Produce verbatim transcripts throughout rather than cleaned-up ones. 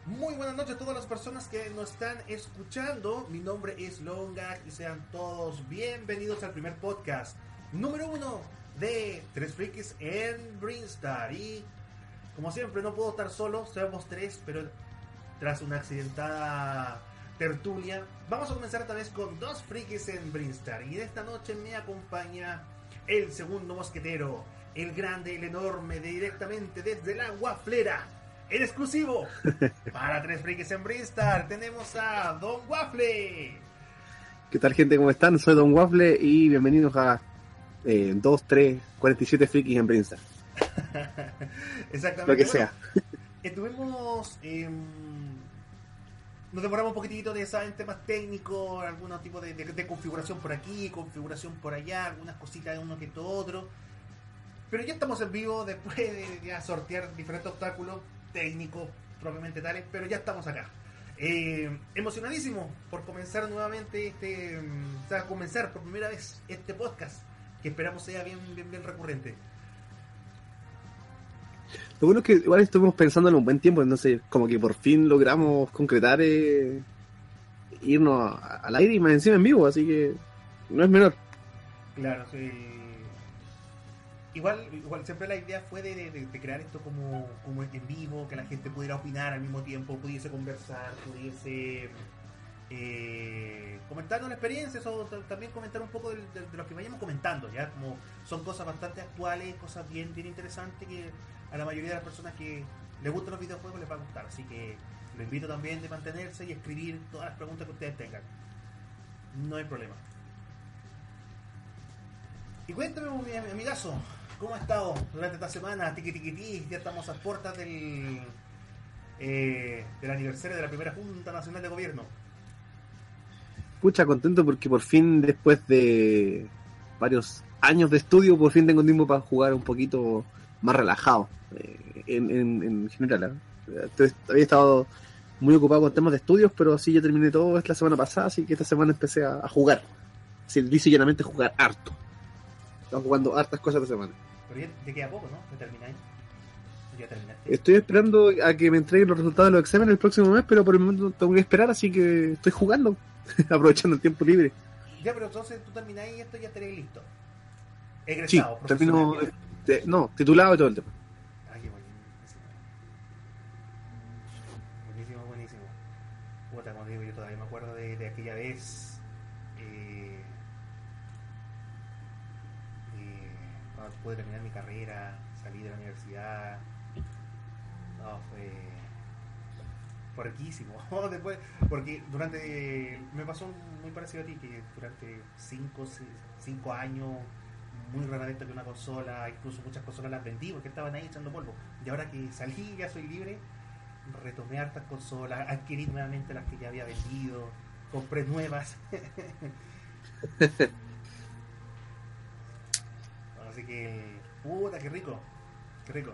Muy buenas noches a todas las personas que nos están escuchando. Mi nombre es Longak y sean todos bienvenidos al primer podcast número uno de Tres Frikis en Brinstar. Y como siempre no puedo estar solo, somos tres, pero tras una accidentada tertulia vamos a comenzar esta vez con dos frikis en Brinstar. Y esta noche me acompaña el segundo mosquetero, el grande, el enorme, de directamente desde la Wafflera, el exclusivo para Tres Frikis en Brinstar. Tenemos a Don Waffle. ¿Qué tal, gente? ¿Cómo están? Soy Don Waffle y bienvenidos a eh, dos, tres, cuarenta y siete Frikis en Brinstar. Exactamente. Lo que bueno, sea. Estuvimos... Eh, nos demoramos un poquitito de ¿saben? Temas técnicos, algún tipo de, de, de configuración por aquí, configuración por allá, algunas cositas de uno que otro. Pero ya estamos en vivo después de ya sortear diferentes obstáculos técnicos propiamente tales, pero ya estamos acá. Eh, emocionadísimo por comenzar nuevamente este, o sea, comenzar por primera vez este podcast, que esperamos sea bien, bien, bien recurrente. Lo bueno es que igual estuvimos pensando en un buen tiempo, entonces como que por fin logramos concretar eh, irnos a, al aire y más encima en vivo, así que no es menor. Claro, sí. Igual, igual siempre la idea fue de, de, de crear esto como, como en vivo, que la gente pudiera opinar al mismo tiempo, pudiese conversar, pudiese eh, comentarnos la experiencia, o también comentar un poco de, de, de lo que vayamos comentando, ya como son cosas bastante actuales, cosas bien, bien interesantes que a la mayoría de las personas que les gustan los videojuegos les va a gustar, así que lo invito también de mantenerse y escribir todas las preguntas que ustedes tengan, no hay problema. Y cuéntame, mi amigazo, ¿cómo ha estado durante esta semana? Tiqui tiqui tiqui, ya estamos a puertas del eh, del aniversario de la primera Junta Nacional de Gobierno. Pucha, contento porque por fin, después de varios años de estudio, por fin tengo tiempo para jugar un poquito más relajado, eh, en, en, en general. ¿eh? Entonces, había estado muy ocupado con temas de estudios, pero así ya terminé todo la semana pasada, así que esta semana empecé a, a jugar. Si dice llanamente jugar harto. Estamos jugando hartas cosas esta semana. Pero ya te queda poco, ¿no? ¿Ya termináis? ¿Ya terminaste? Estoy esperando a que me entreguen los resultados de los exámenes el próximo mes, pero por el momento tengo que esperar, así que estoy jugando, aprovechando el tiempo libre. Ya, pero entonces tú termináis y esto ya estaréis listo. Egresado, sí, termino, de, no, titulado y todo el tema. Ah, qué buenísimo. Buenísimo, buenísimo. Puta, como digo, yo todavía me acuerdo de, de aquella vez... Eh, cuando pude terminar mi carrera, salí de la universidad, no, fue fue riquísimo. Después, porque durante, me pasó muy parecido a ti, que durante cinco, cinco años, muy rara vez toqué una consola, incluso muchas consolas las vendí porque estaban ahí echando polvo, y ahora que salí, ya soy libre, retomé hartas consolas, adquirí nuevamente las que ya había vendido, compré nuevas. Así que, puta, qué rico, qué rico.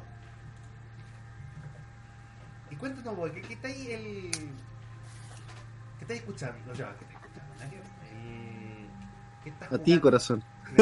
Y cuéntanos, boy, ¿qué, qué está ahí el... ¿Qué estáis escuchando? No, ya, ¿qué estáis escuchando? El... ¿Qué estás jugando? A ti, corazón.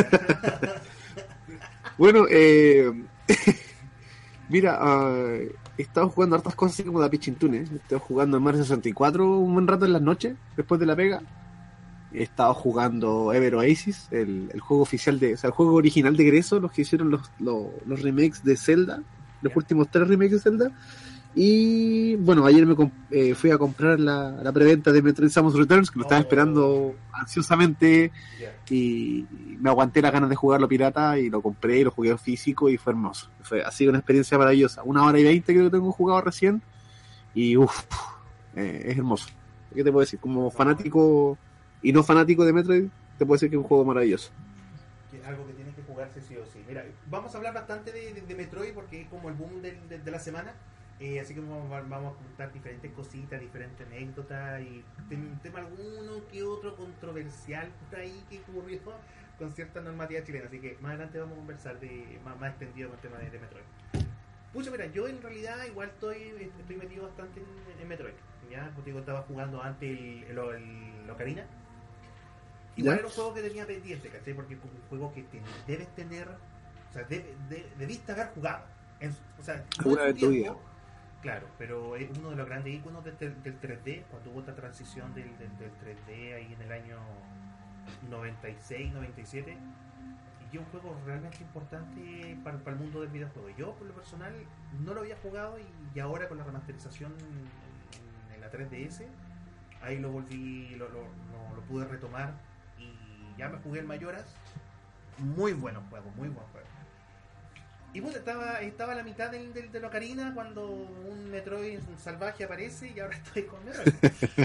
Claro. Bueno, eh... mira, uh, he estado jugando hartas cosas así como la Pichintune. He estado jugando en Mario sesenta y cuatro un buen rato en las noches, después de la pega. He estado jugando Ever Oasis, el, el juego oficial de, o sea, el juego original de Greso, los que hicieron los, los, los remakes de Zelda, los yeah. últimos tres remakes de Zelda. Y bueno, ayer me eh, fui a comprar la, la preventa de Metroid Samus Returns, que lo estaba oh. esperando ansiosamente, yeah. y me aguanté las ganas de jugarlo pirata y lo compré y lo jugué físico y fue hermoso. Fue, ha sido una experiencia maravillosa. Una hora y veinte creo que tengo jugado recién y uff, eh, es hermoso. ¿Qué te puedo decir? Como fanático y no fanático de Metroid, te puedo decir que es un juego maravilloso. Que es algo que tiene que jugarse sí o sí. Mira, vamos a hablar bastante de, de, de Metroid porque es como el boom de, de, de la semana. Eh, así que vamos, vamos a contar diferentes cositas, diferentes anécdotas y un tema alguno que otro controversial por ahí que ocurrió con cierta normativa chilena. Así que más adelante vamos a conversar de más, más extendido con el tema de, de Metroid. Pucha, mira, yo en realidad igual estoy estoy metido bastante en, en Metroid. Ya, como digo, estaba jugando antes el, el, el, el Ocarina. Igual ¿ya? Era un juego que tenía pendiente, ¿cachai? Porque es como un juego que te, debes tener, o sea, de, de, debiste haber jugado. En, o sea, alguna vez tu vida. Claro, pero es uno de los grandes iconos del, del tres D, cuando hubo esta transición del, del, del tres D ahí en el año noventa y seis, noventa y siete, y es un juego realmente importante para, para el mundo del videojuego. Yo, por lo personal, no lo había jugado y, y ahora con la remasterización en, en la tres D S, ahí lo volví, lo, lo, lo, lo pude retomar y ya me jugué el Mayoras. Muy bueno juego, muy buen juego. Y bueno, estaba, estaba a la mitad del, del, de la Ocarina cuando un Metroid salvaje aparece y ahora estoy con Metroid.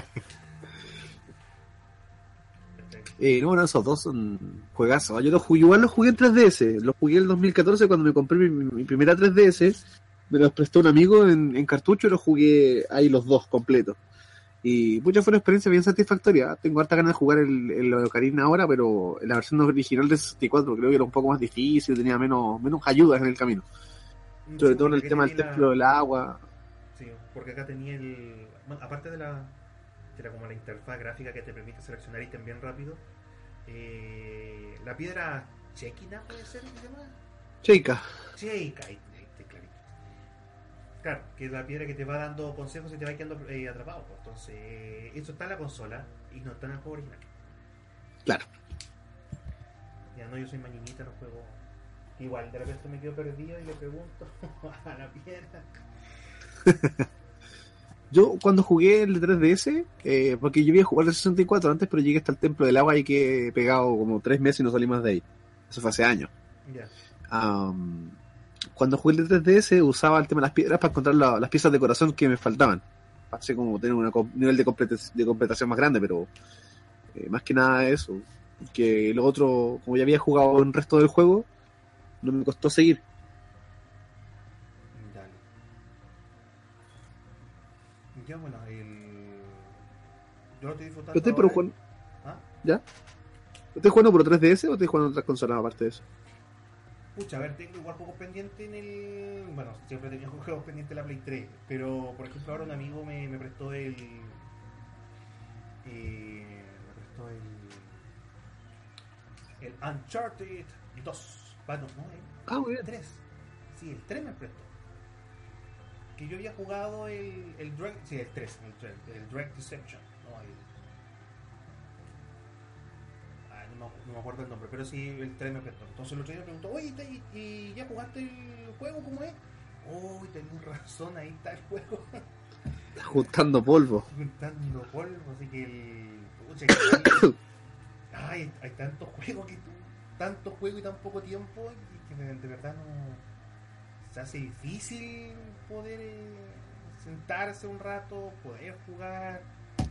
Eh, no, bueno, esos dos son juegazos. Yo los jugué, igual los jugué en tres D S. Los jugué en el dos mil catorce cuando me compré mi, mi primera tres D S. Me los prestó un amigo en, en cartucho y los jugué ahí los dos completos. Y mucha fue una experiencia bien satisfactoria. Tengo harta ganas de jugar el, el Ocarina ahora, pero en la versión original de sesenta y cuatro creo que era un poco más difícil, tenía menos, menos ayudas en el camino. Sobre Sí, todo en el tema del templo la... del agua. Sí, porque acá tenía el... Bueno, aparte de la... Era como la interfaz gráfica que te permite seleccionar ítem bien rápido. Eh, la piedra Chequina, ¿puede ser que se llama? Cheika. Cheika, ahí, ahí, ahí, clarito. Claro, que es la piedra que te va dando consejos y te va quedando eh, atrapado. Pues. Entonces, eh, eso está en la consola y no está en el juego original. Claro. Ya no, yo soy mañinita, los juegos. Igual, de repente me quedo perdido y le pregunto a la piedra. Yo cuando jugué el de tres D S, eh, porque yo iba a jugar el sesenta y cuatro antes, pero llegué hasta el templo del agua y quedé pegado como tres meses y no salí más de ahí. Eso fue hace años. Yeah. Um, cuando jugué el de tres D S usaba el tema de las piedras para encontrar la, las piezas de corazón que me faltaban. Así como tener un nivel de, completa- de completación más grande, pero eh, más que nada eso. Que lo otro, como ya había jugado el resto del juego, no me costó seguir. Dale. Ya, bueno, el... Yo lo estoy disfrutando. ¿Pero estoy por ahora. jugando? ¿Ah? ¿Ya? ¿Estás jugando por tres D S o estás jugando en otras consolas aparte de eso? Pucha, a ver, tengo igual juegos pendientes en el... Bueno, siempre he tenido juegos pendientes en la Play tres. Pero, por ejemplo, ahora un amigo me, me prestó el... Eh, me prestó el... El Uncharted dos. Bueno, no, el Ah, muy bien. tres. Sí, el tres me prestó. Que yo había jugado el... el Drag... Sí, el tres. El, el, el Drag Deception. No, el... No me, no me acuerdo el nombre, pero sí el tres me prestó. Entonces el otro día me preguntó, oye, ¿y, ¿y ya jugaste el juego? ¿Cómo es? Uy, oh, tenés razón, ahí está el juego. Estás juntando polvo. Juntando polvo, así que el... Pucha, que ay, hay tantos juegos que tanto juego y tan poco tiempo y que de, de verdad no... Se hace difícil poder eh, sentarse un rato, poder jugar.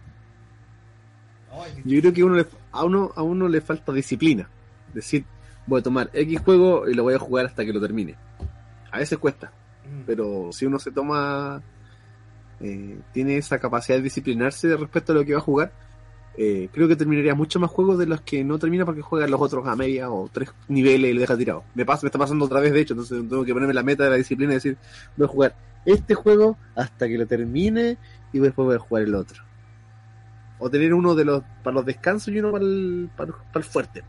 Oh, Yo creo que uno le, a uno a uno le falta disciplina. Decir, voy a tomar X juego y lo voy a jugar hasta que lo termine. A veces cuesta, mm. pero si uno se toma, eh, tiene esa capacidad de disciplinarse respecto a lo que va a jugar, eh, creo que terminaría mucho más juegos de los que no termina porque juegan los otros a media o tres niveles y lo deja tirado. Me pasa, me está pasando otra vez de hecho, entonces tengo que ponerme la meta de la disciplina y decir, voy a jugar este juego hasta que lo termine y después voy a jugar el otro. O tener uno de los para los descansos y uno para el, para, para el fuerte.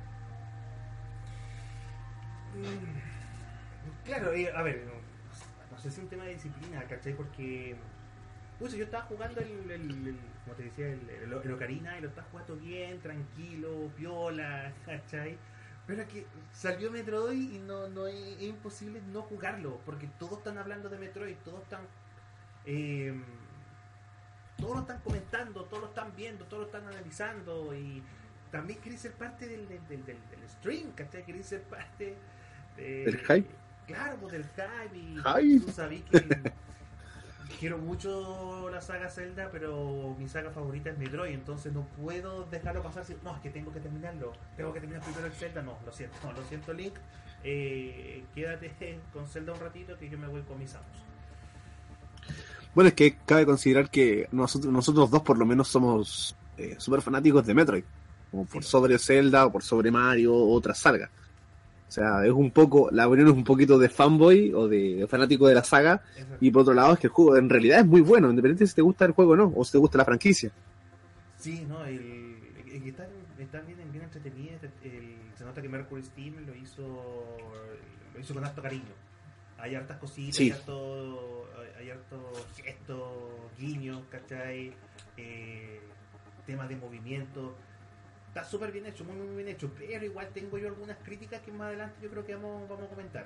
Claro, eh, a ver, no, no sé si es un tema de disciplina, ¿cachai? Porque pues, yo estaba jugando el, el, el como te decía, el, el, el Ocarina y lo estaba jugando bien, tranquilo, piola, ¿cachai? Pero es que salió Metroid y no, no es, es imposible no jugarlo, porque todos están hablando de Metroid, todos están... Eh, todos lo están comentando, todos lo están viendo, todos lo están analizando y también queréis ser parte del, del, del, del stream, ¿cachai? Queréis ser parte de, del hype. Claro, pues del hype y hype. Tú sabés que quiero mucho la saga Zelda, pero mi saga favorita es Metroid, entonces no puedo dejarlo pasar. No, es que tengo que terminarlo, tengo que terminar primero el Zelda. No, lo siento, no, lo siento Link, eh, quédate con Zelda un ratito que yo me voy con mis amos. Bueno, es que cabe considerar que nosotros, nosotros dos por lo menos somos eh, súper fanáticos de Metroid, como por sí. sobre Zelda o por sobre Mario o otras sagas. O sea, es un poco, la opinión es un poquito de fanboy o de fanático de la saga, exacto. Y por otro lado es que el juego en realidad es muy bueno, independientemente si te gusta el juego o no, o si te gusta la franquicia. Sí, no, el, el, el está, está bien, bien entretenido, el, se nota que Mercury Steam lo hizo, lo hizo con harto cariño. Hay hartas cositas, sí. hay harto, hay harto gesto ¿cachai? Eh, temas de movimiento. Está súper bien hecho, muy, muy bien hecho. Pero igual tengo yo algunas críticas que más adelante yo creo que vamos, vamos a comentar.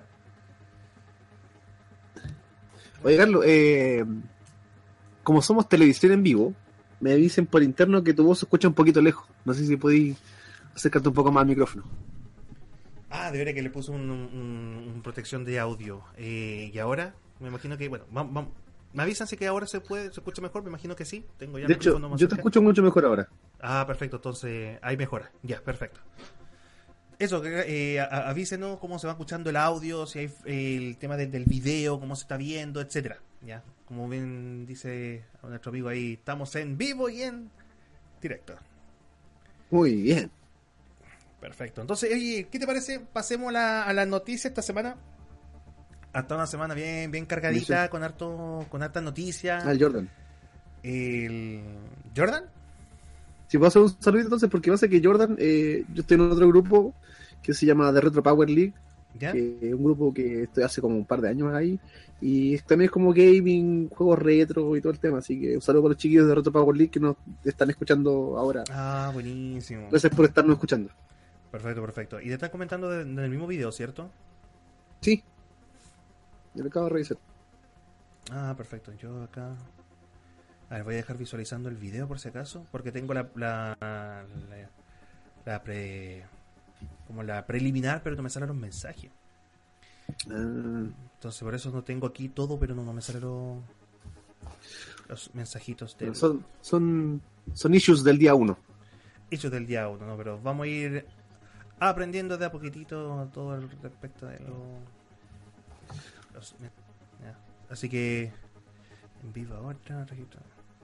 Oye, Carlos, eh, como somos televisión en vivo, me dicen por interno que tu voz se escucha un poquito lejos. No sé si podéis acercarte un poco más al micrófono. Ah, de verdad que le puse un, un, un protección de audio. Eh, y ahora, me imagino que, bueno, vamos, vamos. Me avisan si que ahora se puede, se escucha mejor, me imagino que sí. Tengo ya de hecho, yo te escucho mucho mejor ahora. Ah, perfecto, entonces ahí mejora. Ya, perfecto. Eso, eh, avísenos cómo se va escuchando el audio, si hay eh, el tema de, del video, cómo se está viendo, etcétera. Ya, como bien dice nuestro amigo ahí, estamos en vivo y en directo. Muy bien. Perfecto. Entonces, oye, ¿qué te parece? Pasemos a la, a las noticias esta semana. Hasta una semana bien, bien cargadita, con harto, con hartas noticias. Ah, el Jordan. El Jordan. Si puedo hacer un saludito entonces, porque pasa que Jordan, eh, yo estoy en otro grupo que se llama The Retro Power League, ¿Ya? que es un grupo que estoy hace como un par de años ahí, y también es como gaming, juegos retro y todo el tema, así que un saludo para los chiquillos de Retro Power League que nos están escuchando ahora. Ah, buenísimo. Gracias por estarnos escuchando. Perfecto, perfecto. Y te están comentando de, de el mismo video, ¿cierto? Sí, yo lo acabo de revisar. Ah, perfecto. Yo acá... A ver, voy a dejar visualizando el video por si acaso, porque tengo la la, la, la pre como la preliminar, pero no me salen los mensajes. Ah. Entonces por eso no tengo aquí todo, pero no, no me salen los, los mensajitos del... son son son issues del día uno. Issues del día uno, ¿no? Pero vamos a ir aprendiendo de a poquitito todo el respecto de los, los ya. Así que en vivo ahora registro.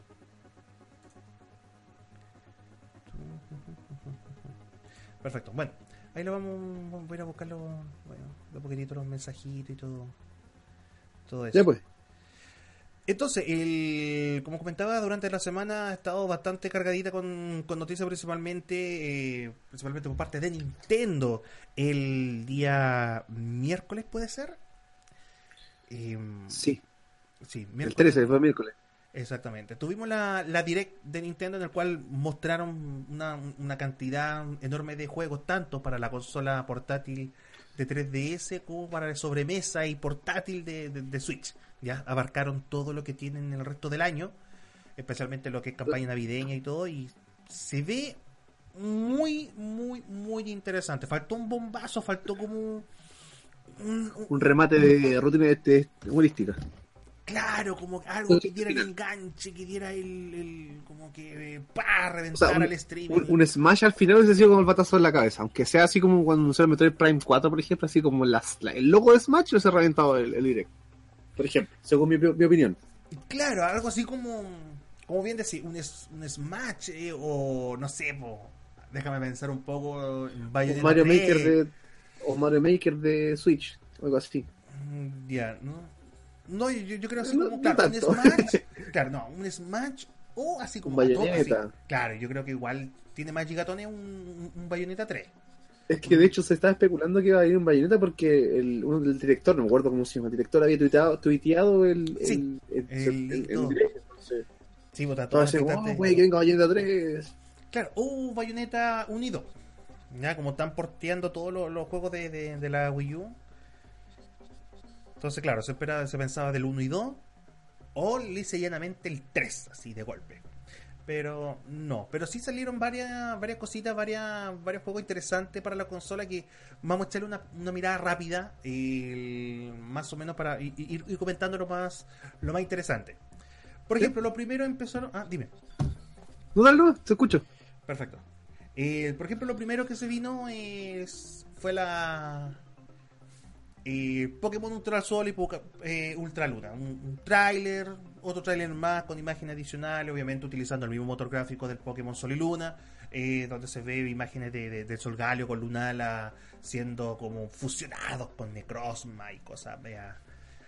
Perfecto, bueno, ahí lo vamos, voy a ir a buscarlo, bueno, de poquitito los mensajitos y todo, todo eso. Ya pues. Entonces, el, como comentaba, durante la semana ha estado bastante cargadita con, con noticias, principalmente, eh, principalmente por parte de Nintendo. El día miércoles, ¿puede ser? Eh, Sí. Sí, miércoles. El trece fue miércoles. Exactamente. Tuvimos la, la Direct de Nintendo en el cual mostraron una, una cantidad enorme de juegos, tanto para la consola portátil de tres D S como para la sobremesa y portátil de, de, de Switch. Ya abarcaron todo lo que tienen el resto del año, especialmente lo que es campaña navideña y todo, y se ve muy, muy, muy interesante. Faltó un bombazo, faltó como un, un, un remate de rutina de humorística. Claro, como algo que diera el enganche, que diera el, el como que eh, para reventar, o sea, un, al stream. Un, un Smash al final hubiese sido como el batazo en la cabeza, aunque sea así como cuando anunciaron Metroid Prime cuatro, por ejemplo, así como las, la, el logo de Smash hubiese reventado el, el direct, por ejemplo, según mi, mi opinión. Claro, algo así como, como bien decir, un, un Smash eh, o no sé, po, déjame pensar un poco en Mario Maker de o Mario Maker de Switch, algo así. Ya, yeah, ¿no? No, yo, yo creo así no, como, claro, no un Smash, claro, no, un Smash o así como Bayonetta. Así, claro, yo creo que igual tiene más gigatones un, un Bayonetta tres. Es que de hecho se estaba especulando que iba a ir un Bayonetta porque el, uno del director, no me acuerdo cómo se llama, el director había tuiteado, tuiteado el, sí, el, el, el, el, el directo, entonces. Sí, vota todo. Entonces, oh, güey, que venga Bayonetta tres. Claro, o uh, Bayonetta uno y dos. Ya, como están porteando todos los, los juegos de, de, de la Wii U. Entonces, claro, se espera, se pensaba del uno y dos, o lisa y llanamente el tres, así de golpe. Pero no, pero sí salieron varias varias cositas, varias, varios juegos interesantes para la consola que vamos a echarle una, una mirada rápida, eh, más o menos para ir, ir, ir comentando lo más, lo más interesante. Por ejemplo, ¿Sí? Lo primero empezaron... Ah, dime. No, dale, no, te escucho. Perfecto. Eh, por ejemplo, lo primero que se vino es, fue la... Eh, Pokémon Ultra Sol y Poca, eh, Ultra Luna, un, un tráiler, otro tráiler más con imágenes adicionales, obviamente utilizando el mismo motor gráfico del Pokémon Sol y Luna, eh, donde se ve imágenes de, de, de Solgaleo con Lunala siendo como fusionados con Necrozma y cosas media,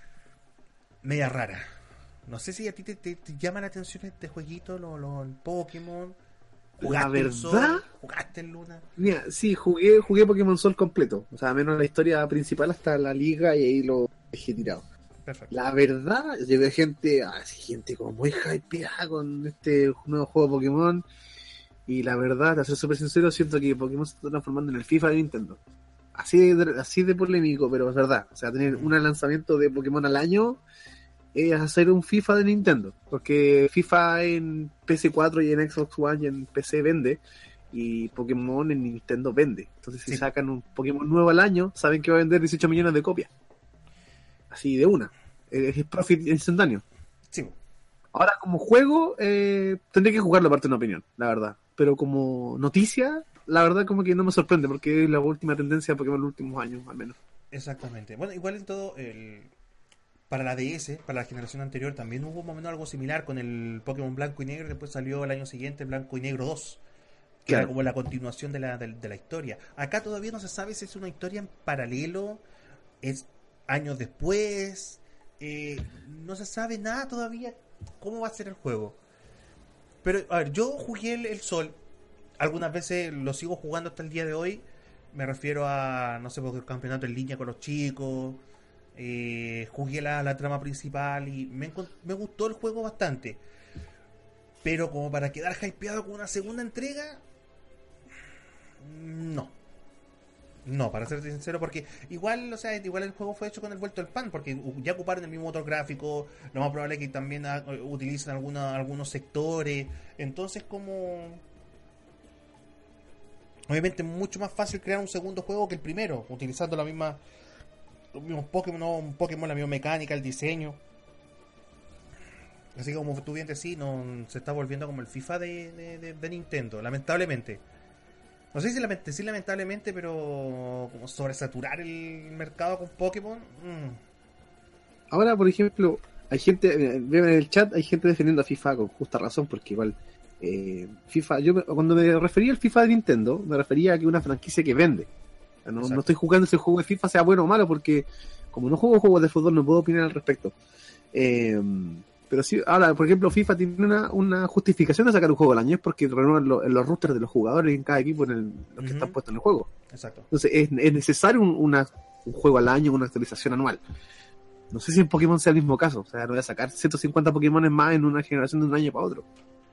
media raras. No sé si a ti te, te, te llama la atención este jueguito, lo, lo, el Pokémon. La verdad, Sol, ¿jugaste en Luna? Mira, sí, jugué, jugué Pokémon Sol completo. O sea, menos la historia principal hasta la liga y ahí lo dejé tirado. Perfecto. La verdad, yo veo gente, ah, gente como muy hypeada con este nuevo juego de Pokémon. Y la verdad, para ser súper sincero, siento que Pokémon se está transformando en el FIFA de Nintendo. Así de, así de polémico, pero es verdad. O sea, tener un lanzamiento de Pokémon al año es hacer un FIFA de Nintendo. Porque FIFA en P S cuatro y en Xbox One y en P C vende. Y Pokémon en Nintendo vende. Entonces, si Sí. sacan un Pokémon nuevo al año, saben que va a vender dieciocho millones de copias. Así de una. Es, es profit instantáneo. Sí. Ahora, como juego, eh, tendré que jugarlo aparte de una opinión, la verdad. Pero como noticia, la verdad como que no me sorprende, porque es la última tendencia de Pokémon en los últimos años, al menos. Exactamente. Bueno, igual en todo, el... para la D S, para la generación anterior, también hubo más o menos algo similar con el Pokémon Blanco y Negro. Después salió el año siguiente Blanco y Negro dos, que Claro. era como la continuación de la, de, de la historia. Acá todavía no se sabe si es una historia en paralelo, es años después, eh, no se sabe nada todavía cómo va a ser el juego. Pero, a ver, yo jugué el, el Sol, algunas veces lo sigo jugando hasta el día de hoy. Me refiero a, no sé, porque el campeonato en línea con los chicos. Eh, jugué la, la trama principal y me, encont- me gustó el juego bastante. Pero como para quedar hypeado con una segunda entrega, no. No, para ser sincero, porque igual, o sea, igual el juego fue hecho con el vuelto del pan, porque u- ya ocuparon el mismo motor gráfico, lo más probable es que también ah, utilicen alguna, algunos sectores, entonces como... Obviamente es mucho más fácil crear un segundo juego que el primero, utilizando la misma, los mismos Pokémon, ¿no? Un Pokémon, la misma mecánica, el diseño. Así que como tú bien decís, no, se está volviendo como el FIFA de, de, de- de Nintendo, lamentablemente. No sé si, lament- si lamentablemente, pero como sobresaturar el mercado con Pokémon. mm, Ahora, por ejemplo, hay gente, eh, veo en el chat, hay gente defendiendo a FIFA con justa razón, porque igual eh, FIFA, yo me- cuando me refería al FIFA de Nintendo, me refería a que es una franquicia que vende. O sea, no, no Exacto. estoy jugando ese juego de FIFA, sea bueno o malo, porque como no juego juegos de fútbol, no puedo opinar al respecto. Eh, pero sí, ahora, por ejemplo, FIFA tiene una, una justificación de sacar un juego al año, es porque renuevan lo- los roosters de los jugadores en cada equipo en el- los que Ujú, están puestos en el juego. exacto. Entonces, es, es necesario un, una- un juego al año, una actualización anual. No sé si en Pokémon sea el mismo caso. O sea, no voy a sacar ciento cincuenta Pokémon más en una generación de un año para otro.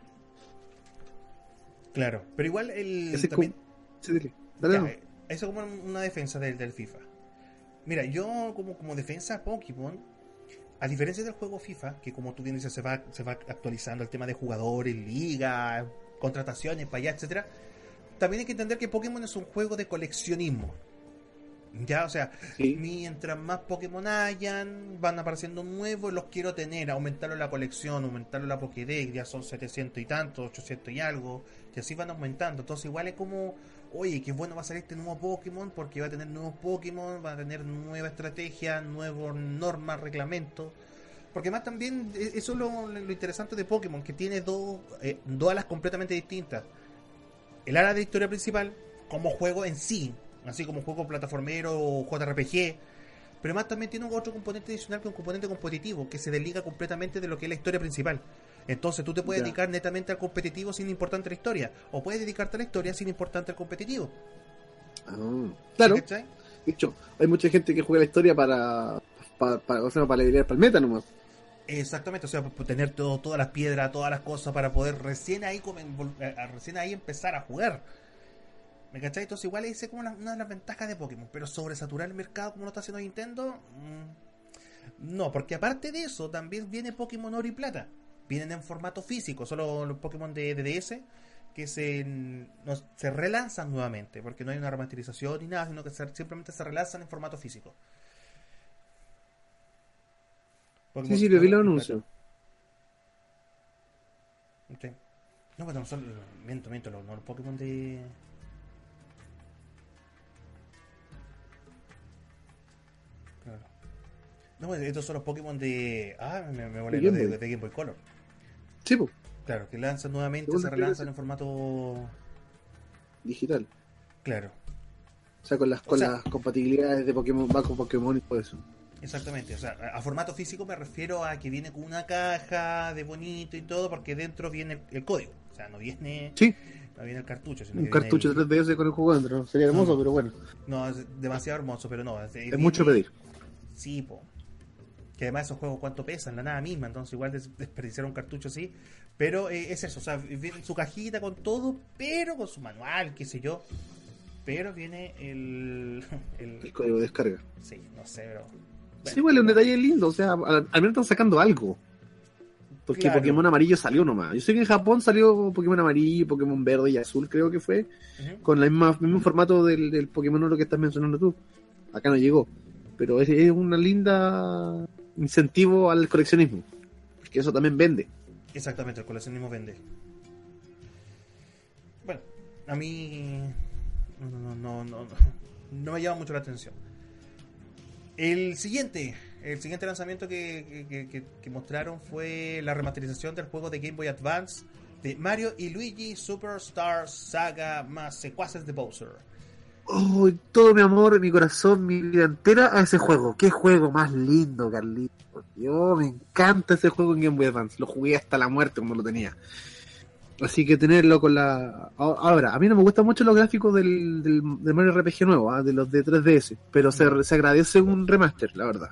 Claro. Pero igual el Ese es como... también. Sí, dile. Dale, Ya, no. eh, eso como una defensa del, del FIFA. Mira, yo como, como defensa a Pokémon, a diferencia del juego FIFA, que como tú bien dices, se va, se va actualizando el tema de jugadores, liga, contrataciones, para allá, etcétera. También hay que entender que Pokémon es un juego de coleccionismo. Ya, o sea, Sí. mientras más Pokémon hayan, van apareciendo nuevos, los quiero tener, aumentarlo la colección, aumentarlo la Pokédex, ya son setecientos y tantos, ochocientos y algo, y así van aumentando. Entonces igual es como, oye, qué bueno va a salir este nuevo Pokémon, porque va a tener nuevos Pokémon, va a tener nueva estrategia, nuevas normas, reglamentos. Porque más también, eh, eso es lo, lo interesante de Pokémon, que tiene dos, eh, dos alas completamente distintas. El ala de historia principal, como juego en sí, así como juego plataformero o J R P G, pero además también tiene otro componente adicional, que es un componente competitivo, que se desliga completamente de lo que es la historia principal. Entonces tú te puedes Ya. dedicar netamente al competitivo sin importante la historia, o puedes dedicarte a la historia sin importante el competitivo. Ah, claro. ¿Sí, cachai? De hecho, hay mucha gente que juega la historia para... Para, para, o sea, para levelear para el meta nomás. Exactamente, o sea, por tener todo, todas las piedras, todas las cosas para poder recién ahí comen- vol- eh, recién ahí empezar a jugar. ¿Me cachai? Entonces igual esa es como una, una de las ventajas de Pokémon, pero sobresaturar el mercado como lo está haciendo Nintendo, mm, no, porque aparte de eso también viene Pokémon Oro y Plata. Vienen en formato físico, solo los Pokémon de, de D S que se, no, se relanzan nuevamente, porque no hay una remasterización ni nada, sino que se- simplemente se relanzan en formato físico. Sí, Pokémon sí, le vi Oro los y anuncios. Plata. Ok. No, pero no son, miento, miento, los, no, los Pokémon de... Claro. No, pues, estos son los Pokémon de... Ah, me, me volé, De los Game de, Boy. de Game Boy Color. Sí, pues. Claro, que lanzan nuevamente, Según se la relanzan explicación en formato... digital. Claro. O sea, con las, O con sea, las compatibilidades de Pokémon, va con Pokémon y todo eso. exactamente. O sea, a, a formato físico me refiero a que viene con una caja de bonito y todo, porque dentro viene el, el código. O sea, no viene Sí, no viene el cartucho, sino un que viene cartucho el... tres D S con el juego dentro. Sería No, hermoso, no. pero bueno. No, es demasiado hermoso, pero no. Es, Es mucho viene... pedir. Sí, po. Que además esos juegos cuánto pesan, la nada misma, entonces igual des- desperdiciar un cartucho así. Pero eh, es eso, o sea, viene en su cajita con todo, pero con su manual, qué sé yo. Pero viene el... el El código de descarga. sí, no sé, pero... Sí, igual es un detalle lindo, o sea, al, al menos están sacando algo. Porque Claro. Pokémon amarillo salió nomás. Yo sé que en Japón salió Pokémon amarillo, Pokémon verde y azul, creo que fue, Ujú. con el mismo formato del, del Pokémon oro que estás mencionando tú. Acá no llegó. Pero es, es una linda incentivo al coleccionismo. Porque eso también vende. Exactamente, el coleccionismo vende. Bueno, a mí no, no, no, no, no, no me llama mucho la atención. El siguiente, el siguiente lanzamiento que, que, que, que mostraron fue la remasterización del juego de Game Boy Advance de Mario y Luigi Superstar Saga más secuaces de Bowser. Oh, todo mi amor, mi corazón, mi vida entera a ese juego. Qué juego más lindo, Carlitos. Yo me encanta ese juego en Game Boy Advance. Lo jugué hasta la muerte como lo tenía. Así que tenerlo con la... Ahora, a mí no me gustan mucho los gráficos del, del, del Mario R P G nuevo, ¿eh? De los de tres D S, pero se, se agradece un remaster, la verdad.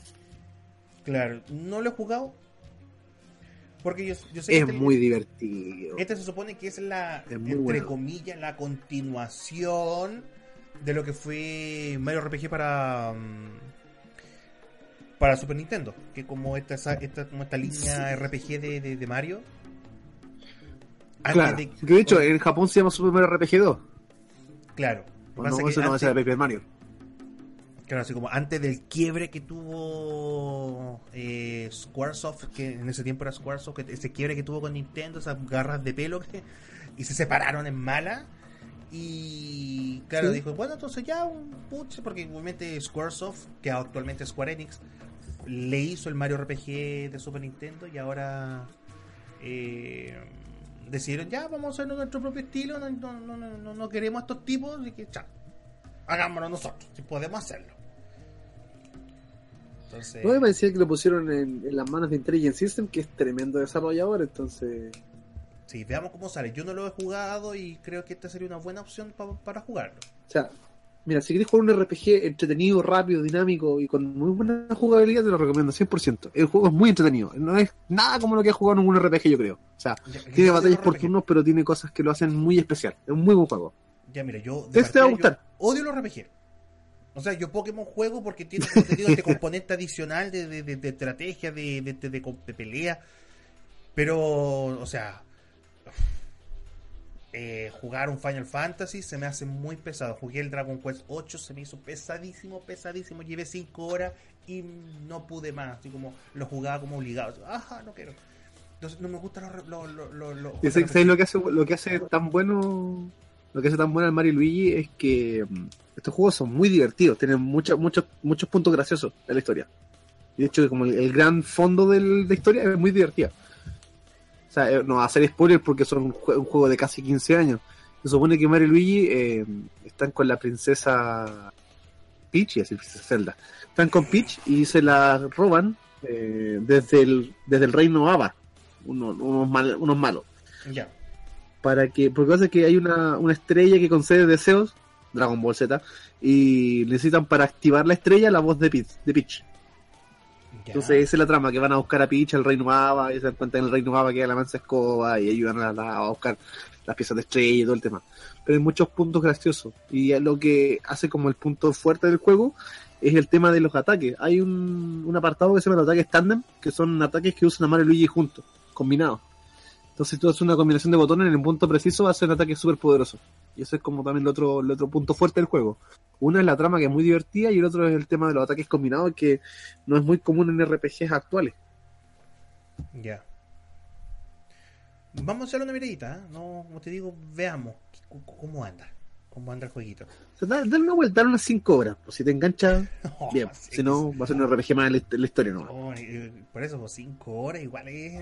Claro, no lo he jugado porque yo, yo sé Es que este, muy divertido. este se supone que es la, Es muy entre bueno. comillas, la continuación de lo que fue Mario R P G para um, para Super Nintendo, que como esta, esta, como esta línea Sí. R P G de, de, de Mario. Claro, de, que de hecho en Japón se llama Super Mario R P G dos. Claro, O pasa no, que eso no va a antes, ser Paper Mario. claro, así como antes del quiebre que tuvo eh, Squaresoft, que en ese tiempo era Squaresoft, que ese quiebre que tuvo con Nintendo, esas garras de pelo que, y se separaron en mala. Y claro, ¿Sí? dijo, bueno, entonces ya un puche, porque igualmente Squaresoft, que actualmente es Square Enix, le hizo el Mario R P G de Super Nintendo y ahora eh, decidieron, ya vamos a hacer nuestro propio estilo, no, no, no, no, no queremos a estos tipos, así que chao, hagámoslo nosotros, si podemos hacerlo. Entonces, No me parecía que lo pusieron en, en las manos de Intelligent System, que es tremendo desarrollador, entonces... sí, veamos cómo sale. Yo no lo he jugado y creo que esta sería una buena opción pa, para jugarlo. O sea, mira, si querés jugar un R P G entretenido, rápido, dinámico y con muy buena jugabilidad, te lo recomiendo cien por ciento. El juego es muy entretenido. No es nada como lo que has jugado en un R P G, yo creo. O sea, Ya, tiene yo batallas odio por los R P G. turnos, pero tiene cosas que lo hacen muy especial. Es un muy buen juego. Ya, mira, yo Este de te va a partida, gustar. yo odio los R P G. O sea, yo Pokémon juego porque tiene, como te digo, este componente adicional de, de, de, de estrategia, de, de, de, de, de pelea. Pero, o sea, eh, jugar un Final Fantasy se me hace muy pesado. Jugué el Dragon Quest ocho, se me hizo pesadísimo, pesadísimo. Llevé cinco horas y no pude más. Así como lo jugaba como obligado. Ajá, no quiero. Entonces, no me gustan los, los, los, los, los ¿Y sabes lo que hace lo que hace tan bueno? Lo que hace tan bueno al Mario y Luigi es que mm, estos juegos son muy divertidos, tienen muchos muchos muchos puntos graciosos en la historia. Y de hecho, como el, el gran fondo del, de la historia es muy divertida. O sea, eh, no va a hacer spoiler porque son un, jue- un juego de casi quince años. Se supone que Mario y Luigi eh, están con la princesa Peach, y así princesa Zelda. Están con Peach y se la roban eh, desde el desde el reino Ava, unos, unos, mal- unos malos. Ya. Para que, porque pasa que hay una, una estrella que concede deseos, Dragon Ball Z, y necesitan para activar la estrella la voz de Peach. De Peach. Ya. Entonces esa es la trama, que van a buscar a Peach al reino Ava, y se dan cuenta en el reino Ava que hay la mansa escoba, y ayudan a, la- a buscar las piezas de estrella y todo el tema. Pero hay muchos puntos graciosos, y lo que hace como el punto fuerte del juego es el tema de los ataques. Hay un, un apartado que se llama los ataques tandem, que son ataques que usan a Mario y Luigi juntos, combinados. Entonces tú haces una combinación de botones en el punto preciso, hace un ataque súper poderoso. Y eso es como también el otro, el otro punto fuerte del juego. Una es la trama, que es muy divertida, y el otro es el tema de los ataques combinados, que no es muy común en R P Gs actuales. Ya. Vamos a hacerle una miradita, ¿eh? No, como te digo, veamos c- c- cómo anda. Cómo anda el jueguito. O sea, dale, dale una vuelta, dale unas cinco horas. Pues si te engancha, Oh, bien. sí, Si no, va a ser un R P G más en la, en la historia, ¿no? oh, eh, por eso, pues, cinco horas igual es.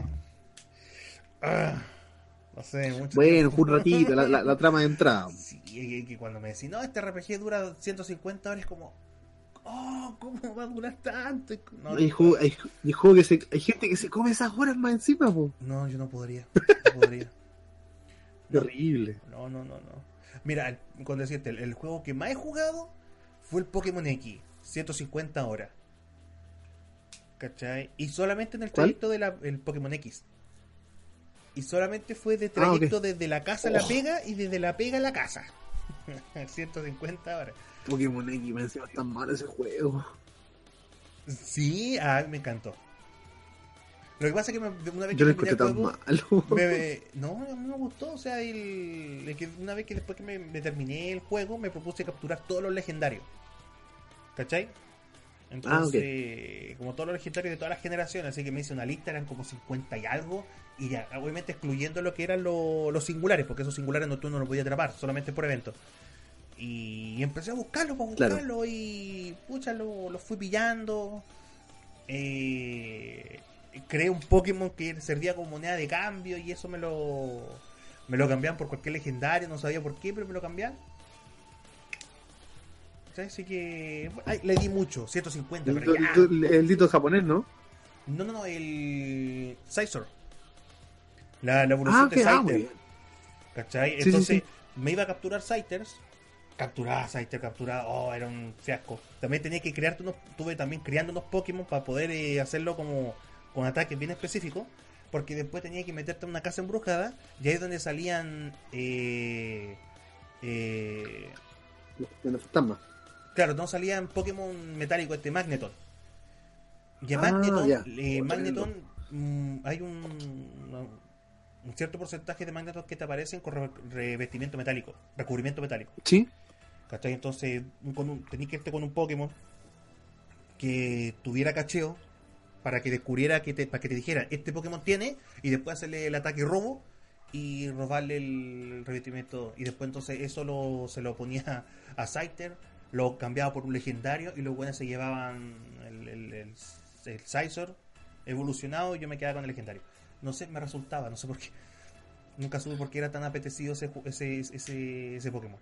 Ah, no sé, mucho Bueno, tiempo. un ratito, la, la, la trama de entrada. Sí, que, que cuando me decís, no, este R P G dura ciento cincuenta horas, es como, oh, ¿cómo va a durar tanto? Y No, hay, juego, hay, hay, juego que se, hay gente que se come esas horas más encima, po. no, yo no podría. No podría. No, Terrible. no, no, no, no. Mira, con decirte, el, el juego que más he jugado fue el Pokémon X, ciento cincuenta horas. ¿cachai? Y solamente en el ¿Cuál? trayecto del Pokémon X. Y solamente fue de Ah, ok. trayecto desde la casa a la Oh. pega y desde la pega a la casa. ciento cincuenta horas. Pokémon X, me encima tan malo ese juego. Sí, a mí me encantó. Lo que pasa es que me- una vez Yo que lo terminé encontré el tan juego, malo. me- no, a mí me gustó. O sea, el, el que una vez que después que me, me terminé el juego, me propuse capturar todos los legendarios. ¿Cachai? Entonces, como todos los legendarios de todas las generaciones, así que me hice una lista, eran como cincuenta y algo, y ya, obviamente excluyendo lo que eran lo- los singulares, porque esos singulares no tú no los podías atrapar, solamente por evento. Y empecé a buscarlo, para Claro. buscarlo, y pucha, lo, lo fui pillando. Eh, creé un Pokémon que servía como moneda de cambio, y eso me lo me lo cambiaban por cualquier legendario, no sabía por qué, pero me lo cambiaban. Así que ay, le di mucho, ciento cincuenta, El, pero ya. el, el dito japonés, ¿no? No, no, no, el Scizor. La, la evolución Ah, ok, de ah, muy Scyther. bien. ¿Cachai? Sí, sí, Entonces sí. me iba a capturar Scythers. Capturaba Scyther, capturaba. Oh, era un fiasco. También tenía que crearte unos. Tuve también creando unos Pokémon para poder eh, hacerlo como con ataques bien específicos. Porque después tenía que meterte en una casa embrujada. Y ahí es donde salían. Eh, eh, Los, los fantasmas. claro, no salían Pokémon metálico, este Magneton. Y a Ah, Magneton, ya. eh, Oh, Magneton mm, hay un, un cierto porcentaje de Magneton que te aparecen con re- revestimiento metálico, recubrimiento metálico. Sí. ¿Cachai? Entonces con un, tenías que irte con un Pokémon que tuviera cacheo para que descubriera, que te, para que te dijera, este Pokémon tiene, y después hacerle el ataque robo y robarle el revestimiento. Y después entonces eso lo, se lo ponía a Scyther, lo cambiaba por un legendario, y los buenos se llevaban el, el, el, el Scizor evolucionado, y yo me quedaba con el legendario. No sé, me resultaba, no sé por qué. Nunca supe por qué era tan apetecido ese, ese, ese, ese Pokémon.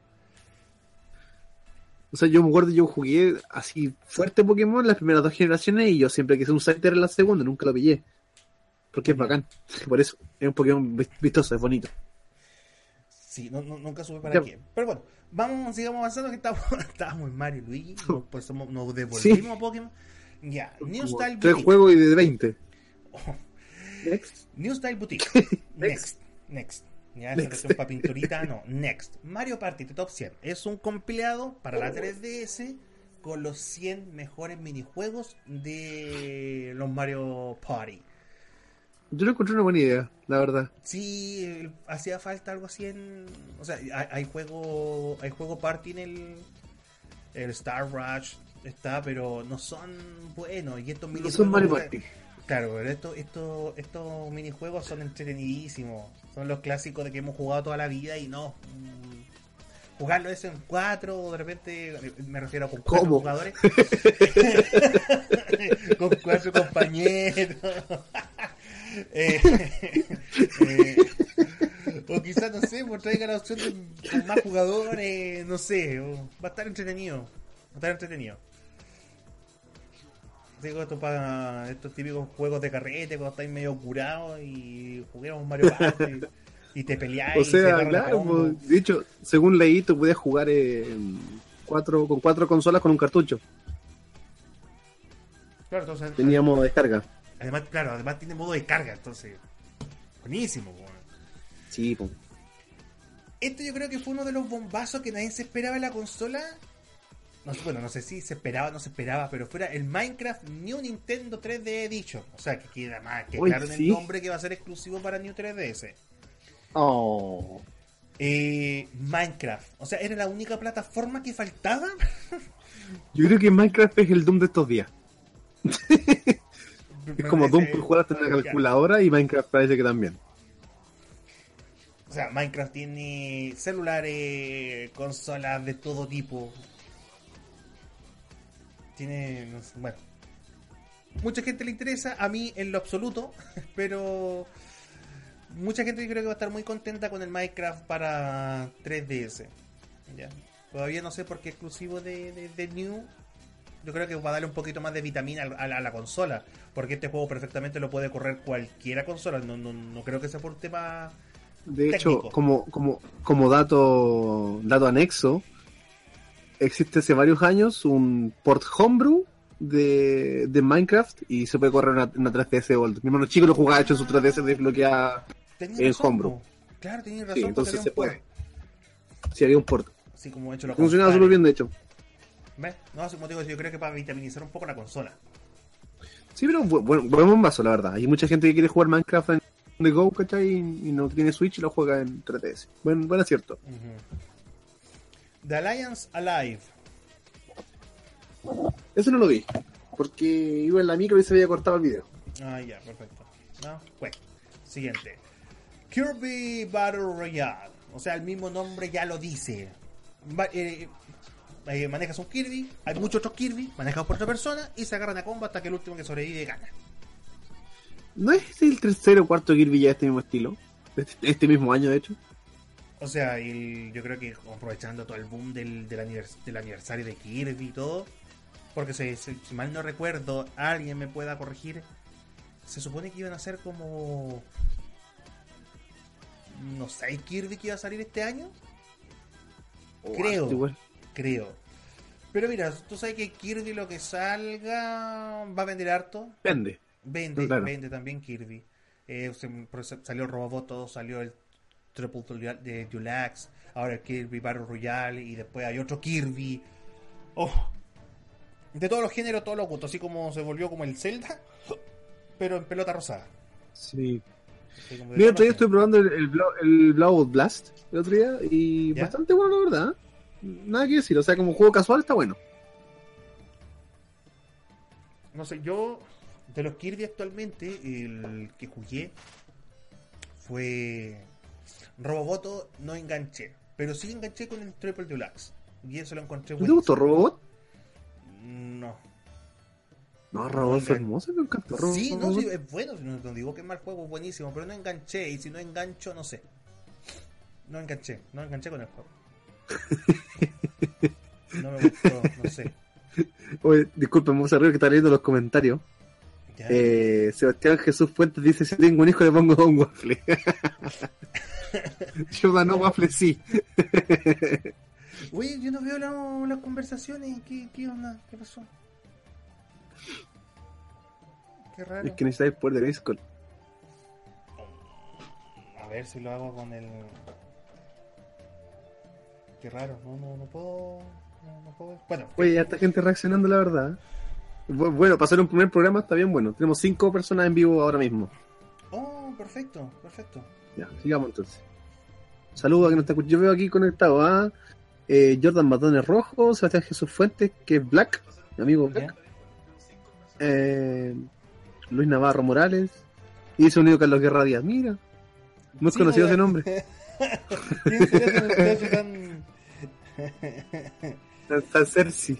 O sea, yo me acuerdo, yo jugué así fuerte Pokémon las primeras dos generaciones y yo siempre quise un Scyther en la segunda, nunca lo pillé. Porque es Ya. bacán. Por eso, es un Pokémon vis- vistoso, es bonito. Sí, no, no, nunca supe para Ya. qué. Pero bueno, vamos, sigamos avanzando, que estábamos, estábamos en Mario y Luigi, nos, pues, somos- nos Sí. devolvimos a Pokémon. Ya, New Como Style tres Boutique. juegos y de veinte. Oh, Next. New Style Boutique. Next. Next. Ya, esa Next. cuestión para pinturita, no. Next. Mario Party Top cien. Es un compilado para la tres D S con los cien mejores minijuegos de los Mario Party. Yo lo encontré una buena idea, la verdad. Sí, eh, hacía falta algo así en... O sea, hay, hay juego hay juego Party en el... El Star Rush está, pero no son buenos. Y estos No minijuegos... son Mario Party. Claro, pero estos, estos, estos minijuegos son entretenidísimos. Son los clásicos de que hemos jugado toda la vida y no. mm, Jugarlo eso en cuatro, o de repente, eh, me refiero a con cuatro ¿Cómo? jugadores. Con cuatro compañeros. Eh, eh, o quizás, no sé, pues traiga la opción de con más jugadores, no sé. o- va a estar entretenido. Va a estar entretenido. Digo, esto para estos típicos juegos de carrete cuando estáis medio curados y juguemos Mario Party y te peleáis. O y se sea, agarran a claro, combo. pues, de hecho, según leí, tú podías jugar en cuatro, con cuatro consolas con un cartucho. Claro, entonces, Tenía modo descarga. además, claro, además tiene modo de carga, entonces. Buenísimo, weón. Sí, pues. Esto yo creo que fue uno de los bombazos que nadie se esperaba en la consola. No, sé, bueno, no sé si se esperaba o no se esperaba, pero fuera el Minecraft New Nintendo tres D Edition. O sea, que queda más que Uy, claro en sí. el nombre que va a ser exclusivo para New tres D S. Oh. Eh, Minecraft. O sea, era la única plataforma que faltaba. Yo creo que Minecraft es el Doom de estos días. Es como Doom por jugar hasta en una Ya. calculadora y Minecraft parece que también. O sea, Minecraft tiene celulares, consolas de todo tipo. Tiene, no sé, bueno, mucha gente le interesa, a mí en lo absoluto, pero mucha gente yo creo que va a estar muy contenta con el Minecraft para tres D S. Ya. Todavía no sé por qué exclusivo de, de, de New. Yo creo que va a darle un poquito más de vitamina a la, a la consola, porque este juego perfectamente lo puede correr cualquiera consola. No, no, no creo que sea por un tema De técnico. hecho, como, como, como dato, dato anexo, existe hace varios años un port homebrew de, de Minecraft y se puede correr una, una tres D S Gold. Mi hermano chico lo jugaba hecho en su tres D S desbloqueada el Homebrew. Claro, tenías razón. Sí, entonces se puede. Port. Sí, había un port. Así como hecho lo funcionaba súper bien, de hecho. ¿Ves? No, así como digo, yo creo que para vitaminizar un poco la consola. Sí, pero bueno, buen bombazo, la verdad. Hay mucha gente que quiere jugar Minecraft en The Go, ¿cachai? Y, y no tiene Switch y lo juega en tres D S. Buen, buen acierto. Uh-huh. The Alliance Alive. Eso no lo vi, porque iba en la micro y se había cortado el video. Ah, ya, perfecto. No, bueno, siguiente. Kirby Battle Royale. O sea, el mismo nombre ya lo dice. Va, eh, eh, manejas un Kirby, hay muchos otros Kirby manejados por otra persona y se agarran a combo hasta que el último que sobrevive gana. ¿No es el tercero o cuarto Kirby ya de este mismo estilo? Este, este mismo año, de hecho. O sea, el, yo creo que aprovechando todo el boom del, del, anivers, del aniversario de Kirby y todo, porque si, si, si mal no recuerdo, alguien me pueda corregir, se supone que iban a ser como no sé, Kirby que iba a salir este año. Oh, creo, igual. creo. Pero mira, tú sabes que Kirby lo que salga va a vender harto. Vende. Vende, claro. vende también Kirby. Eh, salió el Roboboto, salió el Triple de Deluxe, ahora el Kirby Battle Royale y después hay otro Kirby. Oh. De todos los géneros, todos los gustos, así como se volvió como el Zelda, pero en pelota rosada. Sí. Mira, el otro día estuve probando el, el, el Blow Blast el otro día y ¿ya? Bastante bueno, la verdad. Nada que decir, o sea, como juego casual está bueno. No sé, yo de los Kirby actualmente, el que jugué fue Roboboto, no enganché, pero sí enganché con el Triple Deluxe y eso lo encontré bueno. ¿Te gustó Robobot? No. No, Robobot fue hermoso, me encantó Robobot. Sí, no, sí, es bueno, no, no digo que es mal juego, es buenísimo, pero no enganché, y si no engancho, no sé. No enganché, no enganché con el juego. No me gustó, no sé. Oye, disculpen, vamos a reír que está leyendo los comentarios. Eh, Sebastián Jesús Fuentes dice: si tengo un hijo le pongo un waffle. Yo ganó waffle, sí. Oye, yo no veo la, las conversaciones. ¿Qué, ¿Qué onda? ¿Qué pasó? Qué raro. Es que necesitáis poder de Discord. A ver si lo hago con el... Qué raro, no, no, no puedo... No, no puedo... Bueno. Oye, ya está gente reaccionando, la verdad. Bueno, para hacer un primer programa está bien bueno. Tenemos cinco personas en vivo ahora mismo. Oh, perfecto, perfecto. Ya, sigamos entonces. Saludos a que nos está escuchando. Yo veo aquí conectado a eh, Jordan Matones Rojo, Sebastián Jesús Fuentes, que es Black, mi amigo Black. Eh, Luis Navarro Morales. Y se unido Carlos Guerra Díaz. Mira, muy sí, conocido ese nombre. ¿Quién sería ese tan... tan, tan Cersei?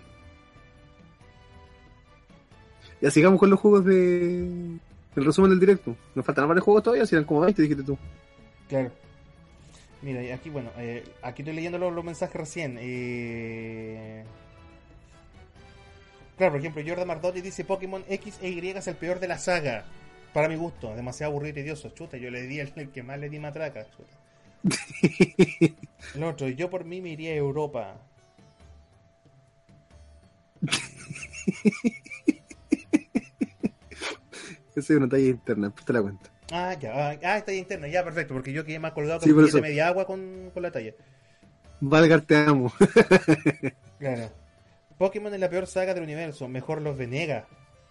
Ya sigamos con los juegos de... el resumen del directo. Nos faltan varios juegos todavía, si eran como veinte, dijiste tú. Claro. Mira, aquí, bueno, eh, aquí estoy leyendo los, los mensajes recién. Eh... Claro, por ejemplo, Jordan Mardotti dice: Pokémon X e Y es el peor de la saga. Para mi gusto, demasiado aburrido y tedioso. Chuta, yo le di el, el que más le di matraca. Chuta. El otro, yo por mí me iría a Europa. Esa es una talla interna, pues te la cuento. Ah, ya, ah, talla interna, ya, perfecto, porque yo quedé más colgado con sí, el de media agua con, con la talla. Valgar, te amo. Claro. Pokémon es la peor saga del universo, mejor los Venega.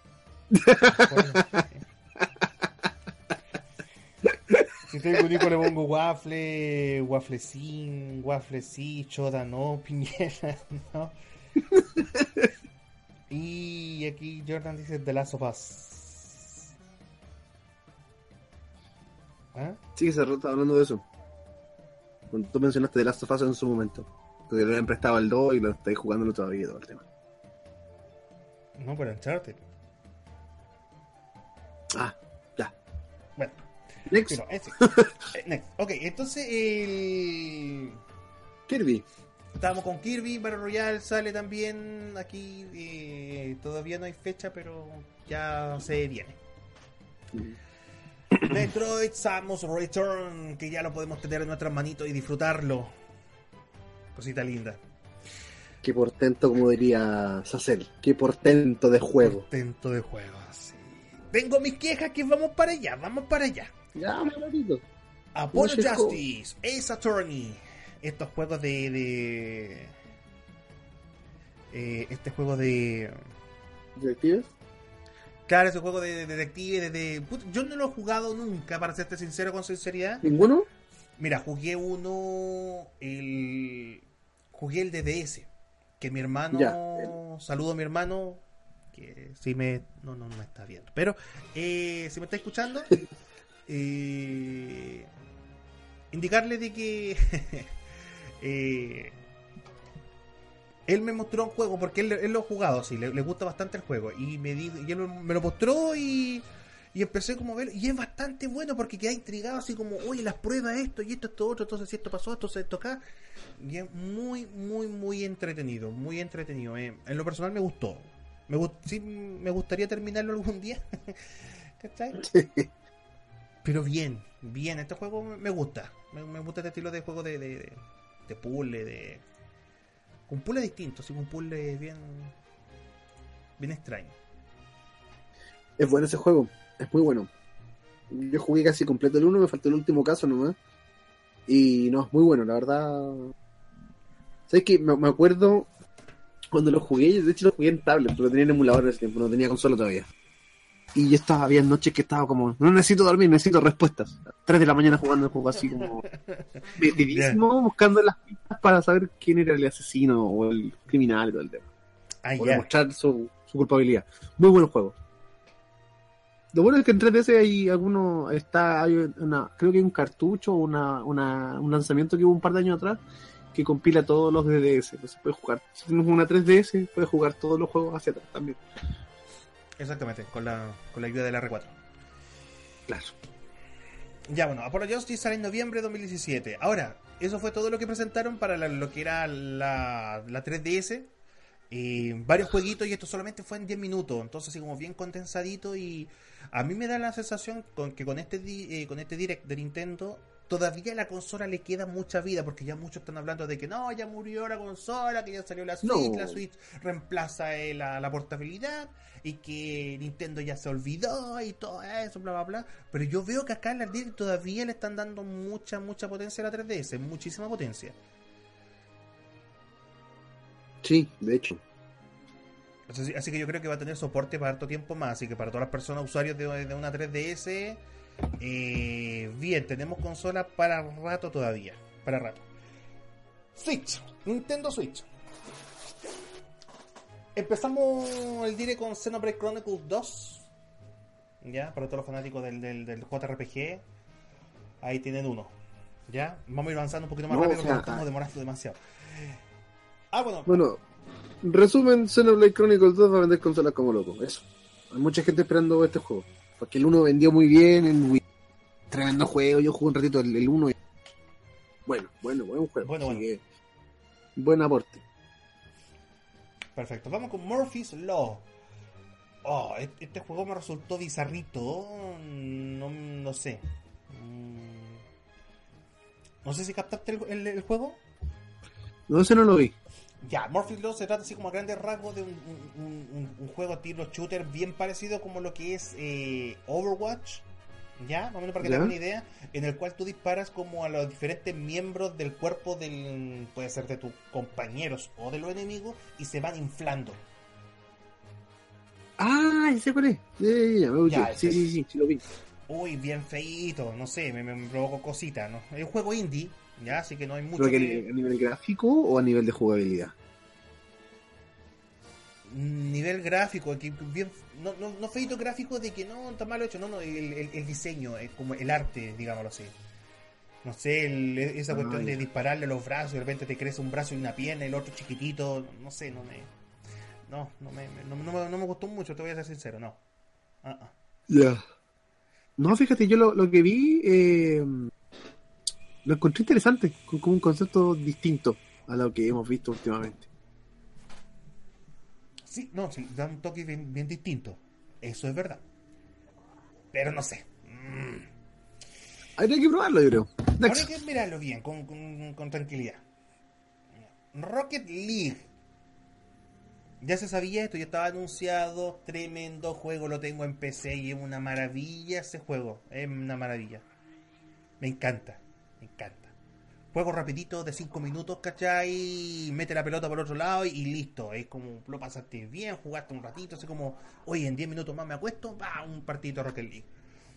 Si estoy con Nico le pongo waffle, wafflecín, wafflecí, choda no, piñera, no. Y aquí Jordan dice The Last of Us. ¿Ah? Sí, que se está hablando de eso. Cuando tú mencionaste The Last of Us en su momento. Porque le habían prestado el dos y lo estáis jugándolo todavía todo el tema. No, pero Uncharted. Ah, ya. Bueno. Next. Pero, ese. Next. Ok, entonces el... Kirby. Estábamos con Kirby, Battle Royale sale también aquí. Eh, todavía no hay fecha, pero ya se viene. Mm. Metroid Samus Return, que ya lo podemos tener en nuestras manitos y disfrutarlo. Cosita linda. Qué portento, como diría Sacel. Qué portento de juego. Portento de juego, sí. Tengo mis quejas que vamos para allá, vamos para allá. Ya, un ratito. Apollo Justice, Ace Attorney. Estos juegos de... de eh, este juego de... ¿Detectives? Claro, ese juego de, de detective, de, de... Put, yo no lo he jugado nunca, para serte sincero, con sinceridad. ¿Ninguno? Mira, jugué uno... el Jugué el de D S. Que mi hermano... Ya. Saludo a mi hermano... Que si me... No, no me está viendo. Pero, eh, si me está escuchando... eh, indicarle de que... eh, él me mostró un juego porque él, él lo ha jugado así, le, le gusta bastante el juego y me dijo, y él me lo mostró y, y empecé como a ver, y es bastante bueno porque queda intrigado así como, oye, las pruebas esto y esto, esto otro, entonces si esto pasó, esto se esto acá, y es muy, muy, muy entretenido, muy entretenido. Eh, en lo personal me gustó, me gust, sí, me gustaría terminarlo algún día, ¿cachai? Pero bien, bien, este juego me gusta, me, me gusta este estilo de juego de, de, de, de puzzle, de un puzzle distinto, sí, un puzzle bien bien extraño. Es bueno ese juego, es muy bueno. Yo jugué casi completo el uno, me faltó el último caso nomás. Y no, es muy bueno, la verdad. ¿Sabes qué? Me, me acuerdo cuando lo jugué, de hecho lo jugué en tablet, porque tenía el emulador en ese tiempo, no tenía consola todavía. Y yo estaba, había noches que estaba como, no necesito dormir, necesito respuestas. tres de la mañana jugando el juego así como metidísimo, yeah. buscando las pistas para saber quién era el asesino o el criminal y todo el tema. Ah, o yeah. demostrar su, su culpabilidad. Muy buen juego. Lo bueno es que en tres D S hay alguno, está, hay una, creo que hay un cartucho, una, una, un lanzamiento que hubo un par de años atrás que compila todos los de D S. Entonces puedes jugar, si tienes una tres D S, puedes jugar todos los juegos hacia atrás también. Exactamente, con la, con la ayuda del R cuatro. Claro. Ya, bueno, Apollo Justice sale en noviembre de dos mil diecisiete. Ahora, eso fue todo lo que presentaron para la, lo que era la, la tres D S. Eh, varios jueguitos y esto solamente fue en diez minutos. Entonces, así como bien condensadito. Y a mí me da la sensación con que con este, eh, con este Direct de Nintendo todavía a la consola le queda mucha vida, porque ya muchos están hablando de que no, ya murió la consola, que ya salió la Switch, no. La Switch reemplaza eh, la, la portabilidad y que Nintendo ya se olvidó y todo eso, bla bla bla. Pero yo veo que acá en la Direct todavía le están dando mucha, mucha potencia a la tres D S, muchísima potencia. Sí, de hecho. Así, así que yo creo que va a tener soporte para harto tiempo más, así que para todas las personas usuarios de, de una tres D S... Eh, bien, tenemos consola para rato todavía. Para rato. Switch, Nintendo Switch. Empezamos el direct con Xenoblade Chronicles dos. Ya, para todos los fanáticos del, del, del J R P G. Ahí tienen uno. Ya, vamos a ir avanzando un poquito más no, rápido, porque estamos demorando demasiado. Ah, bueno. Bueno, resumen: Xenoblade Chronicles dos va a vender consolas como loco. Eso. Hay mucha gente esperando este juego. Porque el uno vendió muy bien en Wii. Tremendo juego, yo jugué un ratito el, el uno. Y... Bueno, bueno, buen juego. Bueno, bueno. Que... Buen aporte. Perfecto, vamos con Murphy's Law. Oh, este juego me resultó bizarrito. No, no sé. No sé si captaste el, el, el juego. No, ese no lo vi. Ya, Murphy's Law se trata así como a grandes rasgos de un, un, un, un juego estilo shooter bien parecido como lo que es eh, Overwatch, ya, más o menos para que te hagas una idea, en el cual tú disparas como a los diferentes miembros del cuerpo del, puede ser de tus compañeros o de los enemigos, y se van inflando. Ah, ese cuál es. Sí, ya, me ya, sí, sí, sí, sí, lo vi. Uy, bien feíto, no sé, me, me provocó cositas, ¿no? Es un juego indie. Ya, así que no hay mucho. ¿Pero que... a nivel gráfico o a nivel de jugabilidad? Nivel gráfico, aquí bien, no, no, no feito gráfico de que no está mal hecho, no, no, el, el, el diseño, es como el arte, digámoslo así. No sé, el, esa cuestión ah, de dispararle a los brazos y de repente te crece un brazo y una pierna, el otro chiquitito, no sé, no me. No, no me, no, no, me, no me gustó mucho, te voy a ser sincero, no. Uh-uh. Ya. Yeah. No, fíjate, yo lo, lo que vi. Eh... Lo encontré interesante, con, con un concepto distinto a lo que hemos visto últimamente. Sí, no, sí, da un toque bien, bien distinto. Eso es verdad. Pero no sé. Mm. Habría que probarlo, yo creo. Habría que mirarlo bien, con, con, con tranquilidad. Rocket League. Ya se sabía esto, ya estaba anunciado, tremendo juego, lo tengo en P C y es una maravilla ese juego, es una maravilla. Me encanta, me encanta. Juego rapidito de cinco minutos, ¿cachai? Mete la pelota por otro lado y, y listo. Es como lo pasaste bien, jugaste un ratito, así como, oye, en diez minutos más me acuesto, va, un partidito de Rocket League.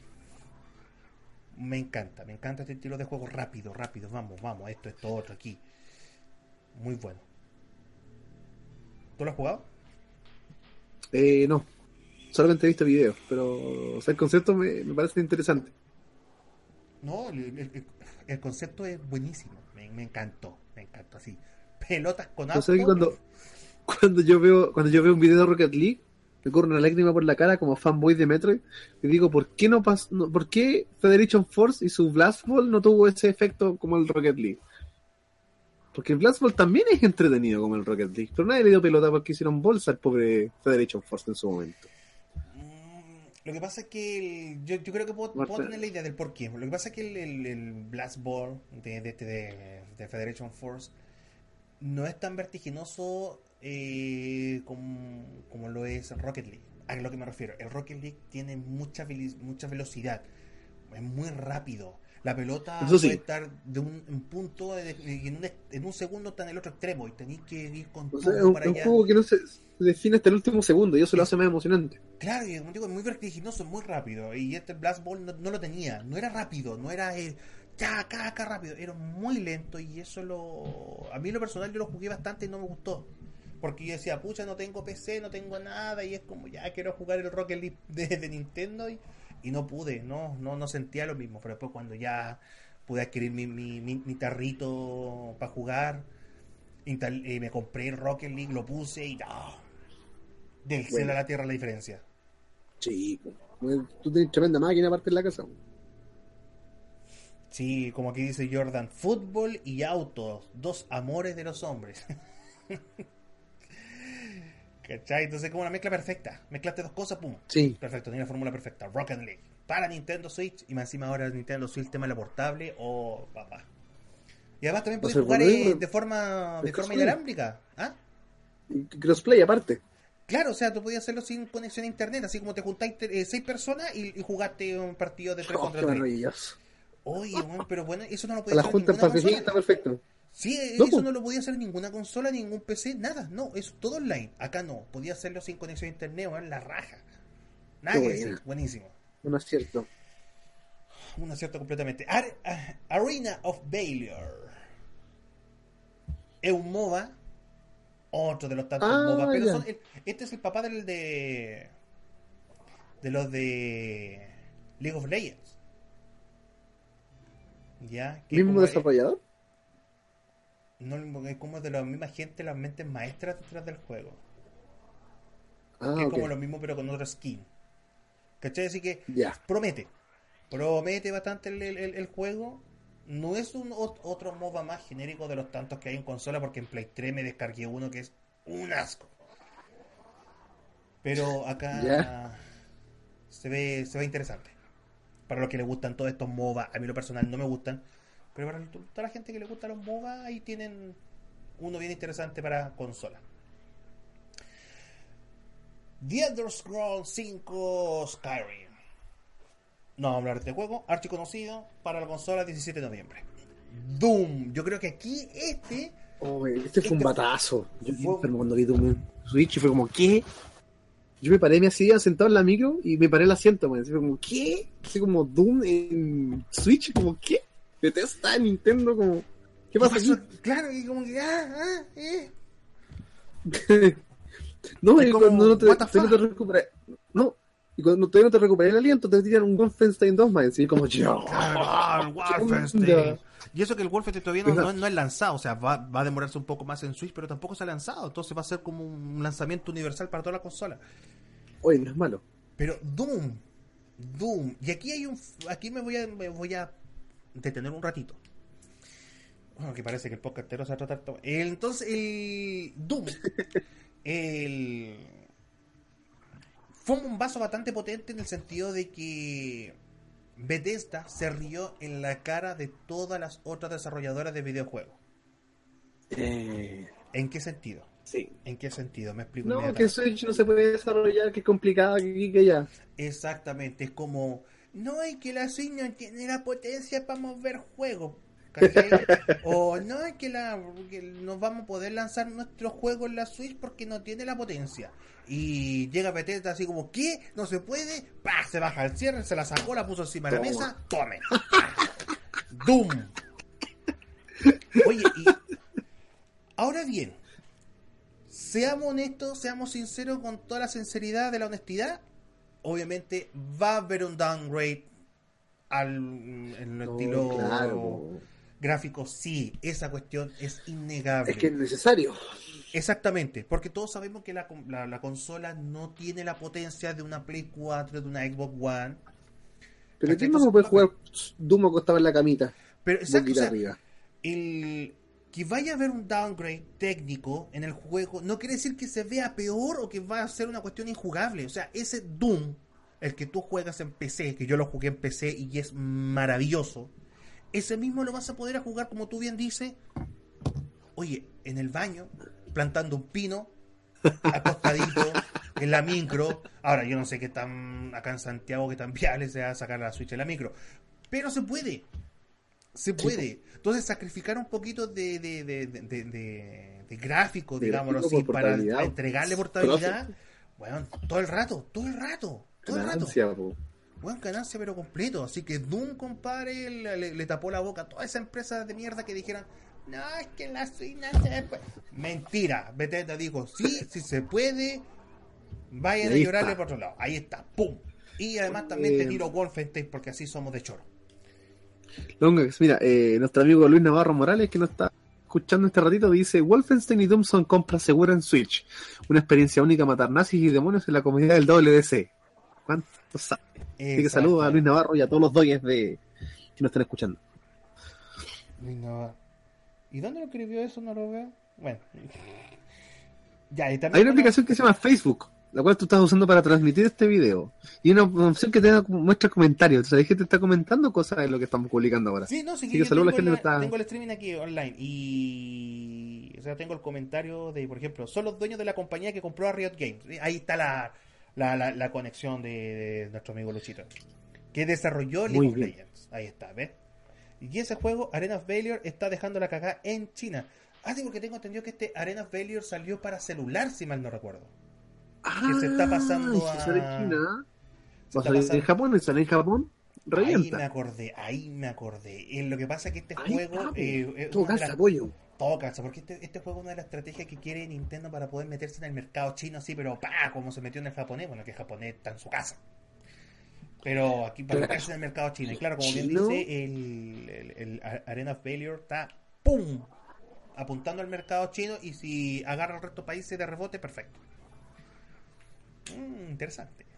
Me encanta, me encanta este estilo de juego rápido, rápido, vamos, vamos, esto, esto, otro, aquí. Muy bueno. ¿Tú lo has jugado? Eh, no, solamente he visto videos, pero o sea, el concepto me, me parece interesante. No, el, el- el- el concepto es buenísimo. Me, me encantó, me encantó, así. Pelotas con Entonces que auto. cuando, cuando yo veo, cuando yo veo un video de Rocket League, me corre una lágrima por la cara como fanboy de Metroid, y digo, ¿por qué no pas no, ¿por qué Federation Force y su Blast Ball no tuvo ese efecto como el Rocket League? Porque el Blast Ball también es entretenido como el Rocket League, pero nadie le dio pelota porque hicieron bolsa al pobre Federation Force en su momento. Mm, Lo que pasa es que el- yo, yo creo que puedo, puedo Marta, tener la idea del por qué. Lo que pasa es que el, el, el Blast Ball de, de, de, de Federation Force no es tan vertiginoso eh, como, como lo es Rocket League. A lo que me refiero, el Rocket League tiene mucha, veli- mucha velocidad, es muy rápido. La pelota eso puede sí, estar de un, un punto de- de- y en un, ex- en un segundo está en el otro extremo y tenéis que ir con o sea, es turbo un, para es un allá. juego que no se, se define hasta el último segundo y eso lo Es hace más emocionante. claro, y como digo, es muy vertiginoso, es muy rápido. Y este Blast Ball no, no lo tenía, no era rápido, no era eh, ya, acá, acá rápido, era muy lento y eso lo... A mí en lo personal yo lo jugué bastante y no me gustó. Porque yo decía, pucha, no tengo P C, no tengo nada y es como, ya quiero jugar el Rocket League de, de Nintendo y, y no pude, no, no, no sentía lo mismo. Pero después cuando ya pude adquirir mi, mi, mi, mi tarrito para jugar, instal- eh, me compré el Rocket League, lo puse y no, del cielo a Bueno, la tierra la diferencia. chico, bueno, tú tienes tremenda máquina aparte en la casa. Sí, como aquí dice Jordan, fútbol y autos, dos amores de los hombres. ¿Cachai? Entonces como una mezcla perfecta. Mezclaste dos cosas, pum. Sí, Perfecto, tiene la fórmula perfecta. Rocket League. Para Nintendo Switch. Y más encima ahora el Nintendo Switch tema de la portable. Oh, papá. Y además también va a podéis ser jugar bueno. eh, ¿Eh? de forma El de forma crossplay. inalámbrica. ¿Ah? Y crossplay aparte. Claro, o sea, tú podías hacerlo sin conexión a internet, así como te juntáis eh, seis personas y, y jugaste un partido de tres Oh, contra qué tres. maravilloso. Oye, bueno, pero bueno, eso no lo podía Para la hacer en junta en ninguna pacifista consola. está perfecto. Sí, No, eso pues. no lo podía hacer en ninguna consola, ningún P C, nada, no, es todo online. Acá no, podía hacerlo sin conexión a internet, en la raja. Qué Nada que decir, buena. buenísimo. Un acierto. Un acierto completamente. Ar- ah, Arena of Valor. Es un MOBA, otro de los tantos MOBA, Ah, pero son ya. el- este es el papá del de de los de League of Legends, ya, que ¿Mismo como es, desarrollador? no, es como de la misma gente, las mentes maestras detrás del juego, que Ah, es ok. como lo mismo pero con otra skin. ¿Cachai? Así que Ya. promete. Promete bastante el, el- el juego. No es un ot- otro MOBA más genérico de los tantos que hay en consola, porque en Play tres me descargué uno que es un asco. Pero Ya. acá se ve, se ve interesante. Para los que les gustan todos estos MOBA, a mí lo personal no me gustan. Pero para toda la gente que le gustan los MOBA, ahí tienen uno bien interesante para consola. The Elder Scrolls cinco Skyrim. No vamos a hablar de este juego, archiconocido para la consola diecisiete de noviembre. Doom. Yo creo que aquí este, Oh, este fue un este batazo. Yo quedé fue enfermo cuando vi Doom en Switch y fue como, ¿qué? Yo me paré, me hacía sentado en la micro y me paré el asiento, man. Así fue como, ¿qué? Así como Doom en Switch, como, ¿qué? Bethesda, Nintendo, como, ¿qué ¿qué pasa pasó? aquí? Claro, y como que ah, ah, eh. No, Es y como cuando no te, what the todavía no fuck. te recuperas, no, y cuando todavía no te recuperas el aliento, te tiran un Wolfenstein dos más, y como, yo, Claro, ah, el ¿qué Wolfenstein. onda? Y eso que el Wolfenstein todavía no, no, Esa- no es lanzado, o sea, va, va a demorarse un poco más en Switch, pero tampoco se ha lanzado, entonces va a ser como un lanzamiento universal para toda la consola. Oye, no es malo. Pero Doom, Doom, y aquí hay un, aquí me voy a, me voy a detener un ratito. Bueno, que parece que el podcast entero se va a tratar todo. Entonces, el Doom, el fue un vaso bastante potente en el sentido de que Bethesda se rió en la cara de todas las otras desarrolladoras de videojuegos. Eh, ¿En qué sentido? Sí. ¿En qué sentido? Me explico No, que inmediatamente. Switch no se puede desarrollar, que es complicado, que aquí, que allá. Exactamente, es como, no hay que la Switch no tiene la potencia para mover juegos, ¿cachai? O no es que, la, que no vamos a poder lanzar nuestros juegos en la Switch porque no tiene la potencia. Y llega Bethesda así como, ¿qué? ¿No se puede? ¡Pah! Se baja el cierre, se la sacó, la puso encima de la Toma. mesa, tome. ¡Doom! Oye, y ahora bien, seamos honestos, seamos sinceros con toda la sinceridad de la honestidad. Obviamente va a haber un downgrade al en el No, estilo claro. gráfico, sí, esa cuestión es innegable. Es que es necesario. Exactamente, porque todos sabemos que la, la, la consola no tiene la potencia de una Play cuatro, de una Xbox One. Pero ¿Cachai? ¿quién no Entonces, puede jugar Doom acostado en la camita? pero exacto, o Boquita sea, arriba. el que vaya a haber un downgrade técnico en el juego no quiere decir que se vea peor o que va a ser una cuestión injugable. O sea, ese Doom, el que tú juegas en P C, que yo lo jugué en P C y es maravilloso, ese mismo lo vas a poder jugar, como tú bien dices, oye, en el baño, plantando un pino, acostadito, en la micro. Ahora, yo no sé qué tan acá en Santiago, qué tan viable sea sacar la Switch en la micro, pero se puede. Se puede. Entonces sacrificar un poquito de, de, de, de, de, de, de gráfico, De digámoslo gráfico así, por para portabilidad. entregarle portabilidad. Bueno, todo el rato, todo el rato, todo el rato. Ganancia, po. Bueno, ganancia pero completo. Así que Doom, compadre, le, le, le tapó la boca a toda esa empresa de mierda que dijeran, no, es que la Switch no se puede. Mentira. Bethesda dijo, sí, sí se puede. Vayan a Ahí llorarle está. por otro lado. Ahí está, pum. Y además también Eh, te tiro Wolfenstein porque así somos de choro. Longax, mira, eh, nuestro amigo Luis Navarro Morales, que nos está escuchando este ratito, dice: Wolfenstein y Doom son compras seguras en Switch. Una experiencia única matar nazis y demonios en la comunidad del W D C. ¿Cuánto sabe? Así que saludos a Luis Navarro y a todos los doyes de que nos están escuchando. Luis Navarro. ¿Y dónde lo escribió eso? No lo veo. Bueno. Ya, y también Hay una bueno, aplicación que se llama Facebook, la cual tú estás usando para transmitir este video. Y una opción que te da, muestra comentarios. O sea, hay gente que está comentando cosas de lo que estamos publicando ahora. Sí, no, sí, Así que que yo saludos a tengo, la gente que la, está. tengo el streaming aquí online y... O sea, tengo el comentario de, por ejemplo, son los dueños de la compañía que compró a Riot Games. Ahí está la, la, la, la conexión de, de nuestro amigo Luchito. Que desarrolló League Muy of bien. Legends. Ahí está, ¿ves? Y ese juego, Arena of Valor, está dejando la cagada en China. Ah, sí, porque tengo entendido que este Arena of Valor salió para celular, si mal no recuerdo. Ah, Que se está pasando si sale en a... China. Se Va a está salir en pasando... Japón, y sale en Japón, Ahí me revienta. acordé, ahí me acordé. Eh, lo que pasa es que este Ahí juego está, po. eh, es Todo una de calza, las... apoyo. Todo calza, porque este, este juego es una de las estrategias que quiere Nintendo para poder meterse en el mercado chino, así, pero pa, como se metió en el japonés, bueno, que el japonés está en su casa. Pero aquí para Claro. meterse en el mercado chino. Y claro, como bien Chino. dice, el, el, el Arena of Valor está ¡pum! Apuntando al mercado chino y si agarra al resto de países de rebote, perfecto. Mm, interesante.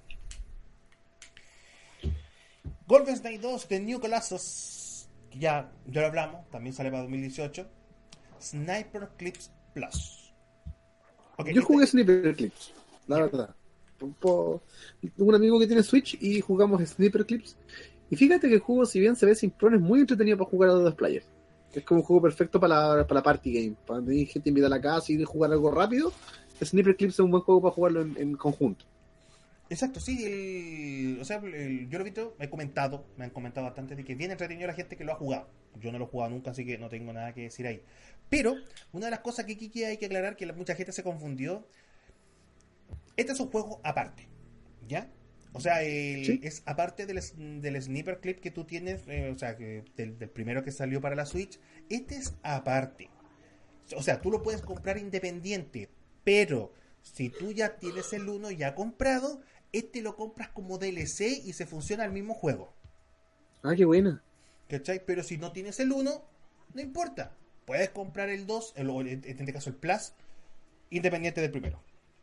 Wolfenstein dos de New Colossus, que ya, ya lo hablamos, también sale para dos mil dieciocho. Sniper Clips Plus. Okay, Yo este- jugué Sniper Clips, la verdad. Un, po- un amigo que tiene Switch y jugamos Sniper Clips. Y fíjate que el juego, si bien se ve simplón, es muy entretenido para jugar a dos players. Es como un juego perfecto para la, para la party game. Para tener gente invitada a la casa y jugar algo rápido. Sniper Clips es un buen juego para jugarlo en, en conjunto. Exacto, sí, el, o sea, el, yo lo he visto, me he comentado, me han comentado bastante de que viene entretenido la gente que lo ha jugado. Yo no lo he jugado nunca, así que no tengo nada que decir ahí. Pero, una de las cosas que aquí hay que aclarar, que la, mucha gente se confundió, este es un juego aparte, ¿ya? O sea, el, Sí. es aparte del, del Sniper Clip que tú tienes, eh, o sea, que del, del primero que salió para la Switch, este es aparte. O sea, tú lo puedes comprar independiente, pero si tú ya tienes el uno ya comprado, este lo compras como D L C y se funciona el mismo juego. Ah, qué buena. ¿Cachai? Pero si no tienes el uno, no importa. Puedes comprar el dos, el, o en este caso el Plus, independiente del primero.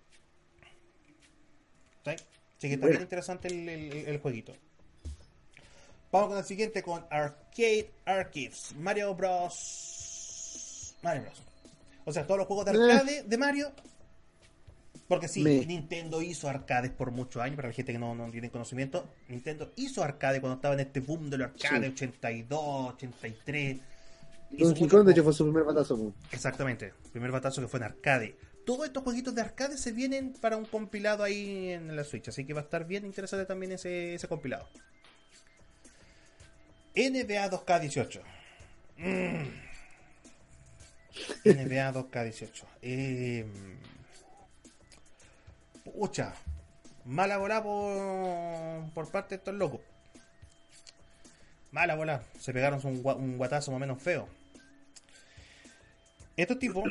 ¿Cachai? Así que está bien interesante el, el, el jueguito. Vamos con el siguiente, con Arcade Archives. Mario Bros. Mario Bros. O sea, todos los juegos de arcade de Mario. Porque sí, Me. Nintendo hizo arcades por muchos años. Para la gente que no, no tiene conocimiento, Nintendo hizo arcade cuando estaba en este boom de los arcades, Sí. ochenta y dos, ochenta y tres. Hizo Donkey muchos Kong, de hecho, juegos. fue su primer batazo. po. Exactamente, primer batazo que fue en arcade. todos estos jueguitos de arcade se vienen para un compilado ahí en la Switch, así que va a estar bien interesante también ese, ese compilado. N B A dos K dieciocho. Mm. N B A dos K dieciocho. Eh, pucha. Mala bola por, por parte de estos locos. Mala bola. Se pegaron un, un guatazo más o menos feo. Estos tipos,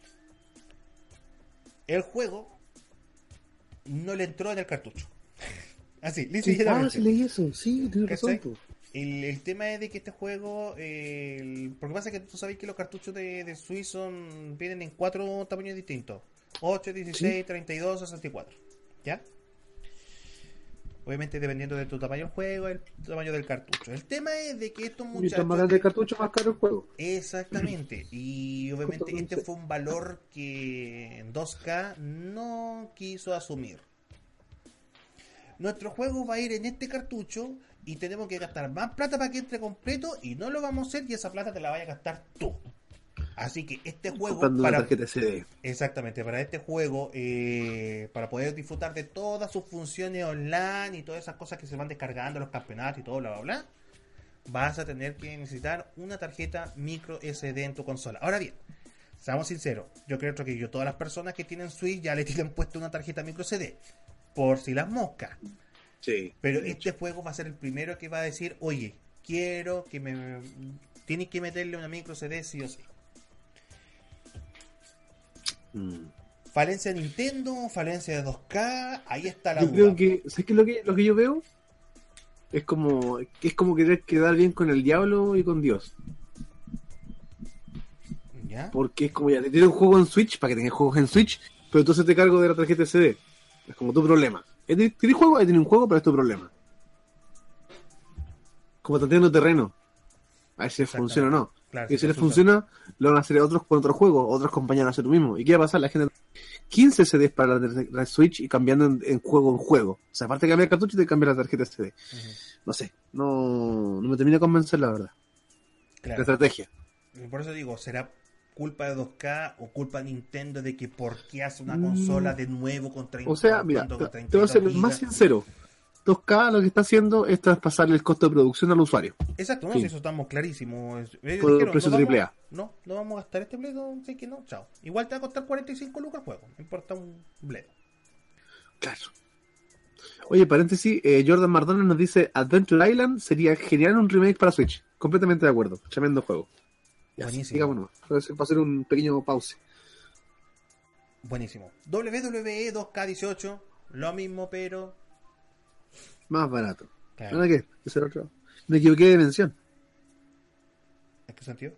el juego no le entró en el cartucho. Así, sí, ah, sí leí eso, sí, tienes razón. El, el tema es de que este juego, eh, el, porque pasa que tú sabes que los cartuchos de, de Switch son, vienen en cuatro tamaños distintos: ocho, dieciséis, ¿sí? treinta y dos, sesenta y cuatro. ¿Ya? Obviamente dependiendo de tu tamaño del juego, el tamaño del cartucho. El tema es de que estos muchachos... Mientras más grande el cartucho, más caro el juego. Exactamente. Y obviamente este fue un valor que en dos K no quiso asumir. Nuestro juego va a ir en este cartucho y tenemos que gastar más plata para que entre completo, y no lo vamos a hacer, y esa plata te la vayas a gastar tú. Así que este juego para, tarjeta C D. Exactamente, para este juego, eh, para poder disfrutar de todas sus funciones online y todas esas cosas que se van descargando, los campeonatos y todo, bla, bla, bla, vas a tener que necesitar una tarjeta micro S D en tu consola. Ahora bien, seamos sinceros, yo creo que yo, todas las personas que tienen Switch ya le tienen puesto una tarjeta micro S D, por si las moscas. Sí. Pero este juego va a ser el primero que va a decir, oye, quiero que me... Tienes que meterle una micro S D sí o sí. Mm. Falencia de Nintendo, falencia de dos K, ahí está la yo duda. Creo que, ¿sabes qué es lo que, lo que yo veo? Es como, es como querer quedar bien con el diablo y con Dios. ¿Ya? Porque es como ya, te tiro un juego en Switch para que tengas juegos en Switch, pero entonces te cargo de la tarjeta S D. Es como tu problema. ¿Tienes juego? Tienes un juego, pero es tu problema. Como tanteando terreno. A ver si les funciona o no. Claro, y si les funciona, lo van a hacer otros con otros juegos, otros compañeros van a hacer lo mismo. ¿Y qué va a pasar? La gente quince C Ds para la, la Switch y cambiando en, en juego en juego. O sea, aparte de cambiar el cartucho, te cambia la tarjeta S D. Uh-huh. No sé, no, no me termina de convencer, la verdad. Claro. La estrategia. Por eso digo, ¿será culpa de dos K o culpa de Nintendo de que por qué hace una consola de nuevo con treinta? O sea, mira, te, te voy a ser más sincero. dos K lo que está haciendo es traspasarle el costo de producción al usuario. Exacto, no, sí. Si eso estamos clarísimos. Ellos por dijeron, el precio no triple A. No, no vamos a gastar este bledo, sé que no, chao. Igual te va a costar cuarenta y cinco lucas el juego, no importa un bledo. Claro. Oye, paréntesis, eh, Jordan Mardona nos dice, Adventure Island sería genial un remake para Switch. Completamente de acuerdo, tremendo juego. Ya, buenísimo. Digámonos, para hacer un pequeño pause. Buenísimo. W W E dos K dieciocho, lo mismo, pero... más barato. Claro. ¿Nada qué? Ese era otro. Me equivoqué de mención. ¿En qué sentido?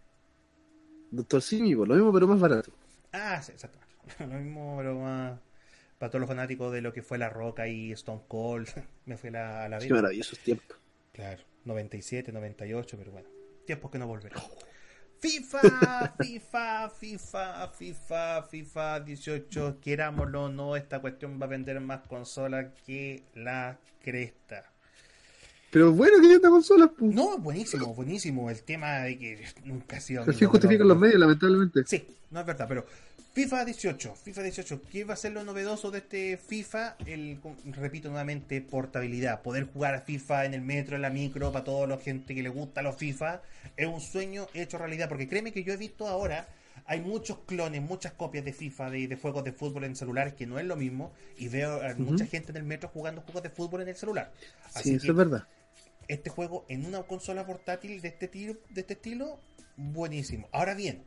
Doctor Simi, lo mismo pero más barato. Ah, sí, exactamente. Lo mismo pero más... Para todos los fanáticos de lo que fue La Roca y Stone Cold. Me fue la, a la vida. Qué maravillosos tiempos. Claro, noventa y siete, noventa y ocho, pero bueno. Tiempos que no volverán. FIFA, FIFA, FIFA, FIFA, FIFA dieciocho, querámoslo o no, esta cuestión va a vender más consolas que la cresta. Pero bueno que venda consolas, pues. No, buenísimo, buenísimo. El tema de que nunca ha sido... Así justifican los medios, lamentablemente. Sí, no es verdad, pero FIFA dieciocho, FIFA dieciocho, ¿qué va a ser lo novedoso de este FIFA? El, repito nuevamente, portabilidad. Poder jugar a FIFA en el metro, en la micro, para toda la gente que le gusta los FIFA. Es un sueño hecho realidad, porque créeme que yo he visto ahora, hay muchos clones, muchas copias de FIFA, de, de juegos de fútbol en celulares, que no es lo mismo, y veo a uh-huh. mucha gente en el metro jugando juegos de fútbol en el celular. Así sí, eso es verdad. Este juego en una consola portátil de este, tiro, de este estilo, buenísimo. Ahora bien,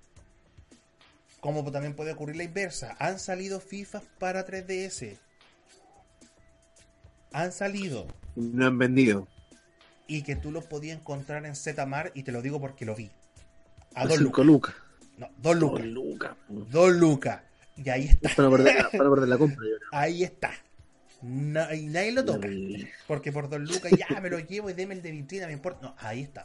como también puede ocurrir la inversa, han salido FIFA para tres D S. Han salido. No han vendido. Y que tú los podías encontrar en Zmart, y te lo digo porque lo vi. A dos lucas. lucas. No, dos lucas. Dos lucas. Dos lucas. Y ahí está. Para perder, para perder la compra. Yo creo. Ahí está. No, y nadie lo toca. Porque por dos lucas ya me lo llevo y deme el de vitrina, me importa. No, ahí está.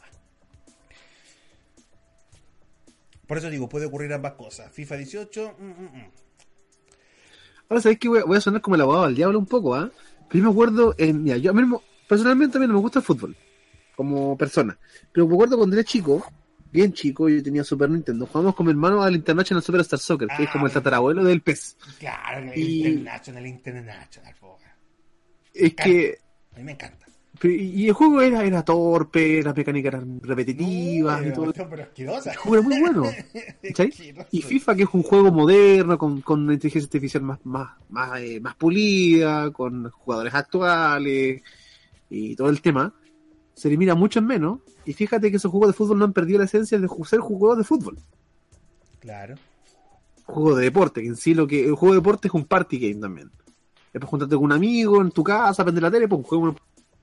Por eso digo, puede ocurrir ambas cosas. FIFA dieciocho. Mm, mm, mm. Ahora, ¿sabes qué? Voy a, voy a sonar como el abogado del diablo un poco, ¿ah? ¿eh? Pero yo me acuerdo, en, mira, yo a mí personalmente a mí no me gusta el fútbol, como persona. Pero me acuerdo cuando era chico, bien chico, yo tenía Super Nintendo, jugamos con mi hermano al International Superstar Soccer, que Ah, es como el tatarabuelo del P E S. Claro, el Y International, el International, po. Me es encanta. que A mí me encanta. y el juego era, era torpe, las mecánicas eran No, repetitivas y era todo. cuestión pero asquerosa. El juego era muy bueno. ¿Cachai? Y Asqueroso. FIFA, que es un juego moderno, con, con una inteligencia artificial más, más, más, eh, más pulida, con jugadores actuales y todo el tema, se elimina mucho en menos. Y fíjate que esos juegos de fútbol no han perdido la esencia de ser juegos de fútbol. Claro. Juego de deporte, que en sí lo que el juego de deporte es un party game también. Es para juntarte con un amigo en tu casa, prender la tele, pues un juego.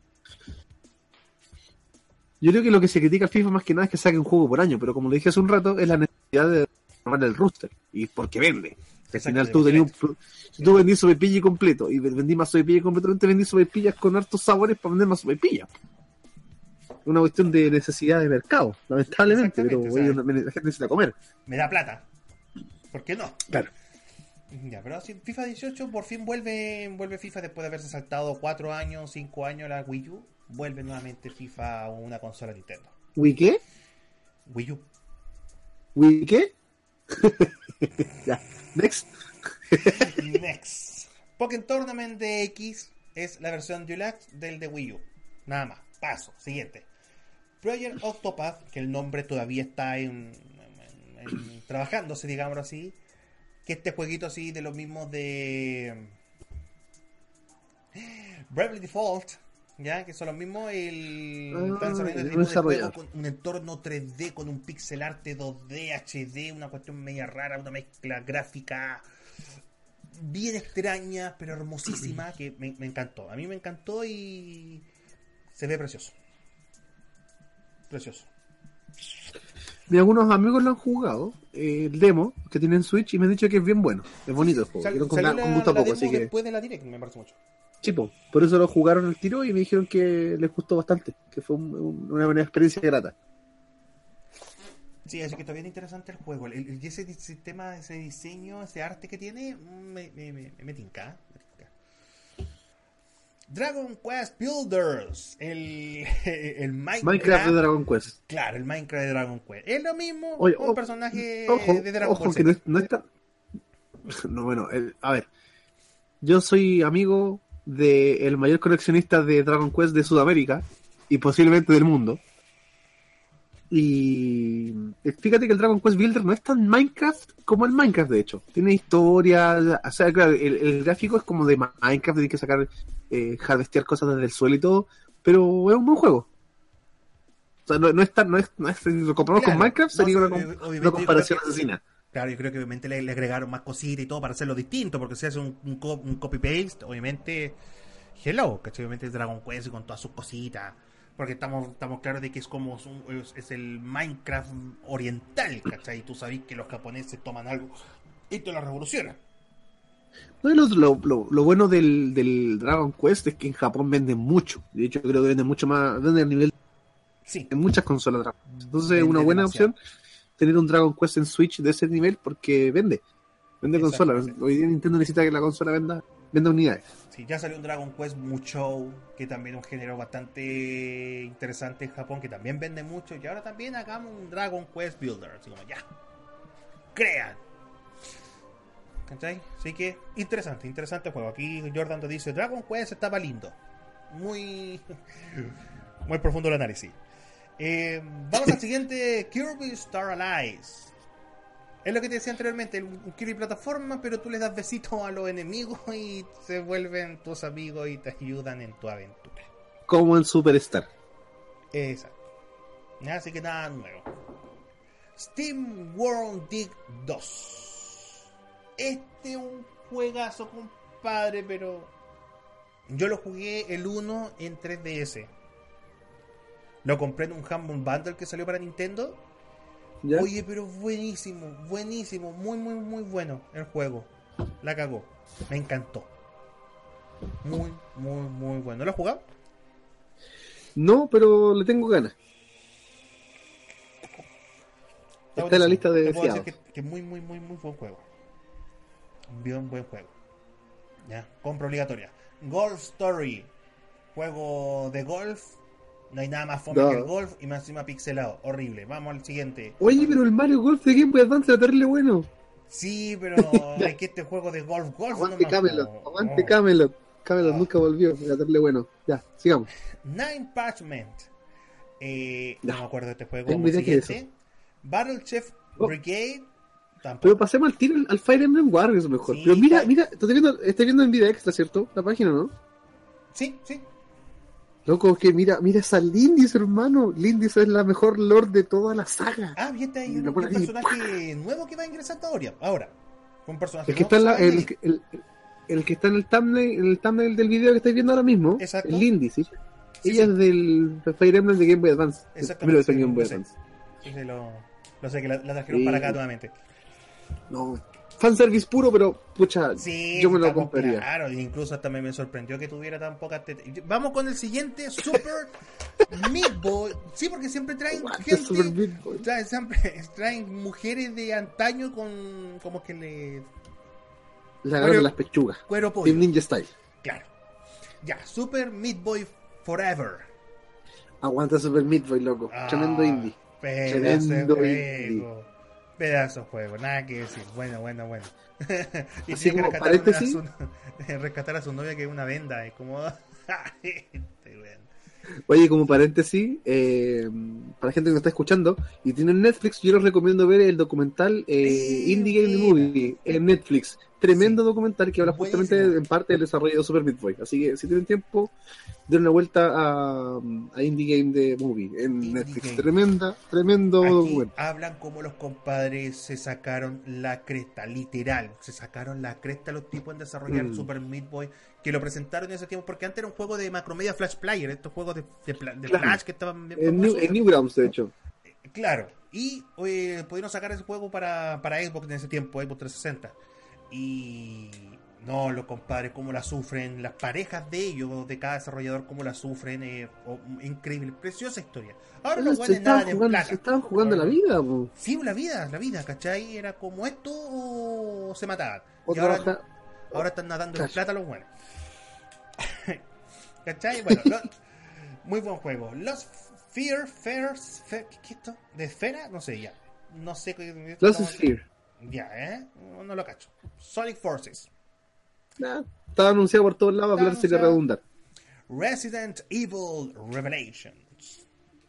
Yo creo que lo que se critica al FIFA más que nada es que saque un juego por año, pero como le dije hace un rato, es la necesidad de armar el roster. Y porque vende. Al final tú tenías un pro... si tú vendís sopaipilla completo y vendís más sopaipilla completamente, vendís sopaipillas con hartos sabores para vender más sopaipillas. Una cuestión de necesidad de mercado, lamentablemente, pero o sea, oye, la gente necesita comer. Me da plata. ¿Por qué no? Claro. Ya, pero si FIFA dieciocho por fin vuelve vuelve FIFA después de haberse saltado cuatro años, cinco años la Wii U. Vuelve nuevamente FIFA a una consola Nintendo. ¿Wii qué? Wii U. ¿Wii qué? Ya, next. Next. Pokémon Tournament D X es la versión Deluxe del de Wii U. Nada más. Paso. Siguiente. Project Octopath, que el nombre todavía está en, en, en trabajándose, digamos así. Que este jueguito así de los mismos de Bravely Default, ya que son los mismos, el Ah, están desarrollando el el tipo de juego desarrollador. con un entorno tres D, con un pixel art dos D, H D, una cuestión media rara, una mezcla gráfica bien extraña, pero hermosísima, que me, me encantó. A mí me encantó y se ve precioso. Precioso. Y algunos amigos lo han jugado, eh, el demo que tienen Switch, y me han dicho que es bien bueno, es bonito el juego. Sal, Yo lo salió con, con la, gusto a la poco, demo así que después de la Direct, me parece mucho. sí, po, por eso lo jugaron al tiro y me dijeron que les gustó bastante, que fue un- un- una buena experiencia grata. Sí, así que está bien interesante el juego. El, el- y ese di- sistema, ese diseño, ese arte que tiene, me, me, me, me tinca, me tinca. Dragon Quest Builders, el, el Minecraft, Minecraft de Dragon Quest. Claro, el Minecraft de Dragon Quest. Es lo mismo, Oye, un o- personaje ojo, de Dragon ojo, Quest que no, Z. es- no está... No, bueno, el- a ver, yo soy amigo de el mayor coleccionista de Dragon Quest de Sudamérica y posiblemente del mundo. Y fíjate que el Dragon Quest Builder no es tan Minecraft como el Minecraft, de hecho. Tiene historia, o sea, claro, el, el gráfico es como de Minecraft, tienes que sacar, eh, harvestear cosas desde el suelo y todo, pero es un buen juego. O sea, no, no es tan, no es, no es, si lo comparamos Claro, con Minecraft, sería no, una, eh, com- obviamente una yo comparación creo que- asesina. Claro, yo creo que obviamente le, le agregaron más cositas y todo para hacerlo distinto, porque si hace un, un, co- un copy-paste, obviamente, hello, ¿cachai? Obviamente es Dragon Quest con todas sus cositas, porque estamos estamos claros de que es como un- es, es el Minecraft oriental, ¿cachai? Y tú sabes que los japoneses toman algo y te lo revolucionan. No, y lo, lo, lo, lo bueno del, del Dragon Quest es que en Japón venden mucho. De hecho, creo que venden mucho más, venden a nivel Sí, en muchas consolas Dragon Quest. Entonces, es vende una buena demasiado. opción tener un Dragon Quest en Switch de ese nivel porque vende. Vende consolas. Exactamente. Hoy día Nintendo necesita que la consola venda, venda unidades. Sí, ya salió un Dragon Quest Musou, que también es un género bastante interesante en Japón, que también vende mucho. Y ahora también hagamos un Dragon Quest Builder. Así como ya. Crean. ¿Cachai? Así que interesante, interesante juego. Aquí Jordan te dice, Dragon Quest estaba lindo. Muy... muy profundo el análisis. Eh, vamos al siguiente, Kirby Star Allies. Es lo que te decía anteriormente, un Kirby plataforma, pero tú les das besitos a los enemigos y se vuelven tus amigos y te ayudan en tu aventura. Como en Superstar. Exacto. Así que nada nuevo. Steam World Dig dos. Este es un juegazo, compadre, pero yo lo jugué el uno en tres D S. Lo compré en un Humble Bundle que salió para Nintendo. ¿Ya? Oye, pero buenísimo, buenísimo, muy, muy, muy bueno el juego. La cagó, me encantó. Muy, muy, muy bueno. ¿Lo has jugado? No, pero le tengo ganas. Está, Está en la lista de Te puedo deseados. decir que, que muy, muy, muy, muy buen juego. Bien buen juego. Ya, compra obligatoria. Golf Story. Juego de golf No hay nada más fome No. que el golf y más encima pixelado. Horrible. Vamos al siguiente. Oye, pero el Mario Golf de Game Boy Advance era terrible bueno. Sí, pero es que este juego de golf, golf Aguante no Camelot, más. aguante Oh. Camelot. Camelot Oh. nunca volvió, era terrible bueno. Ya, sigamos. Nine Parchment. Eh, Ya. no me acuerdo de este juego. Tengo Como idea que es siguiente. Battle Chef Oh. Brigade. Tampoco. Pero pasemos al tiro al Fire Emblem Warriors mejor. Sí, Pero mira, está- mira, estoy viendo, estoy viendo en vida extra, ¿cierto? La página, ¿no? Sí, sí. Loco, que mira, mira esa Lindis, hermano. Lindis es la mejor lord de toda la saga. Ah, y este hay Y un, lo pone un ahí, personaje nuevo que va a ingresar ahora. Ahora. Un personaje El que nuevo está en la, se va a el, añadir. el, el que está en el thumbnail, en el thumbnail del video que estáis viendo ahora mismo, Exacto. es Lindy, ¿sí? Sí, Ella sí. es del Fire Emblem de Game Boy Advance. El Exactamente, primero de sí, Game Boy lo sé. Advance. Sí, sí, lo, lo sé que la, la trajeron Sí. para acá nuevamente. No, fanservice puro, pero pucha, Sí, yo me lo estamos compraría. claro, incluso hasta me, me sorprendió que tuviera tan pocas tetas. Vamos con el siguiente, Super Meat Boy. Sí, porque siempre traen Aguante Super gente, Meat Boy. traen, siempre, traen mujeres de antaño con como que le Le agarran Bueno, las pechugas. cuero pollo. Team Ninja Style. Claro. Ya, Super Meat Boy Forever. Aguanta Super Meat Boy, loco. Ah, Tremendo indie. Pedazo de Tremendo juego. Pedazo de juego, nada que decir. Bueno, bueno, bueno. Y Así tiene que como rescatar, una- paréntesis. a su, rescatar a su novia que es una venda. Es como. Este weón. Oye, como paréntesis, eh, para la gente que nos está escuchando y tiene Netflix, yo les recomiendo ver el documental eh, Sí, Indie Game mira. Movie en Netflix. Tremendo Sí. documental que habla justamente Buenísimo. en parte del desarrollo de Super Meat Boy. Así que si tienen tiempo, den una vuelta a, a Indie Game de Movie en Indie Netflix. Game. Tremenda, tremendo Aquí documental. hablan como los compadres se sacaron la cresta, literal. Se sacaron la cresta los tipos en desarrollar Mm. Super Meat Boy, que lo presentaron en ese tiempo, porque antes era un juego de Macromedia Flash Player, estos juegos de, de, pla- de Claro. Flash que estaban bien En, New, famosos. en Newgrounds, de hecho. Claro, y eh, pudieron sacar ese juego para, para Xbox en ese tiempo, Xbox trescientos sesenta. Y no, los compadres, cómo la sufren, las parejas de ellos, de cada desarrollador, cómo la sufren, eh, oh, increíble, preciosa historia. Ahora los se, buenos estaban nada de jugando, plata. se estaban jugando la vida, po. Sí, la vida, la vida, ¿cachai? Era como esto o se mataban. O Y ahora, trabajar- ahora están nadando en Cacho. plata los buenos. ¿Cachai? Bueno, lo- muy buen juego. Los Fear, Fairs, Fe- ¿qué es esto? ¿De esfera? No sé, ya. No sé qué. Lost no- Sphere. Ya, ¿eh? No, no lo cacho. Sonic Forces. Nah, estaba anunciado por todos lados, Estaba hablar sería anunciado. redundar. Resident Evil Revelations.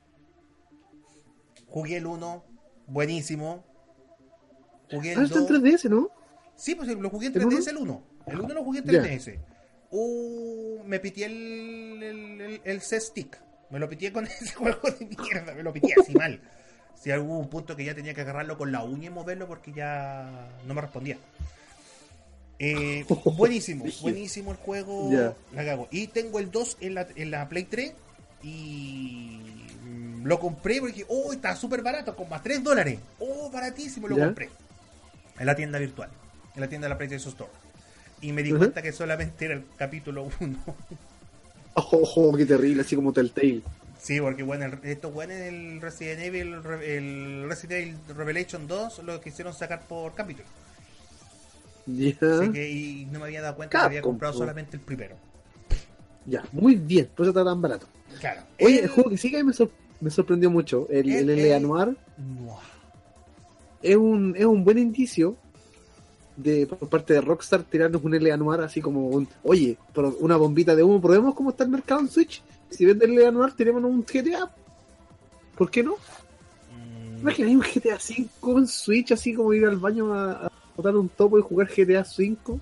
Jugué el uno, buenísimo. Jugué Ah, el está en dos. tres D S, ¿no? Sí, pues lo jugué en ¿El tres D S uno? el uno. El uno lo jugué en Ya. tres D S. Uh, me pitié el, el, el, el C-Stick. Me lo pitié con ese juego de mierda. Me lo pitié así mal. Si sí, hubo un punto que ya tenía que agarrarlo con la uña y moverlo porque ya no me respondía. Eh, buenísimo, buenísimo el juego. Ya. La cago. Y tengo el dos en la, en la Play tres. Y mm, lo compré porque dije, oh, está súper barato, con más tres dólares. Oh, baratísimo, lo Ya. compré. En la tienda virtual, en la tienda de la PlayStation Store. Y me di Ujú. cuenta que solamente era el capítulo uno. Ojo, ojo, qué terrible, así como Telltale. Sí, porque bueno, el, esto bueno en el Resident Evil, el Resident Evil Revelation dos lo quisieron sacar por capítulo. Ya, Así que y no me había dado cuenta que había Capcom, comprado po. solamente el primero. ya, muy bien, por eso está tan barato. Claro. Oye, el juego que sí que me, sor- me sorprendió mucho, el, el- el L A el- Noir, Mua. es un, es un buen indicio de por parte de Rockstar tirarnos un L A Noir así como un, oye, pero una bombita de humo, probemos cómo está el mercado en Switch. Si vende el L A Noir, tirémonos un G T A. ¿Por qué no? Mm, Imagina un G T A cinco en Switch, así como ir al baño a, a botar un topo y jugar G T A cinco.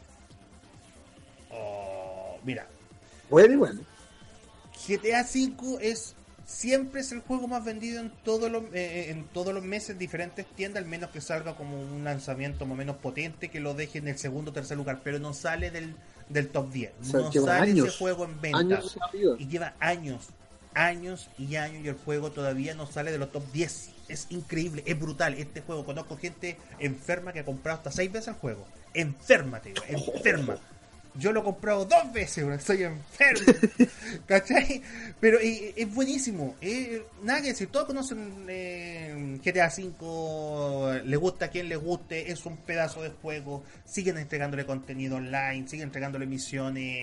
oh, mira, Bueno, y bueno. G T A cinco es siempre es el juego más vendido en todos los eh, en todos los meses en diferentes tiendas, al menos que salga como un lanzamiento más o menos potente que lo deje en el segundo o tercer lugar, pero no sale del, del top diez. O sea, No lleva sale años, ese juego en venta. Años arriba. Y lleva años, años y años y el juego todavía no sale de los top diez. Es increíble, es brutal este juego. Conozco gente enferma que ha comprado hasta seis veces el juego. Enferma, te digo, enferma. Yo lo he comprado dos veces, bro. Soy enfermo. ¿Cachai? Pero eh, es buenísimo. Eh, nada que decir. Todos conocen eh, G T A cinco. Le gusta a quien le guste. Es un pedazo de juego. Siguen entregándole contenido online. Siguen entregándole misiones.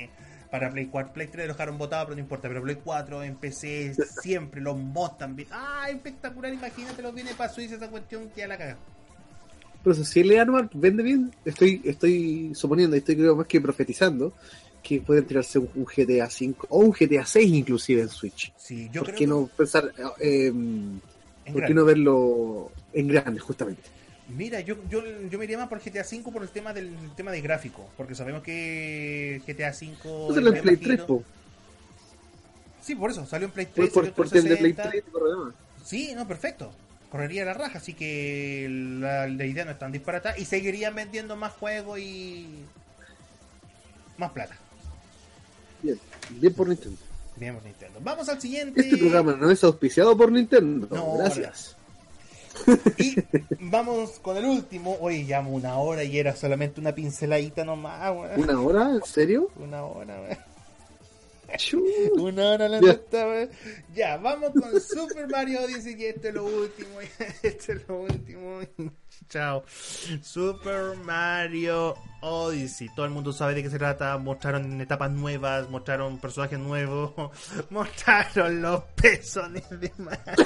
para Play cuatro, Play tres lo dejaron botado, pero no importa, pero Play cuatro en P C siempre los mods también. ¡Ah, espectacular! Imagínate lo viene para Switch esa cuestión que a la caga. Pero si el Anual vende bien, estoy estoy suponiendo, estoy creo más que profetizando, que pueden tirarse un, un G T A cinco o un G T A seis inclusive en Switch. Sí, yo ¿Por creo qué que no pensar, eh, por grande. qué no verlo en grande, justamente? Mira, yo, yo, yo me iría más por G T A cinco por el tema del el tema de gráfico, porque sabemos que G T A cinco No es en bien Play bajito. tres, po. Sí, por eso, salió en Play Por, tres, por, salió en por el de Play trescientos sesenta. tres y por lo demás. Sí, no, perfecto. Correría la raja, así que la, la idea no es tan disparatada y seguirían vendiendo más juegos y más plata. Bien, bien por Nintendo. Bien por Nintendo. Vamos al siguiente. Este programa no es auspiciado por Nintendo. No, Gracias. Y vamos con el último. Oye, llamo una hora y era solamente una pinceladita nomás, weón. ¿Una hora? ¿En serio? Una hora, weón. Chu. Una hora la Ya. neta, weón. Ya, vamos con Super Mario Odyssey, que esto es lo último. Esto es lo último. Chao. Super Mario Odyssey. Todo el mundo sabe de qué se trata. Mostraron etapas nuevas, mostraron personajes nuevos, mostraron los pezones de Mario.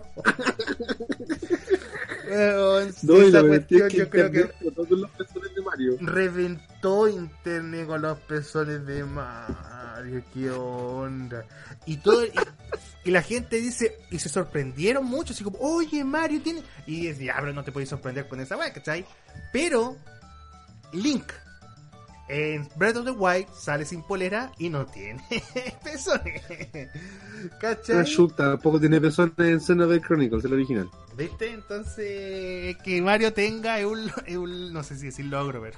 Weón, No, y esa la verdad es cuestión que yo creo que Internet explotó con los personajes de Mario. reventó internet con los pezones de Mario. Qué onda. Y todo y, y la gente dice, y se sorprendieron mucho, así como, oye, Mario tiene, y es ya, pero no te puedes sorprender con esa weá, ¿cachai? Pero Link en Breath of the Wild sale sin polera y no tiene pezones, ¿cachai? Ah, shoot, tampoco tiene pezones en Xenoblade Chronicles, el original. ¿Viste? Entonces, que Mario tenga es un, es un, no sé si decir logro, pero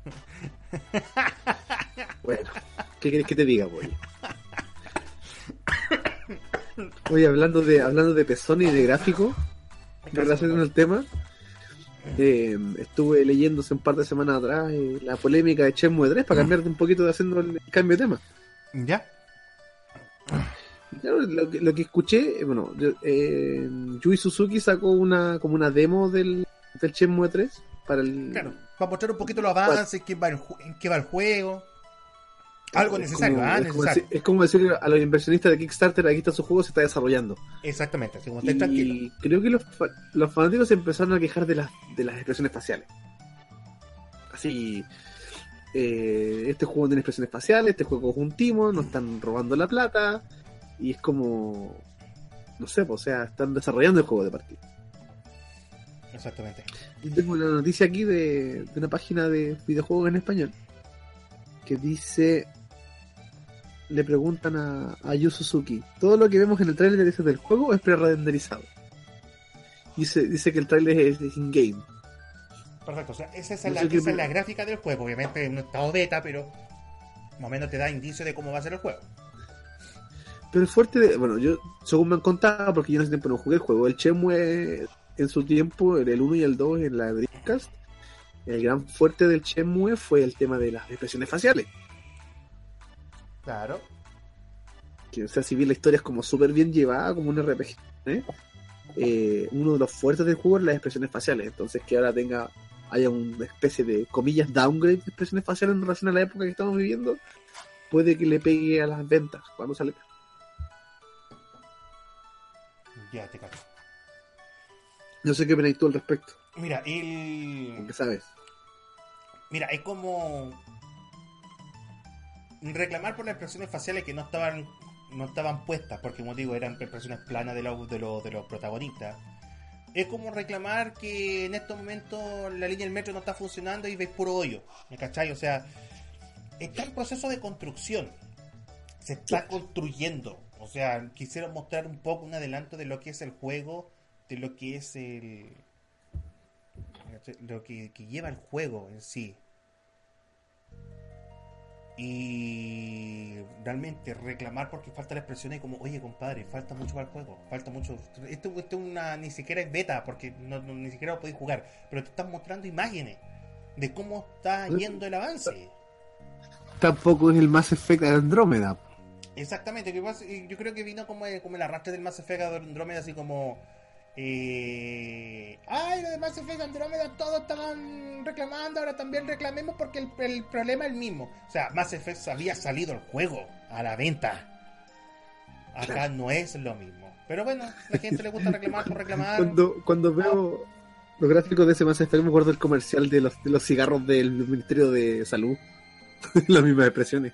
Bueno, ¿qué querés que te diga, güey? Oye, hablando de hablando de pezones y de gráficos, en relación con el tema, eh, estuve leyendo hace un par de semanas atrás eh, la polémica de Shenmue tres para cambiarte un poquito de haciendo el cambio de tema. ¿ya? Claro, lo, que, lo que escuché, eh, bueno, yo, eh, Yui Suzuki sacó una como una demo del, del Shenmue tres para el... Claro, para mostrar un poquito los avances, qué va el ju- en qué va el juego. Algo es necesario, como, ah, es como necesario. decir- es como decirle a los inversionistas de Kickstarter, aquí está su juego, se está desarrollando. Exactamente, así como estáis tranquilo. Y creo que los, fa- los fanáticos se empezaron a quejar de las, de las expresiones faciales. Así, eh, este juego tiene expresiones faciales, este juego es un timo, nos están robando la plata, y es como, no sé, pues, o sea, están desarrollando el juego de partida. Exactamente. Y tengo una noticia aquí de, de una página de videojuegos en español, que dice, le preguntan a, a Yu Suzuki, todo lo que vemos en el trailer dice del juego es pre-renderizado. Dice, dice que el trailer es, es in-game. Perfecto, o sea, esa es, No la, sé qué esa es la opinas. gráfica del juego. Obviamente en un estado beta, pero más o menos te da indicio de cómo va a ser el juego. Pero el fuerte de, bueno, yo, según me han contado, porque yo en ese tiempo no jugué el juego, el Shenmue en su tiempo, en el uno y el dos en la Dreamcast, el gran fuerte del Shenmue fue el tema de las expresiones faciales. Claro. Que, o sea, si bien la historia es como súper bien llevada, como un R P G, ¿eh? Eh, uno de los fuertes del juego es las expresiones faciales. Entonces, que ahora tenga, haya una especie de, comillas, downgrade de expresiones faciales en relación a la época que estamos viviendo, puede que le pegue a las ventas cuando sale. Ya te cacho. No sé qué opinas tú al respecto, Mira, el. porque sabes. Mira, es como reclamar por las expresiones faciales que no estaban no estaban puestas, porque como digo, eran expresiones planas de los, de los, de los protagonistas. Es como reclamar que en estos momentos la línea del metro no está funcionando y veis puro hoyo, ¿me cachai? O sea, está en proceso de construcción, se está construyendo. O sea, quisiera mostrar un poco un adelanto de lo que es el juego, de lo que es el lo que, que lleva el juego en sí. Y realmente reclamar porque falta la expresión y como, oye compadre, falta mucho para el juego, falta mucho. Esto, esto es una, ni siquiera es beta porque no, no- ni siquiera lo podéis jugar, pero te están mostrando imágenes de cómo está yendo el avance. Tampoco es el Mass Effect de Andrómeda. Exactamente, que pasa- yo creo que vino como, el- como el arrastre del Mass Effect de Andrómeda, así como. Eh... Ay, lo de Mass Effect Andrómeda todos estaban reclamando, ahora también reclamemos porque el, el problema es el mismo. O sea, Mass Effect había salido el juego a la venta. Acá claro. No es lo mismo. Pero bueno, la gente le gusta reclamar por reclamar. Cuando, cuando veo los gráficos de ese Mass Effect me acuerdo del comercial de los, de los cigarros del Ministerio de Salud. Las mismas expresiones.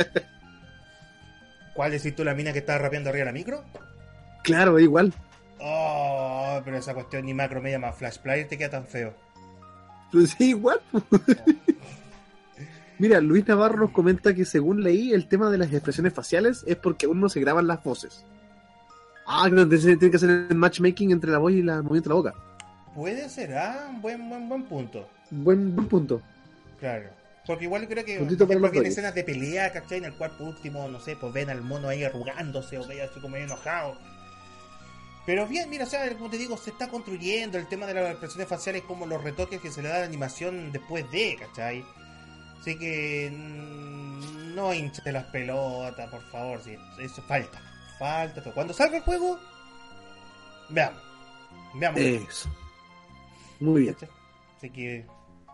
¿Cuál decís tú, la mina que estaba rapeando arriba de la micro? Claro, igual. Oh, pero esa cuestión ni macro media más Flash Player te queda tan feo. Pues sí, igual. Oh. Mira, Luis Navarro nos comenta que según leí, el tema de las expresiones faciales es porque aún no se graban las voces. Ah, que entonces tiene que hacer el matchmaking entre la voz y la movimiento de la boca. Puede ser, ah, buen, buen, buen punto. Buen, buen punto. Claro. Porque igual creo que Puntito por ejemplo, viene escenas de pelea, ¿cachai? En el cual por último, no sé, pues ven al mono ahí arrugándose o ve así como medio enojado. Pero bien, mira, o sea, como te digo, se está construyendo el tema de las expresiones faciales como los retoques que se le da a la animación después de, ¿cachai? Así que mmm, no hinches las pelotas, por favor, sí, eso falta, falta. Cuando salga el juego, veamos, veamos. Eso. Muy bien. ¿Cachai? Así que...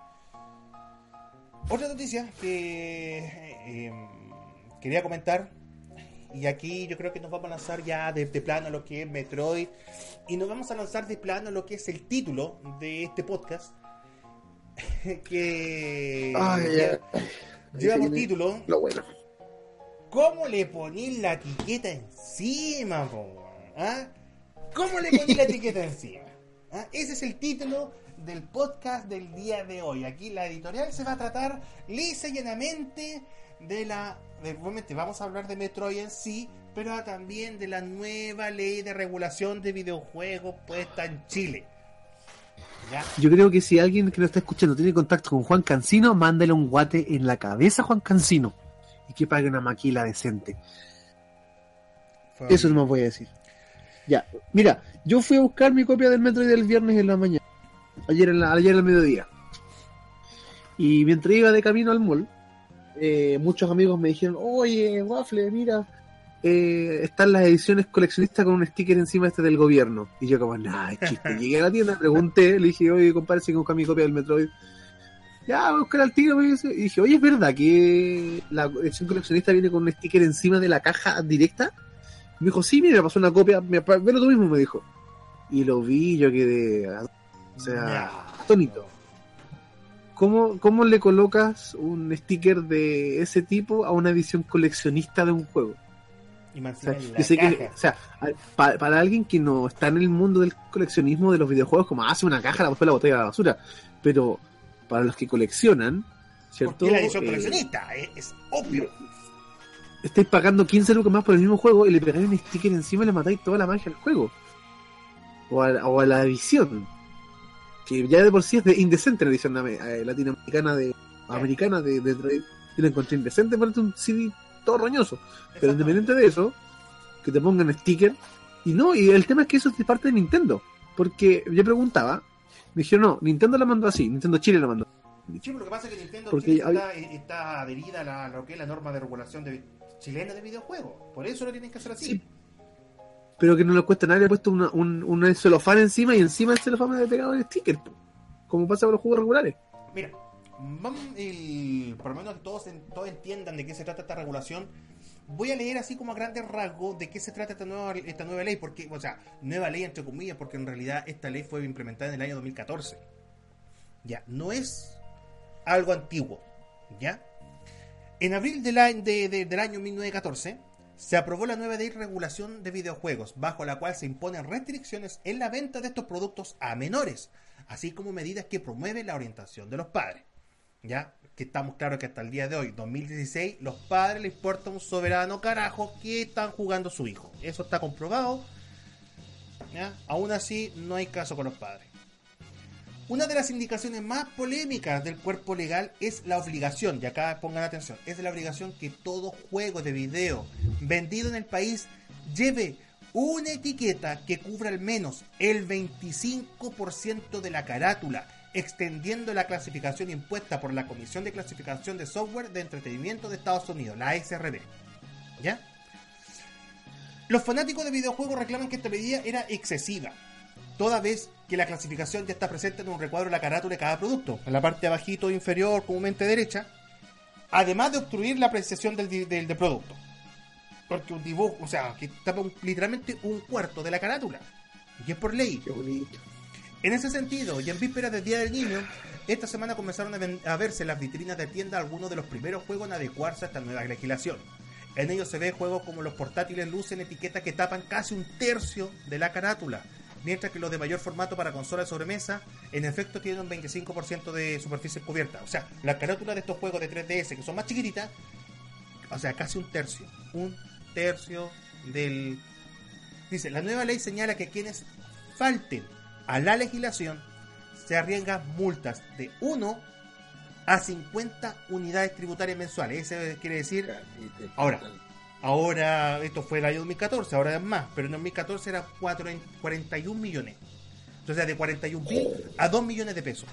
Otra noticia que eh, quería comentar, y aquí yo creo que nos vamos a lanzar ya de, de plano lo que es Metroid, y nos vamos a lanzar de plano lo que es el título de este podcast, que oh, yeah. lleva por título lo bueno. ¿Cómo le ponís la etiqueta encima, po? ¿Ah? ¿Cómo le ponís la etiqueta encima? ¿Ah? Ese es el título del podcast del día de hoy. Aquí la editorial se va a tratar lisa y llanamente de la... De, obviamente vamos a hablar de Metroid en sí, pero también de la nueva ley de regulación de videojuegos puesta en Chile. ¿Ya? Yo creo que si alguien que nos está escuchando tiene contacto con Juan Cancino, mándale un guate en la cabeza a Juan Cancino y que pague una maquila decente. Fue Eso no me voy a decir. Ya, mira, yo fui a buscar mi copia del Metroid del viernes en la mañana. Ayer en la, ayer al mediodía. Y mientras iba de camino al mall, eh, muchos amigos me dijeron, oye, Waffle, mira, eh, están las ediciones coleccionistas con un sticker encima este del gobierno. Y yo como, nah, es chiste. Llegué a la tienda, pregunté, le dije, oye, compadre, si busca mi copia del Metroid. Ya, voy a buscar al tiro. Y dije, oye, ¿es verdad que la edición coleccionista viene con un sticker encima de la caja directa? Me dijo, sí, mira, pasó una copia, velo tú mismo, me dijo. Y lo vi, yo quedé... O sea, atónito. ¿Cómo, ¿Cómo le colocas un sticker de ese tipo a una edición coleccionista de un juego? Y o sea, yo sé que, o sea, para, para alguien que no está en el mundo del coleccionismo de los videojuegos, como hace una caja, la después la botella a la basura. Pero para los que coleccionan, ¿cierto? Porque la edición eh, coleccionista, es, es obvio. Estáis pagando quince lucas más por el mismo juego y le pegáis un sticker encima y le matáis toda la magia al juego. O a, o a la edición. Que ya de por sí es de indecente la edición eh, latinoamericana de americana de Metroid. Yo la encontré indecente, parece un C D todo roñoso. Pero independiente de eso, que te pongan sticker. Y no, y el tema es que eso es de parte de Nintendo. Porque yo preguntaba, me dijeron, no, Nintendo la mandó así, Nintendo Chile la mandó. Sí, lo que pasa es que Nintendo Porque Chile hay... está, está adherida a, la, a lo que es la norma de regulación de, chilena de videojuegos. Por eso lo tienen que hacer así. Sí. Pero que no le cuesta nada, le he puesto una, un, un celofán encima y encima el celofán me ha pegado el sticker, como pasa con los juegos regulares. Mira, vamos, el, por lo menos que todos, todos entiendan de qué se trata esta regulación, voy a leer así como a grandes rasgos de qué se trata esta nueva, esta nueva ley, porque, o sea, nueva ley entre comillas, porque en realidad esta ley fue implementada en el año dos mil catorce. Ya, no es algo antiguo, ¿ya? En abril del año, de, de, del año mil novecientos catorce se aprobó la nueva ley de regulación de videojuegos, bajo la cual se imponen restricciones en la venta de estos productos a menores, así como medidas que promueven la orientación de los padres. Ya, que estamos claros que hasta el día de hoy, dos mil dieciséis, los padres les importa un soberano carajo que están jugando su hijo. Eso está comprobado. ¿Ya? Aún así, no hay caso con los padres. Una de las indicaciones más polémicas del cuerpo legal es la obligación, y acá pongan atención, es la obligación que todo juego de video vendido en el país lleve una etiqueta que cubra al menos el veinticinco por ciento de la carátula, extendiendo la clasificación impuesta por la Comisión de Clasificación de Software de Entretenimiento de Estados Unidos, la A S R B. ¿Ya? Los fanáticos de videojuegos reclaman que esta medida era excesiva, toda vez que la clasificación ya está presente en un recuadro de la carátula de cada producto, en la parte abajito inferior, comúnmente derecha, además de obstruir la apreciación del, del, del producto. Porque un dibujo, o sea, que tapa un, literalmente un cuarto de la carátula, y es por ley. Qué bonito. En ese sentido, y en vísperas del Día del Niño, esta semana comenzaron a, ven- a verse en las vitrinas de tienda algunos de los primeros juegos en adecuarse a esta nueva legislación. En ellos se ve juegos como los portátiles lucen etiquetas que tapan casi un tercio de la carátula, mientras que los de mayor formato para consola de sobremesa, en efecto tienen un veinticinco por ciento de superficie cubierta. O sea, las carátulas de estos juegos de tres D S que son más chiquititas, o sea, casi un tercio, un tercio del... Dice, la nueva ley señala que quienes falten a la legislación se arriesgan multas de uno a cincuenta unidades tributarias mensuales. Eso quiere decir, ahora, ahora, esto fue el año dos mil catorce, ahora es más, pero en dos mil catorce era cuarenta y un millones. Entonces, de cuarenta y un mil a dos millones de pesos.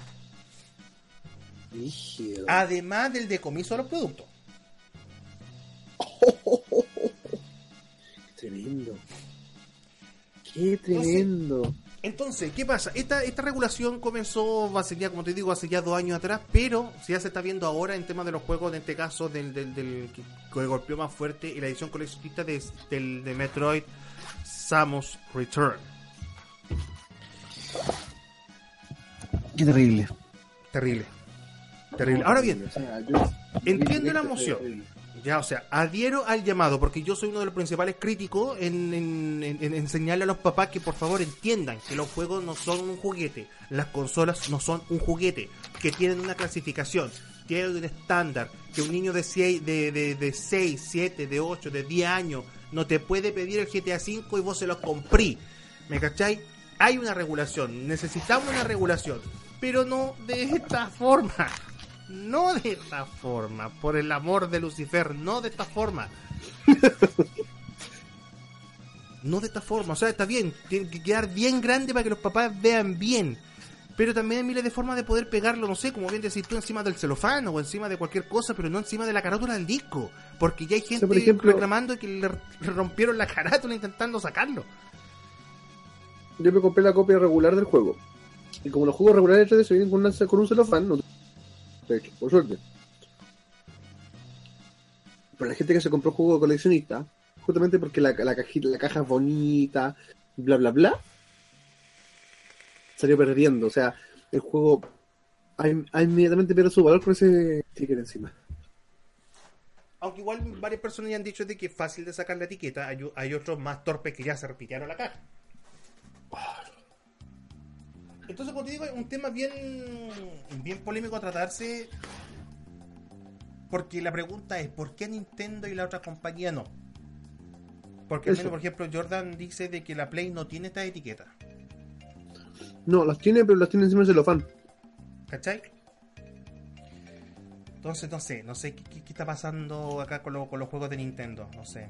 Rígido. Además del decomiso de los productos. Tremendo. Qué tremendo. Entonces, ¿qué pasa? Esta, esta regulación comenzó hace ya, como te digo, hace ya dos años atrás, pero ya se está viendo ahora en temas de los juegos, en este caso del, del, del que, que golpeó más fuerte, y la edición coleccionista de, del, de Metroid Samus Return. Qué terrible. Terrible. Terrible. Ahora bien, O sea, yo- entiendo la yo- emoción. Ya, o sea, adhiero al llamado, porque yo soy uno de los principales críticos en, en, en- en enseñarle a los papás que por favor entiendan que los juegos no son un juguete, las consolas no son un juguete, que tienen una clasificación, tienen un estándar, que un niño de seis, de, de, de seis, siete, de ocho, de diez años no te puede pedir el G T A cinco y vos se lo compré. ¿Me cachai? Hay una regulación, necesitamos una regulación, pero no de esta forma. No de esta forma, por el amor de Lucifer, no de esta forma. No de esta forma, o sea, está bien, tiene que quedar bien grande para que los papás vean bien. Pero también hay miles de formas de poder pegarlo, no sé, como bien decís tú, encima del celofán o encima de cualquier cosa, pero no encima de la carátula del disco. Porque ya hay gente por ejemplo- reclamando que le, le rompieron la carátula intentando sacarlo. Yo me compré la copia regular del juego. Y como los juegos regulares de tres D se vienen con, una, con un celofán, no de hecho, por suerte. Pero la gente que se compró juego coleccionista, justamente porque la, la, cajita, la caja es bonita, bla bla bla, salió perdiendo. O sea, el juego ha, ha inmediatamente perdido su valor con ese sticker encima. Aunque igual varias personas ya han dicho de que es fácil de sacar la etiqueta, hay, hay otros más torpes que ya se repitieron la caja. Entonces, como te digo, es un tema bien, bien polémico a tratarse, porque la pregunta es, ¿por qué Nintendo y la otra compañía no? Porque al Eso. menos, por ejemplo, Jordan dice de que la Play no tiene esta etiqueta, No, las tiene, pero las tiene encima del celofán. ¿cachai? Entonces, no sé, no sé qué, qué- qué está pasando acá con, lo- con los juegos de Nintendo, no sé.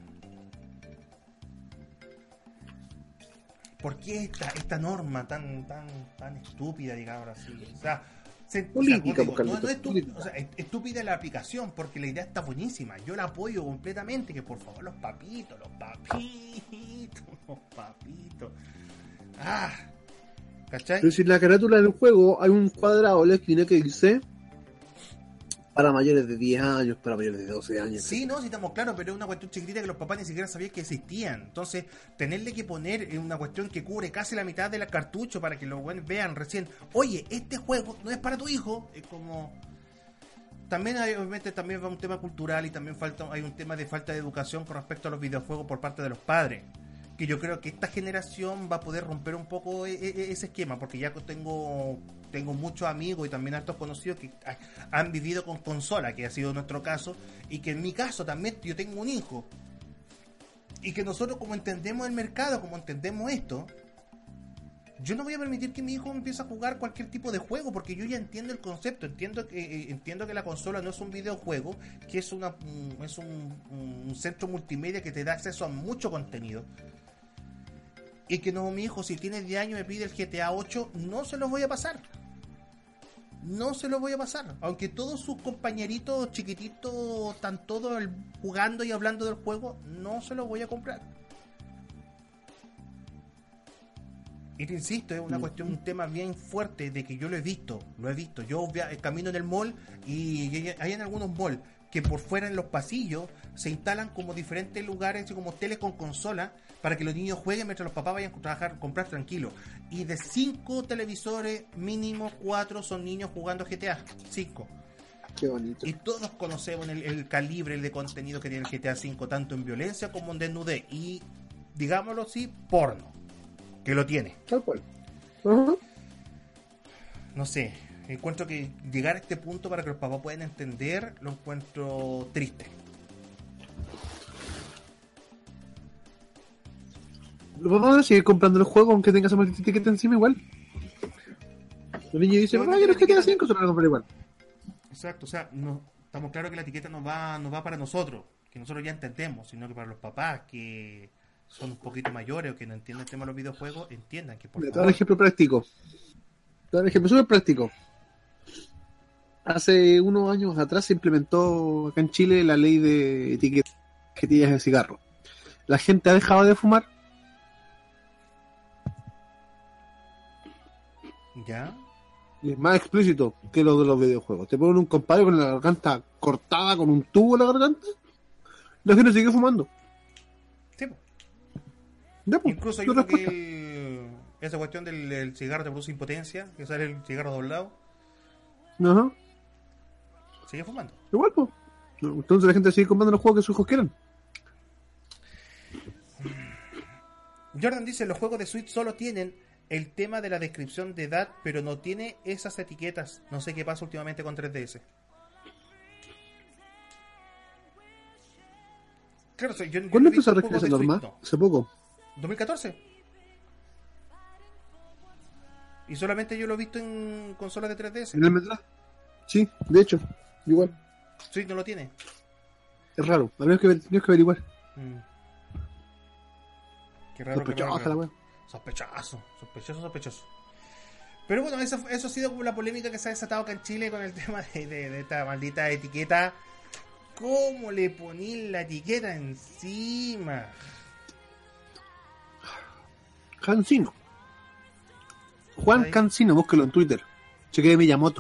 ¿Por qué esta, esta norma tan tan tan estúpida, digamos así? O sea, se- Política, o sea, como te digo, no, Carlitos, no es estu- política. o sea, es estúpida la aplicación, porque la idea está buenísima. Yo la apoyo completamente, que por favor los papitos, los papitos, los papitos. Ah, ¿cachai? Pero si en la carátula del juego hay un cuadrado en la esquina que dice para mayores de diez años, para mayores de doce años. Sí, no, sí estamos claros, pero es una cuestión chiquitita que los papás ni siquiera sabían que existían. Entonces, tenerle que poner en una cuestión que cubre casi la mitad del cartucho para que los buenos vean recién, oye, este juego no es para tu hijo, es como... También hay, obviamente, también va un tema cultural y también falta hay un tema de falta de educación con respecto a los videojuegos por parte de los padres. Que yo creo que esta generación va a poder romper un poco e- e- ese esquema, porque ya tengo tengo muchos amigos y también hartos conocidos que ha- han vivido con consola, que ha sido nuestro caso, y que en mi caso también yo tengo un hijo. Y que nosotros, como entendemos el mercado, como entendemos esto, yo no voy a permitir que mi hijo empiece a jugar cualquier tipo de juego, porque yo ya entiendo el concepto, entiendo que eh, entiendo que la consola no es un videojuego, que es una un- es un, un centro multimedia que te da acceso a mucho contenido. Y que no, mi hijo, si tiene diez años me pide el G T A ocho, no se lo voy a pasar. No se lo voy a pasar. Aunque todos sus compañeritos chiquititos están todos el- jugando y hablando del juego, no se lo voy a comprar. Y te insisto, es una cuestión, un tema bien fuerte de que yo lo he visto, lo he visto. Yo via- camino en el mall y hay, hay en algunos malls que por fuera en los pasillos se instalan como diferentes lugares, como teles con consola, para que los niños jueguen mientras los papás vayan a trabajar, comprar tranquilo. Y de cinco televisores, mínimo cuatro son niños jugando G T A. Cinco. Qué bonito. Y todos conocemos el, el calibre de contenido que tiene el G T A cinco, tanto en violencia como en desnudez. Y, digámoslo así, porno. Que lo tiene. Tal cual. Ajá. No sé, encuentro que llegar a este punto para que los papás puedan entender, lo encuentro triste. Los papás van a seguir comprando los juegos aunque tengas esa maldita etiqueta encima igual. Los niños dicen, Pero ah, no quiero tiene G T A etiqueta. cinco, se lo van a comprar igual. Exacto, o sea, no, estamos claros que la etiqueta no va, no va para nosotros, que nosotros ya entendemos, sino que para los papás que son un poquito mayores o que no entienden el tema de los videojuegos, entiendan que por Mira, te voy a favor... dar un ejemplo práctico. Te voy a dar un ejemplo súper práctico. Hace unos años atrás se implementó acá en Chile la ley de etiquetas de cigarro. La gente ha dejado de fumar. ¿Ya? Y es más explícito que lo de los videojuegos. Te ponen un compadre con la garganta cortada, con un tubo en la garganta. La gente sigue fumando. Sí, po. Ya, pues, Incluso no yo creo respuesta. que el- esa cuestión del, del cigarro te produce impotencia, que sale el cigarro doblado, Ajá. sigue fumando. Igual, pues. Entonces la gente sigue comprando los juegos que sus hijos quieran. Jordan dice, los juegos de Switch solo tienen el tema de la descripción de edad, pero no tiene esas etiquetas. No sé qué pasa últimamente con tres D S. Claro, o sea, yo, yo ¿Cuándo no he visto empezó a regir juegos esa de norma? Switch, no. Hace poco. dos mil catorce. Y solamente yo lo he visto en consolas de tres D S. ¿En el Metra? Sí, de hecho. Igual. Switch no lo tiene. Es raro. Habría que, ver- tendrías que averiguar. Mm. Qué raro, qué raro, Sospechosa qué la raro. wea. Sospechoso, sospechoso, sospechoso. Pero bueno, eso, eso ha sido como la polémica que se ha desatado acá en Chile con el tema de, de- de esta maldita etiqueta. ¿Cómo le poní la etiqueta encima? Cancino. Juan Ahí. Cancino, búsquelo en Twitter. Cheque de Miyamoto.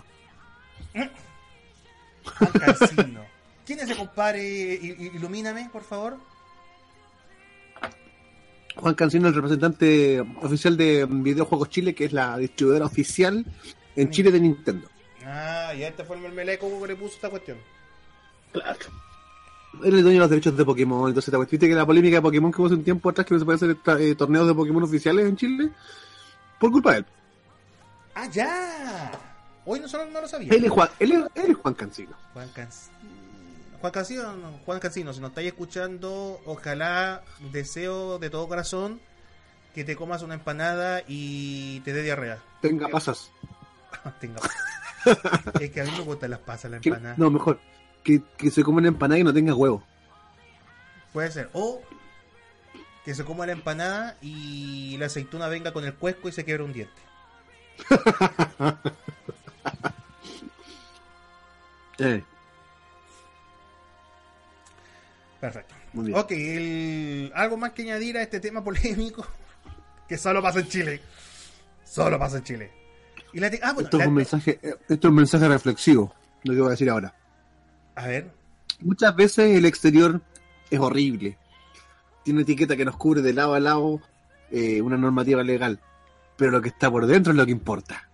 Juan Cancino. ¿Quién es ese compadre? I- i- Ilumíname, por favor. Juan Cancino, el representante oficial de Videojuegos Chile, que es la distribuidora oficial en Chile de Nintendo. Ah, y este fue el mermeleco que le puso esta cuestión. Claro. Él es el dueño de los derechos de Pokémon. Entonces, ¿te viste que la polémica de Pokémon que hubo hace un tiempo atrás que no se puede hacer tra- eh, torneos de Pokémon oficiales en Chile? Por culpa de él. ¡Ah, ya! Hoy no solo no lo sabía. Él es Juan, él es, él es Juan Cancino. Juan Cancino. Juan Cancino, no, Juan Cancino, si nos estáis escuchando, ojalá, deseo de todo corazón que te comas una empanada y te dé diarrea. Tenga pasas. Tenga. Es que a mí me gustan las pasas, la Que- empanada. no, mejor. Que, que se coma una empanada y no tenga huevo. Puede ser. O que se coma la empanada y la aceituna venga con el cuesco y se quiebre un diente. Eh, Perfecto. muy bien. Ok, el- algo más que añadir a este tema polémico que solo pasa en Chile. Solo pasa en Chile. Y la, ah, bueno, esto, es la- un mensaje, eh, esto es un mensaje reflexivo, lo que voy a decir ahora. a ver. Muchas veces el exterior es horrible. Tiene etiqueta que nos cubre de lado a lado, eh, una normativa legal. Pero lo que está por dentro es lo que importa.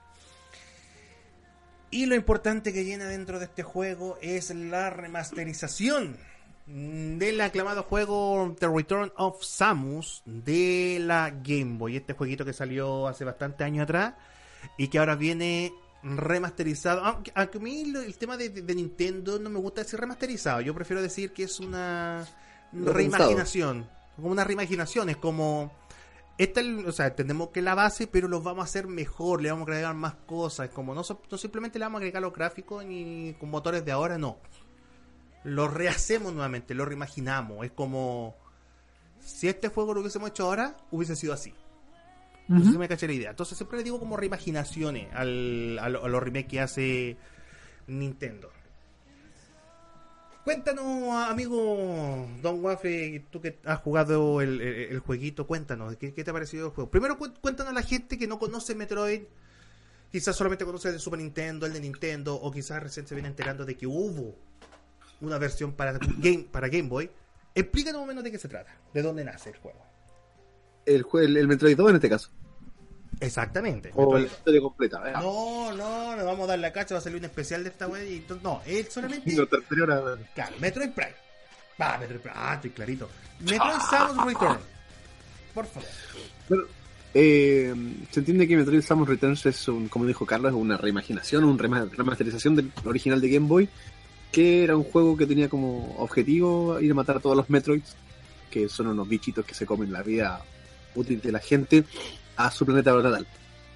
Y lo importante que llena dentro de este juego es la remasterización del aclamado juego The Return of Samus de la Game Boy. Este jueguito que salió hace bastante años atrás y que ahora viene remasterizado. Aunque, aunque a mí lo- el tema de, de- de Nintendo no me gusta decir remasterizado. Yo prefiero decir que es una Repensado. reimaginación. Como una reimaginación. Es como... Esta, o sea, entendemos que es la base, pero lo vamos a hacer mejor, le vamos a agregar más cosas, como no, so- no simplemente le vamos a agregar los gráficos ni con motores de ahora, no. Lo rehacemos nuevamente, lo reimaginamos, es como si este juego lo hubiésemos hecho ahora, hubiese sido así. No sé si me caché la idea. Entonces siempre le digo como reimaginaciones al, a, lo- a los remakes que hace Nintendo. Cuéntanos, amigo Don Waffle, tú que has jugado el, el, el jueguito, cuéntanos, ¿qué, ¿qué te ha parecido el juego? Primero cuéntanos a la gente que no conoce Metroid, quizás solamente conoce el de Super Nintendo, el de Nintendo, o quizás recién se viene enterando de que hubo una versión para Game, para Game Boy. Explícanos un menos de qué se trata, de dónde nace el juego. El, el, el Metroid dos en este caso. Exactamente. O Metroid. la historia completa. ¿verdad? No, no, no vamos a dar la cacha, va a salir un especial de esta web y entonces, no, él solamente. No, tercera hora. Claro, Metroid Prime. Va, Metroid Prime. Ah, estoy clarito. Metroid Samus Return. Por favor. Bueno, eh, se entiende que Metroid Samus Returns es un, como dijo Carlos, es una reimaginación, una remasterización del original de Game Boy, que era un juego que tenía como objetivo ir a matar a todos los Metroids, que son unos bichitos que se comen la vida útil de la gente, a su planeta natal.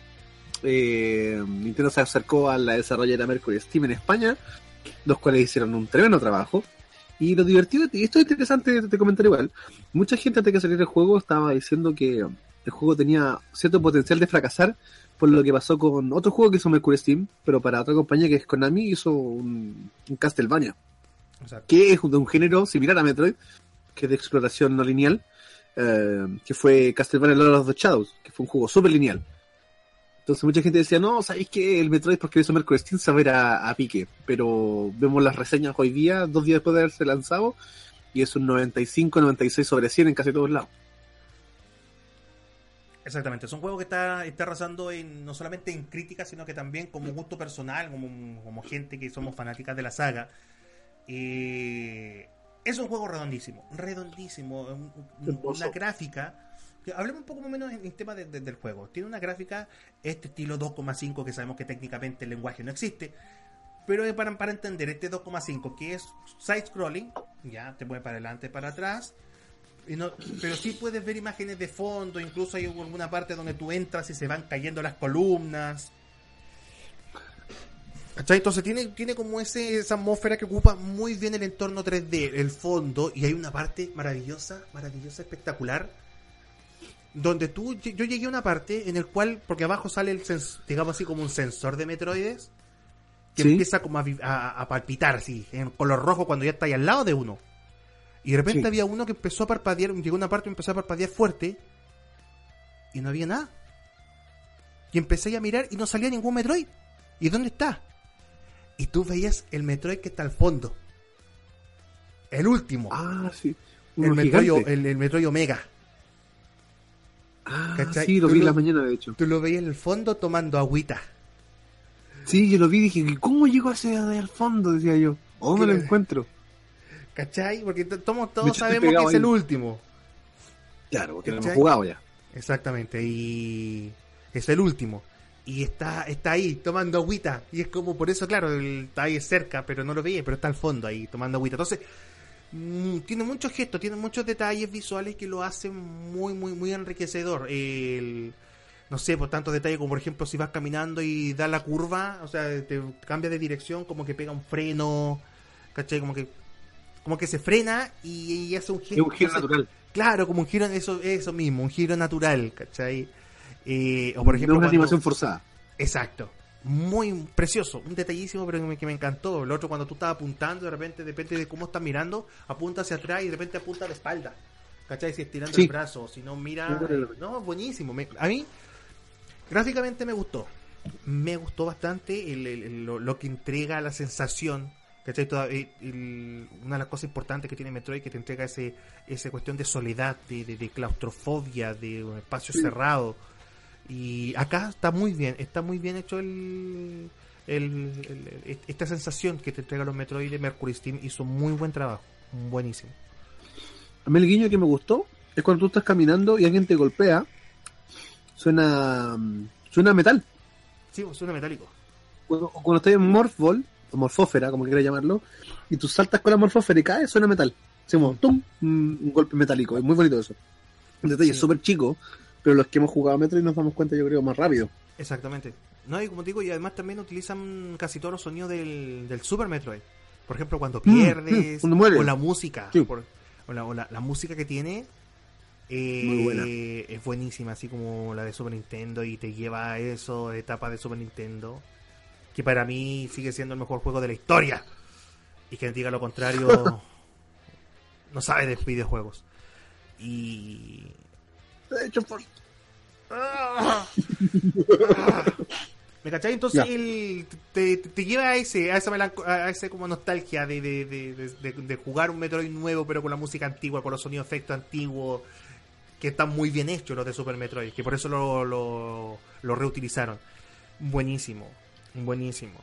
Eh, Nintendo se acercó a la desarrolladora Mercury Steam en España, los cuales hicieron un tremendo trabajo. Y lo divertido, y esto es interesante de comentar igual, mucha gente antes de que saliera el juego estaba diciendo que el juego tenía cierto potencial de fracasar por lo que pasó con otro juego que hizo Mercury Steam, pero para otra compañía que es Konami, hizo un, un Castlevania. Exacto. Que es de un género similar a Metroid, que es de exploración no lineal, eh, que fue Castlevania Lord of the Shadows, que fue un juego súper lineal. Entonces mucha gente decía, no, ¿sabéis que el Metroid porque lo hizo Mercury Steam se va a ver a, a pique? Pero vemos las reseñas hoy día, dos días después de haberse lanzado, y es un noventa y cinco noventa y seis sobre cien en casi todos lados. Exactamente, es un juego que está, está arrasando en, no solamente en críticas, sino que también como gusto personal, como, como gente que somos fanáticas de la saga. Eh, es un juego redondísimo, redondísimo, un, un, una gráfica. Hablemos un poco más o menos en el tema de, de, del juego. Tiene una gráfica, este estilo dos coma cinco, que sabemos que técnicamente el lenguaje no existe, pero para, para entender este dos coma cinco, que es side-scrolling, ya te mueve para adelante, para atrás, y no, pero sí puedes ver imágenes de fondo, incluso hay alguna parte donde tú entras y se van cayendo las columnas. Entonces tiene, tiene como ese, esa atmósfera que ocupa muy bien el entorno tres D, el fondo, y hay una parte maravillosa, maravillosa, espectacular, donde tú, yo llegué a una parte en el cual, porque abajo sale el sens, digamos así como un sensor de Metroides, que ¿sí? empieza como a, a, a palpitar así, en color rojo cuando ya está ahí al lado de uno. Y de repente sí. había uno que empezó a parpadear, llegó a una parte y empezó a parpadear fuerte, y no había nada. Y empecé a mirar y no salía ningún Metroid. ¿Y dónde está? Y tú veías el Metroid que está al fondo. El último. Ah, sí. El Metroid, el, el Metroid Omega. Ah, ¿cachai? Sí, lo vi en la mañana, de hecho. Tú lo veías en el fondo tomando agüita. Sí, yo lo vi y dije, ¿cómo llegó ese de al fondo? Decía yo. ¿O dónde lo encuentro? ¿Cachai? Porque todos, todos sabemos que es ahí. El último. Claro, porque lo hemos jugado ya. Exactamente, y es el último. Y está está ahí, tomando agüita. Y es como, por eso, claro, él está ahí cerca, pero no lo veía, pero está al fondo ahí, tomando agüita. Entonces, mmm, tiene muchos gestos, tiene muchos detalles visuales que lo hacen muy, muy, muy enriquecedor. El, no sé, por tantos detalles como, por ejemplo, si vas caminando y da la curva, o sea, te cambia de dirección, como que pega un freno, ¿cachai? Como que como que se frena y, y hace un giro. Es un giro natural. Claro, como un giro, eso eso mismo, un giro natural, ¿cachai? Eh, o por ejemplo, no una cuando, animación forzada. Exacto. Muy precioso, un detallísimo, pero que me, que me encantó. El otro, cuando tú estás apuntando, de repente, depende de cómo estás mirando, apunta hacia atrás y de repente apunta a la espalda. ¿Cachai? Si estirando sí. el brazo, si no mira. Eh, no, buenísimo. Me, a mí, gráficamente me gustó. Me gustó bastante el, el, el, lo, lo que entrega la sensación. ¿Cachai? Toda, el, el, una de las cosas importantes que tiene Metroid, que te entrega ese esa cuestión de soledad, de, de, de claustrofobia, de un espacio sí. cerrado. Y acá está muy bien, está muy bien hecho el, el, el, el esta sensación que te entrega los Metroid de Mercury Steam. Hizo muy buen trabajo, buenísimo. A mí el guiño que me gustó es cuando tú estás caminando y alguien te golpea, suena suena metal. Sí, suena metálico. Cuando, cuando estás en Morph Ball, o morfósfera, como quieras llamarlo, y tú saltas con la morfósfera y caes, suena metal. Se como ¡tum! Un, un golpe metálico. Es muy bonito eso. Un detalle sí. súper chico, pero los que hemos jugado a Metroid nos damos cuenta, yo creo, más rápido. Exactamente. No, y como te digo, y además también utilizan casi todos los sonidos del, del Super Metroid. Por ejemplo, cuando pierdes, mm, mm, o la música, sí. por, o, la, o la, la música que tiene eh, muy buena. Es buenísima, así como la de Super Nintendo, y te lleva a eso, etapa de Super Nintendo, que para mí sigue siendo el mejor juego de la historia. Y quien diga lo contrario no sabe de videojuegos. Y... De hecho, por... ¿Me cachai? Entonces Ya. él te, te, te lleva a ese, a esa melanco- a ese como nostalgia de, de, de, de, de- de jugar un Metroid nuevo, pero con la música antigua, con los sonidos efectos antiguos, que están muy bien hechos los de Super Metroid, que por eso lo, lo, lo reutilizaron. Buenísimo, buenísimo.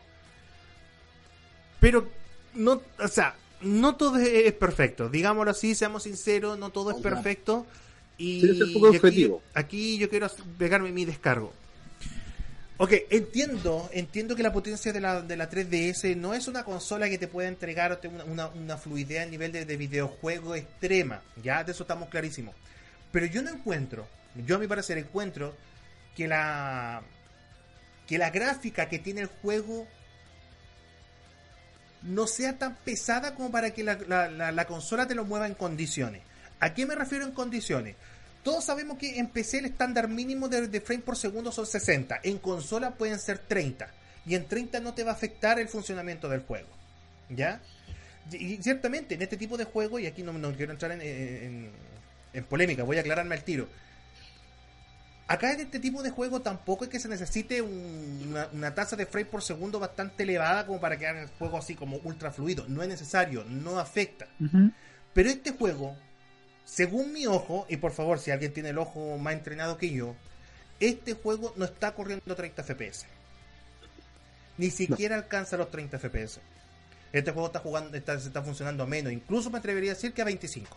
Pero no, o sea, no todo es, es perfecto, digámoslo así, seamos sinceros, no todo es Ojalá. perfecto. Y, Tiene que ser poco y aquí, objetivo. aquí yo quiero pegarme mi descargo. Ok, entiendo, entiendo que la potencia de la, de la tres D S no es una consola que te pueda entregar una, una, una fluidez a nivel de, de videojuego extrema, ya de eso estamos clarísimos. Pero yo no encuentro, yo a mi parecer encuentro que la que la gráfica que tiene el juego no sea tan pesada como para que la, la, la, la consola te lo mueva en condiciones. ¿A qué me refiero en condiciones? Todos sabemos que en P C el estándar mínimo de, de frame por segundo son sesenta. En consola pueden ser treinta. Y en treinta no te va a afectar el funcionamiento del juego. ¿Ya? Y, y ciertamente en este tipo de juego, y aquí no, no quiero entrar en, en, en polémica, voy a aclararme al tiro. Acá en este tipo de juego tampoco es que se necesite un, una, una tasa de frame por segundo bastante elevada como para que hagan el juego así como ultra fluido. No es necesario, no afecta. Uh-huh. Pero este juego, según mi ojo, y por favor si alguien tiene el ojo más entrenado que yo, este juego no está corriendo treinta F P S. Ni siquiera no. alcanza los treinta F P S. Este juego está jugando, está, está funcionando a menos. Incluso me atrevería a decir que a veinticinco.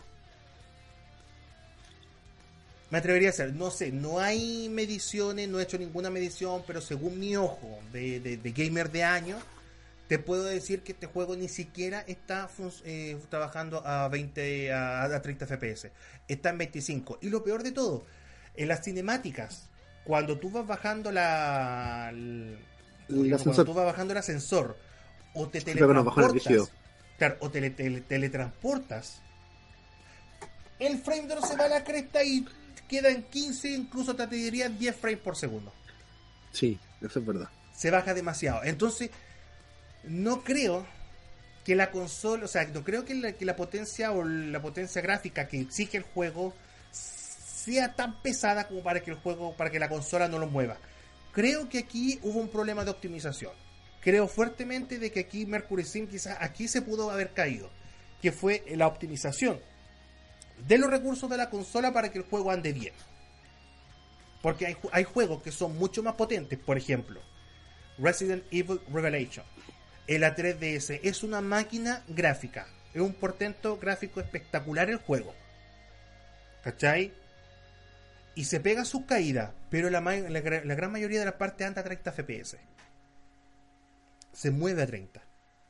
Me atrevería a decir, no sé, no hay mediciones, no he hecho ninguna medición, pero según mi ojo de, de, de gamer de años, te puedo decir que este juego ni siquiera está eh, trabajando a veinte a, a treinta F P S. Está en veinticinco. Y lo peor de todo, en las cinemáticas, cuando tú vas bajando la, el, el cuando tú vas bajando el ascensor o te teletransportas, claro, o te, te, te teletransportas, el frame no se va a la cresta y queda en quince, incluso te diría diez frames por segundo. Sí, eso es verdad. Se baja demasiado. Entonces, no creo que la consola, o sea, no creo que la, que la potencia o la potencia gráfica que exige el juego sea tan pesada como para que el juego, para que la consola no lo mueva. Creo que aquí hubo un problema de optimización. Creo fuertemente de que aquí Mercury Sim quizás aquí se pudo haber caído, que fue la optimización de los recursos de la consola para que el juego ande bien. Porque hay, hay juegos que son mucho más potentes. Por ejemplo, Resident Evil Revelation en la tres D S es una máquina gráfica, es un portento gráfico espectacular el juego, ¿cachai? Y se pega sus caídas, pero la, la, la gran mayoría de las partes anda a treinta F P S, se mueve a treinta.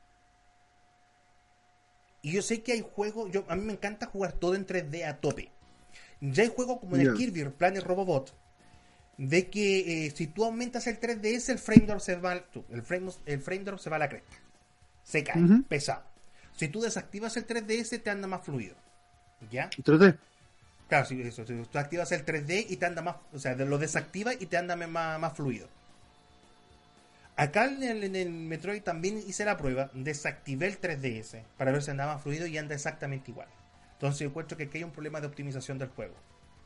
Y yo sé que hay juegos, yo, a mí me encanta jugar todo en tres D a tope. Ya hay juegos como en yeah. el Kirby Planet Robobot, de que eh, si tú aumentas el tres D S, el frame drop se va, el frame, el frame drop se va a la cresta. Se cae, uh-huh. pesado. Si tú desactivas el tres D S, te anda más fluido. ¿Ya? ¿tres D? Claro, si, eso, si tú activas el tres D y te anda más, o sea, lo desactivas y te anda más, más fluido. Acá en el, en el Metroid también hice la prueba, desactivé el tres D S para ver si andaba más fluido y anda exactamente igual. Entonces yo encuentro que aquí hay un problema de optimización del juego.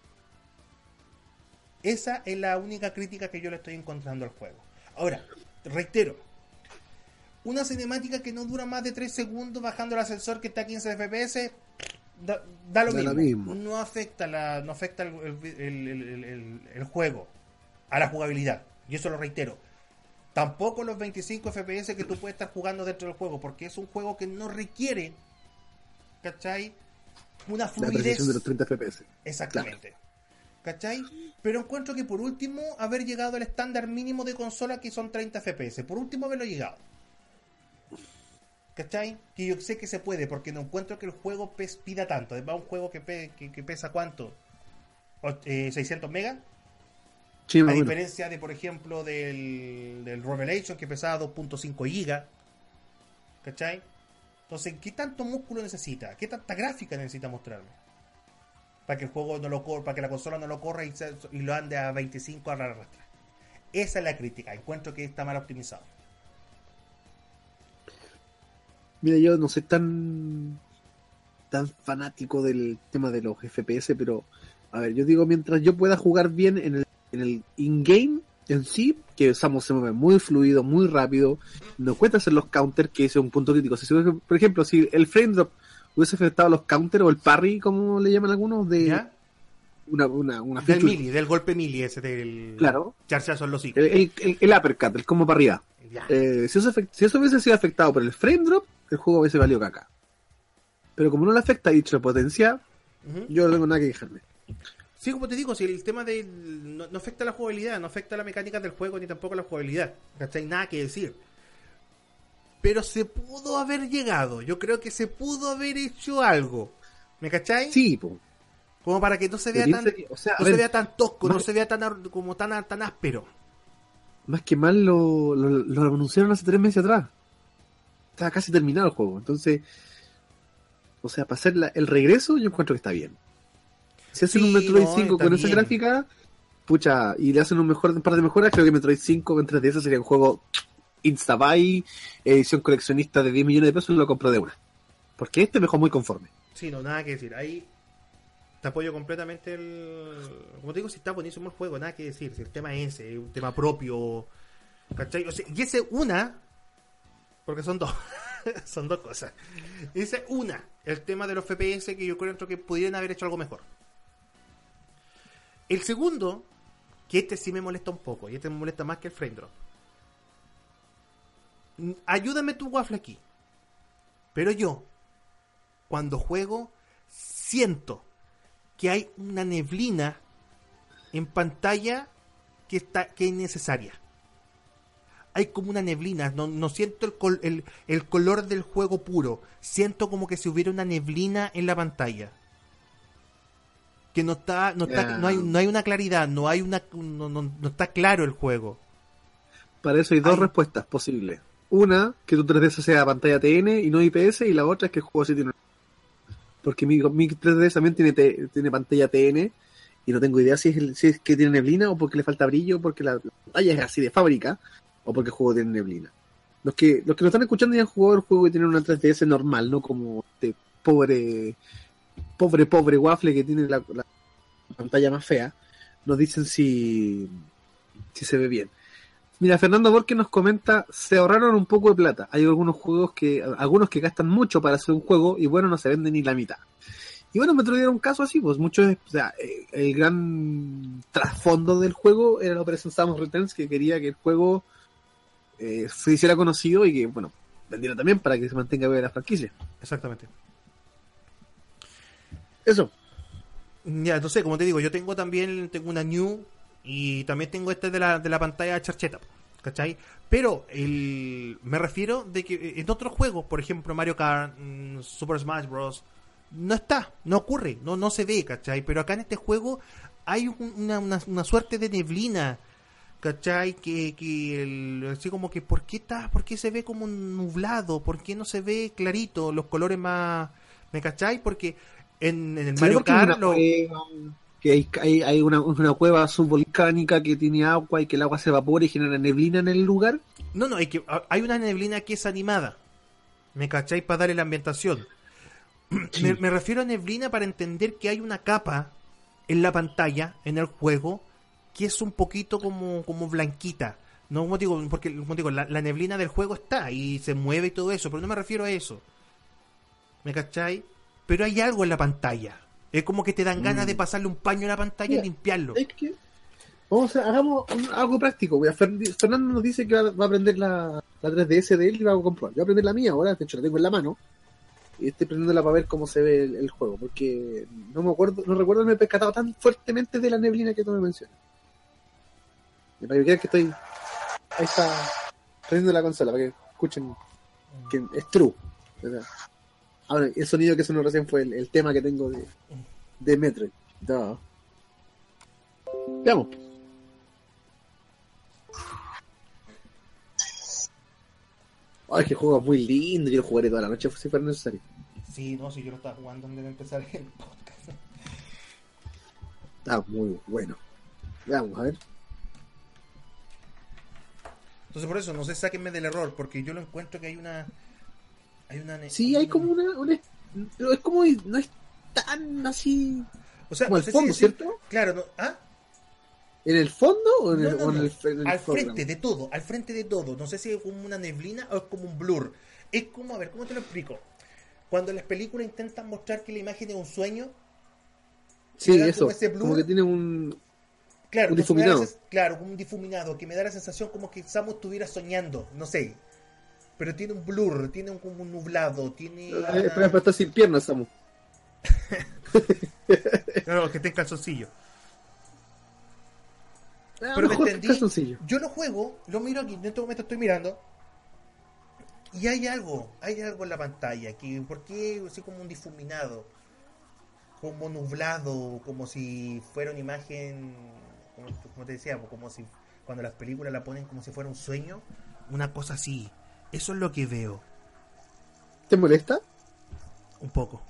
Esa es la única crítica que yo le estoy encontrando al juego. Ahora, reitero, una cinemática que no dura más de tres segundos bajando el ascensor que está a quince F P S, da, da, lo, da mismo. lo mismo. No afecta, la, no afecta el, el, el, el, el, el juego a la jugabilidad. Y eso lo reitero. Tampoco los veinticinco F P S que tú puedes estar jugando dentro del juego, porque es un juego que no requiere, ¿cachai? Una fluidez. La de los treinta F P S. Exactamente. Claro. ¿Cachai? Pero encuentro que por último haber llegado al estándar mínimo de consola que son treinta F P S. Por último haberlo llegado. ¿Cachai? Que yo sé que se puede, porque no encuentro que el juego pes, pida tanto. Además un juego que, pe, que, que pesa ¿cuánto? Eh, ¿seiscientos megas? Sí, a bueno. diferencia de, por ejemplo, del, del Revelation que pesaba dos punto cinco gigas. ¿Cachai? Entonces, ¿qué tanto músculo necesita? ¿Qué tanta gráfica necesita mostrarme? Para que el juego no lo corra, para que la consola no lo corra y, se, y lo ande a veinticinco a la rastra. Esa es la crítica. Encuentro que está mal optimizado. Mira, yo no soy tan tan fanático del tema de los F P S, pero a ver, yo digo, mientras yo pueda jugar bien en el, en el in-game en sí, que Samus se mueve muy fluido, muy rápido, no cuesta hacer los counters, que ese es un punto crítico. Si, por ejemplo, si el frame drop hubiese afectado los counters o el parry, como le llaman algunos, de ¿Ya? una, una, una Del feature- melee, del golpe melee ese del... Claro. Charchazo en los hijos. el, el, el- el uppercut, el como para arriba. Ya. Eh, si, eso afect- si eso hubiese sido afectado por el frame drop, el juego hubiese valido caca. Pero como no le afecta y se lo potencia, Ujú. yo no tengo nada que quejarme. Sí, como te digo, si el tema del no, no afecta la jugabilidad, no afecta la mecánica del juego ni tampoco la jugabilidad, ¿cachai? Nada que decir. Pero se pudo haber llegado, yo creo que se pudo haber hecho algo, ¿me cachai? Sí, po. Como para que no se vea Pero tan, piensa que, o sea, a no ver, se vea tan tosco, más- no se vea tan ar- como tan tan áspero. Más que mal lo, lo, lo anunciaron hace tres meses atrás. Estaba casi terminado el juego. Entonces, o sea, para hacer la- el regreso, yo encuentro que está bien. Si hacen Sí, un Metroid no, cinco está con esa bien. gráfica, pucha, y le hacen un mejor un par de mejoras, creo que Metroid cinco en tres D S sería un juego Instabuy, edición coleccionista de diez millones de pesos, lo compro de una. Porque este me dejó muy conforme. Sí, no, nada que decir. Ahí te apoyo completamente el... Como te digo, si está buenísimo el juego, nada que decir. Si el tema es ese, es un tema propio, ¿cachai? O sea, y ese una, porque son dos, son dos cosas. Ese una, el tema de los F P S que yo creo que pudieran haber hecho algo mejor. El segundo, que este sí me molesta un poco, y este me molesta más que el frame drop. Mm, Ayúdame tu waffle aquí. Pero yo, cuando juego, siento que hay una neblina en pantalla que está que es necesaria. Hay como una neblina, no, no siento el, col- el, el color del juego puro, siento como que si hubiera una neblina en la pantalla. Que no está, no está, Ya. no hay, no hay una claridad, no hay una, no, no, no está claro el juego. Para eso hay dos Ay. respuestas posibles. Una, que tu tres D S sea pantalla T N y no I P S, y la otra es que el juego sí tiene... Porque mi, mi tres D S también tiene, T- tiene pantalla T N, y no tengo idea si es, el- si es que tiene neblina, o porque le falta brillo, porque la, la pantalla es así de fábrica, o porque el juego tiene neblina. Los que los que lo están escuchando ya han jugado el juego y tienen una tres D S normal, no como este pobre, pobre, pobre waffle que tiene la, la pantalla más fea, nos dicen si, si se ve bien. Mira, Fernando Borges nos comenta, se ahorraron un poco de plata. Hay algunos juegos que, algunos que gastan mucho para hacer un juego y bueno, no se venden ni la mitad. Y bueno, Metroid era un caso así, pues muchos, o sea, eh, el gran trasfondo del juego era la Operación Samus Returns, que quería que el juego eh, se hiciera conocido y que, bueno, vendiera también para que se mantenga viva la franquicia. Exactamente. Eso. Ya, entonces, como te digo, yo tengo también, tengo una New y también tengo este de la, de la pantalla charcheta, ¿cachai? Pero el, me refiero de que en otros juegos, por ejemplo Mario Kart, mm, Super Smash Bros, no está, no ocurre, no, no se ve, ¿cachai? Pero acá en este juego hay un- una, una, una suerte de neblina, ¿cachai? Que, que el- así como que, ¿por qué está, por qué se ve como nublado? ¿Por qué no se ve clarito? Los colores más, ¿me cachai? Porque en, en el Sí, Mario porque hay Kart una lo- cueva, que hay, hay, hay una, una cueva subvolcánica que tiene agua y que el agua se evapora y genera neblina en el lugar. No, no, es que ah, hay una neblina que es animada. ¿Me cacháis? Para darle la ambientación. Sí. Me, me refiero a neblina para entender que hay una capa en la pantalla, en el juego, que es un poquito como, como blanquita. No, como digo, porque como digo, la, la neblina del juego está y se mueve y todo eso, pero no me refiero a eso. ¿Me cacháis? Pero hay algo en la pantalla. Es como que te dan ganas Mm. de pasarle un paño a la pantalla Mira, y limpiarlo. Es que vamos a hagamos un- algo práctico. Mira, Fer- Fernando nos dice que va, va a aprender la, la tres D S de él y va a comprobar. Yo voy a aprender la mía ahora, de hecho la tengo en la mano. Y estoy prendiéndola para ver cómo se ve el, el juego, porque no me acuerdo, no recuerdo haberme percatado tan fuertemente de la neblina que tú me mencionas. Y para que vean que estoy. Ahí está prendiendo la consola, para que escuchen que es true. ¿Verdad? Ahora, el sonido que sonó recién fue el, el tema que tengo de, de Metroid. No. Veamos. Ay, que juego muy lindo. Yo lo jugaré toda la noche si fuera necesario. Sí, no, si yo lo estaba jugando antes de empezar el podcast. Ah, muy bueno. Veamos, a ver. Entonces por eso, no sé, sáquenme del error, porque yo lo encuentro que hay una Hay una ne- Sí, hay como una, una- pero es como, no es tan así, O sea, como no al sé fondo, si decir- ¿cierto? Claro, no, ¿ah? ¿En el fondo o en No, el, no, o en no. el, en el Al foreground? frente de todo, al frente de todo. No sé si es como una neblina o es como un blur. Es como, a ver, ¿cómo te lo explico? Cuando las películas intentan mostrar que la imagen es un sueño, me Sí, dan eso, como ese como que blur. tiene un, Claro, un entonces me da la difuminado. sens- claro, como un difuminado, que me da la sensación como que Samus estuviera soñando, no sé. Pero tiene un blur, tiene un, como un nublado, tiene Eh, una... Pero está sin piernas, Samu. Claro, que esté en calzoncillo. Ah, Pero me mejor que entendí, calzoncillo. yo lo juego, lo miro aquí, en este momento estoy mirando, y hay algo, hay algo en la pantalla, que ¿por qué así como un difuminado? Como nublado, como si fuera una imagen, como, como te decía, como si cuando las películas la ponen como si fuera un sueño, una cosa así. Eso es lo que veo, ¿Te molesta? un poco.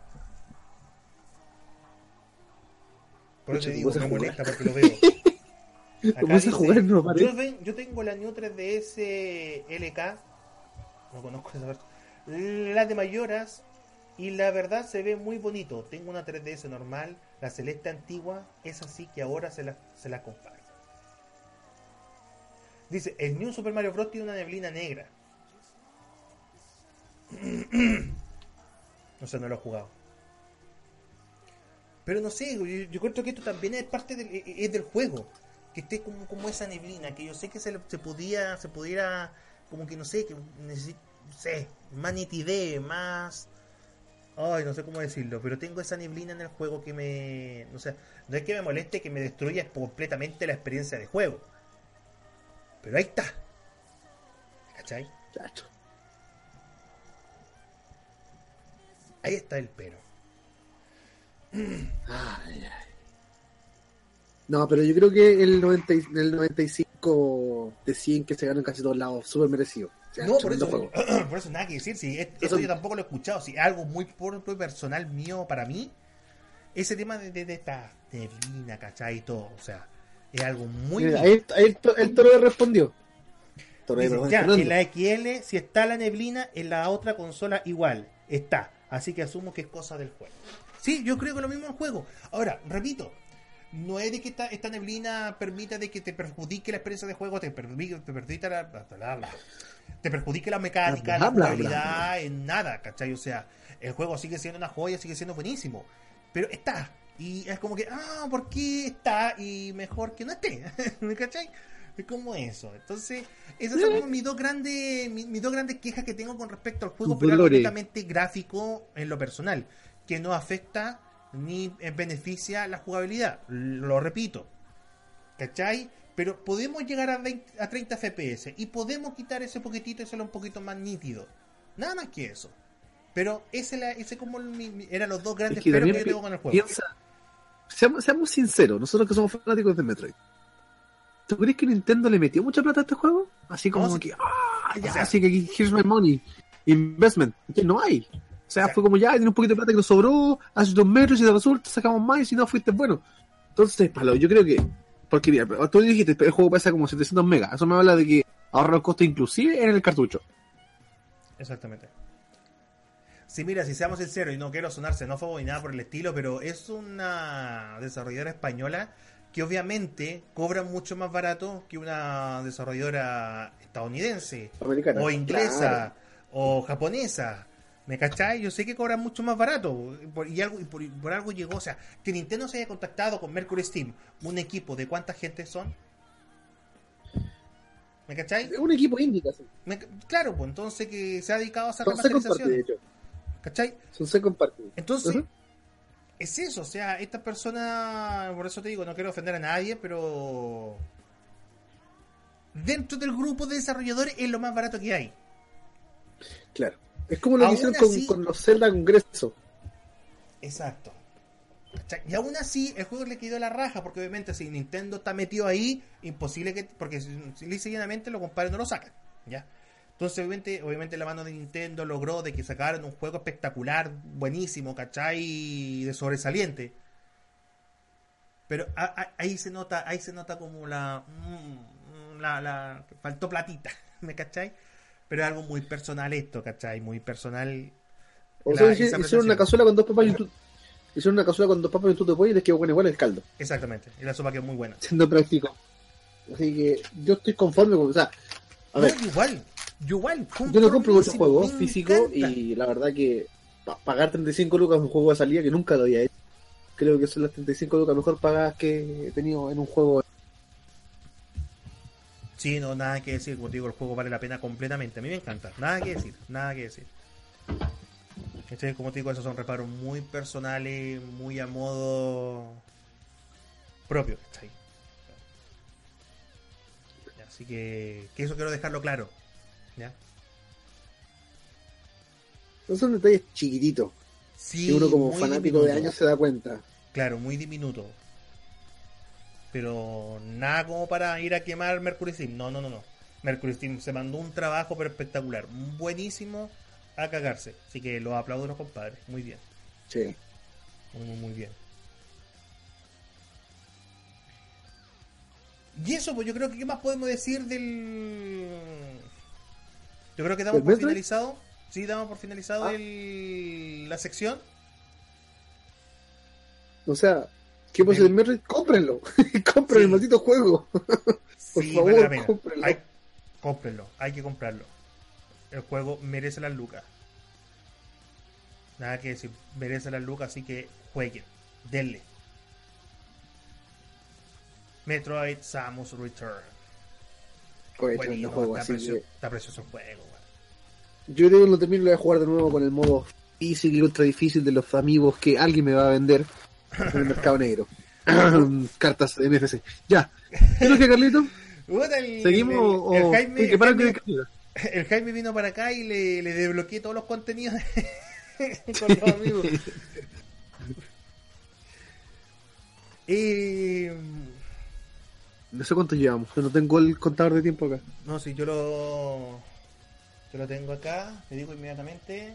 Por eso Pucha, te me digo, puse a me jugar. molesta porque lo veo. Me Acá puse a jugar dice, y no paré. yo, ven- yo tengo la New tres D S L K, no conozco esa versión, la de Mayoras, y la verdad se ve muy bonito. Tengo una tres D S normal, la celeste antigua, es así que ahora se la, se la comparto. Dice, el New Super Mario Bros. Tiene una neblina negra. No sé, no lo he jugado. Pero no sé, yo, yo creo que esto también es parte del, es del juego. Que esté como, como esa neblina, que yo sé que se, se podía, se pudiera, como que no sé, que necesito, no sé, más nitidez, más... Ay, no sé cómo decirlo, pero tengo esa neblina en el juego que me... No sé, no es que me moleste, que me destruya completamente la experiencia de juego. Pero ahí está. ¿Cachai? Chacho. Ahí está el pero. Ay, ay. No, pero yo creo que el, noventa, y- el noventa y cinco de cien que se ganó en casi todos lados, súper merecido. O sea, No, por tremendo eso, juego. por eso nada que decir. Si es- Eso eso son- yo tampoco lo he escuchado. Si es algo muy propio y personal mío para mí, ese tema de, de, de esta neblina, ¿cachai? Y todo. O sea, es algo muy Mira, mío. ahí, ahí el, to- el toro respondió. Toro Dice, de ya, Fernando. en la X L, si está la neblina, en la otra consola igual. Está. Así que asumo que es cosa del juego. Sí, yo creo que lo mismo en el juego. Ahora, repito, no es de que esta, esta neblina permita de que te perjudique la experiencia de juego, te perjudique, te perjudique la, bla, bla, bla. te perjudique la mecánica, Bla, la bla, jugabilidad, bla, en nada, ¿cachai? O sea, el juego sigue siendo una joya, sigue siendo buenísimo. Pero está. Y es como que, ah, ¿por qué está? Y mejor que no esté. ¿Me cachai? Es como eso. Entonces, esas son como mis dos grandes, mis, mis dos grandes quejas que tengo con respecto al juego, Tus pero algo dolores. netamente gráfico en lo personal, que no afecta ni eh, beneficia la jugabilidad. Lo repito. ¿Cachai? Pero podemos llegar a, veinte, a treinta F P S y podemos quitar ese poquitito y hacerlo un poquito más nítido. Nada más que eso. Pero ese, la, ese como mi, mi, eran los dos grandes Es que peros también que yo tengo con el juego. piensa, seamos, seamos sinceros, nosotros que somos fanáticos de Metroid. ¿Tú crees que Nintendo le metió mucha plata a este juego? Así como No, sí. que, ah, ya, O sea- así que aquí, here's my money, investment. Que no hay. O sea, O sea- fue como ya, tiene un poquito de plata que nos sobró, hace dos metros y te resulta, sacamos más y si no fuiste bueno. Entonces, Palo, yo creo que, porque mira, tú dijiste, el juego pesa como setecientos megas. Eso me habla de que ahorra los costos inclusive en el cartucho. Exactamente. Sí, mira, si seamos sinceros, y no quiero sonar xenófobo ni nada por el estilo, pero es una desarrolladora española que obviamente cobra mucho más barato que una desarrolladora estadounidense, Americana. o inglesa, Claro. o japonesa. ¿Me cachai? Yo sé que cobran mucho más barato. Por, y, algo, y por, y por algo llegó. O sea, que Nintendo se haya contactado con Mercury Steam, un equipo de cuánta gente son. ¿Me cachai? Es un equipo indie casi. Me- claro, pues entonces que se ha dedicado a hacer Son second party, de remasterizaciones. hecho. ¿Cachai? Son second party. Entonces, Ujú. es eso, o sea, esta persona, por eso te digo, no quiero ofender a nadie, pero dentro del grupo de desarrolladores es lo más barato que hay. Claro. Es como lo que Aún hicieron con, así- con los Zelda Congreso. Exacto. ¿Cachai? Y aún así, el juego le quedó la raja, porque obviamente si Nintendo está metido ahí, imposible que, porque si si lisa y llanamente los compadres no lo sacan, ¿ya? Entonces, obviamente, obviamente la mano de Nintendo logró de que sacaran un juego espectacular, buenísimo, ¿cachai? De sobresaliente. Pero a- a- ahí se nota, ahí se nota como la, mm, la, la faltó platita, ¿me cachai? pero es algo muy personal esto, ¿cachai? Muy personal. O la- sea, esa hicieron apreciación. una cazuela con dos papas y un tu- hicieron una cazuela con dos papas y un tuto de pollo y les quedó bueno igual el caldo, Exactamente, y la sopa que es muy buena. siendo práctico. Así que yo estoy conforme con, o sea, a No, ver, yo igual, yo igual. yo no compro muchos conformísimo, juegos me físicos encanta. y la verdad que pa- pagar treinta y cinco lucas en un juego de salida que nunca lo había hecho, creo que son las treinta y cinco lucas mejor pagadas que he tenido en un juego. Sí, no, nada que decir, como te digo, el juego vale la pena completamente. A mí me encanta, nada que decir, nada que decir. Este, como te digo, esos son reparos muy personales, muy a modo propio, ¿cachai? Así que, que eso quiero dejarlo claro. ¿Ya? Son detalles chiquititos Sí, que uno como muy fanático de diminuto. años se da cuenta. Claro, muy diminuto. Pero nada como para ir a quemar Mercury Steam. No, no, no, no. Mercury Steam se mandó un trabajo pero espectacular. Buenísimo a cagarse. Así que los aplaudo a los compadres. Muy bien. Sí. Muy, muy, muy bien. Y eso, pues yo creo que ¿qué más podemos decir del...? Yo creo que damos ¿El por Metroid? finalizado. Sí, damos por finalizado Ah. el... la sección. O sea, ¿qué pasa Del- del Metroid? Cómprenlo. Compren Sí. el maldito juego. Por Sí, favor, vale la pena. cómprenlo. Hay, cómprenlo, hay que comprarlo. El juego merece las lucas. Nada que decir, merece las lucas, así que jueguen, denle. Metroid Samus Return. Oye, Buenísimo, tremendo juego, está, así precio- que está precioso el juego. Weón. yo creo que lo termino y lo voy a jugar de nuevo con el modo difícil y ultra difícil de los amigos que alguien me va a vender en el mercado negro. Cartas N F C. Ya. ¿Qué es lo que, Carlito? Puta, el, ¿Seguimos el, o el o- Jaime, Oye, que para Jaime- que- el Jaime vino para acá y le, le desbloqueé todos los contenidos con los amigos. Eh, No sé cuánto llevamos, yo no tengo el contador de tiempo acá. no, si yo lo yo lo tengo acá, te digo inmediatamente.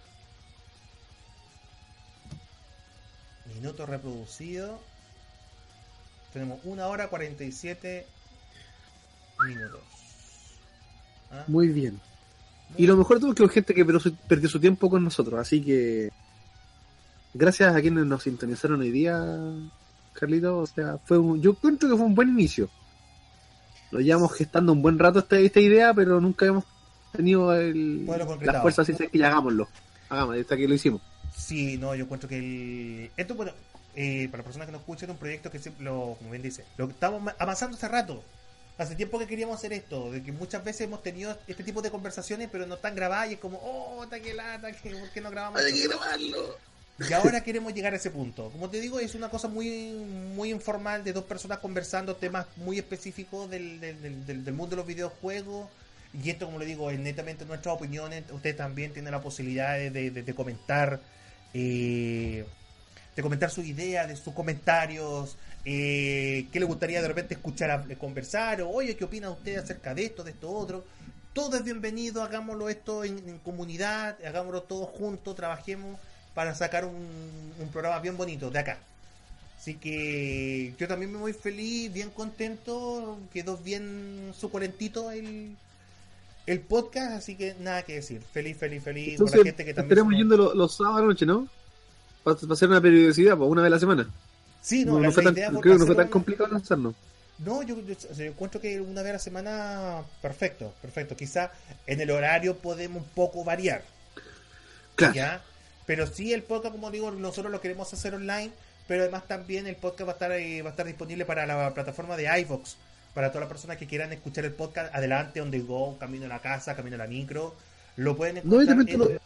Minutos reproducidos. Tenemos una hora cuarenta y siete minutos. ¿Ah? Muy bien. Y lo mejor de todo es que hubo gente que perdió su, perdió su tiempo con nosotros, así que gracias a quienes nos sintonizaron hoy día, Carlito, o sea, fue un, yo encuentro que fue un buen inicio. Lo llevamos gestando un buen rato esta, esta idea, pero nunca hemos tenido el, Poderlo concretado. las fuerzas así que ya hagámoslo. Hagamos, hasta que lo hicimos. Sí, no, yo encuentro que el... Esto, bueno, eh, para las personas que nos escuchan, es un proyecto que, siempre lo, como bien dice, lo que estamos ma- avanzando hace rato. Hace tiempo que queríamos hacer esto, de que muchas veces hemos tenido este tipo de conversaciones, pero no están grabadas y es como, oh, ta que lata, que, ¿por qué no grabamos Hay esto? que grabarlo. Y ahora queremos llegar a ese punto. Como te digo, es una cosa muy muy informal de dos personas conversando temas muy específicos del, del, del, del- del mundo de los videojuegos. Y esto, como le digo, es netamente nuestras opiniones. Ustedes también tienen la posibilidad de, de, de comentar, eh, de comentar sus ideas, de sus comentarios. Eh, ¿Qué les gustaría de repente escuchar a, conversar? O, oye, ¿qué opina usted acerca de esto, de esto otro? Todo es bienvenido, hagámoslo esto en, en comunidad, hagámoslo todos juntos, trabajemos para sacar un, un programa bien bonito de acá. Así que yo también me voy feliz, bien contento, quedó bien suculentito el, el podcast, así que nada que decir. Feliz, feliz, feliz con la Entonces, gente que también... estaremos se- yendo los, los sábados a la noche, ¿no? Para, para hacer una periodicidad, pues, una vez a la semana. Sí, no, No, la, no fue la tan, idea fue creo que no fue hacer tan una- complicado lanzarnos. No, yo, yo, o sea, yo encuentro que una vez a la semana, perfecto, perfecto. Quizá en el horario podemos un poco variar. Claro. ¿Ya? Pero sí, el podcast, como digo, nosotros lo queremos hacer online, pero además también el podcast va a estar eh, va a estar disponible para la plataforma de iVoox, para todas las personas que quieran escuchar el podcast adelante, on the go, camino a la casa, camino a la micro, lo pueden No, y encontrar también en... tú, lo,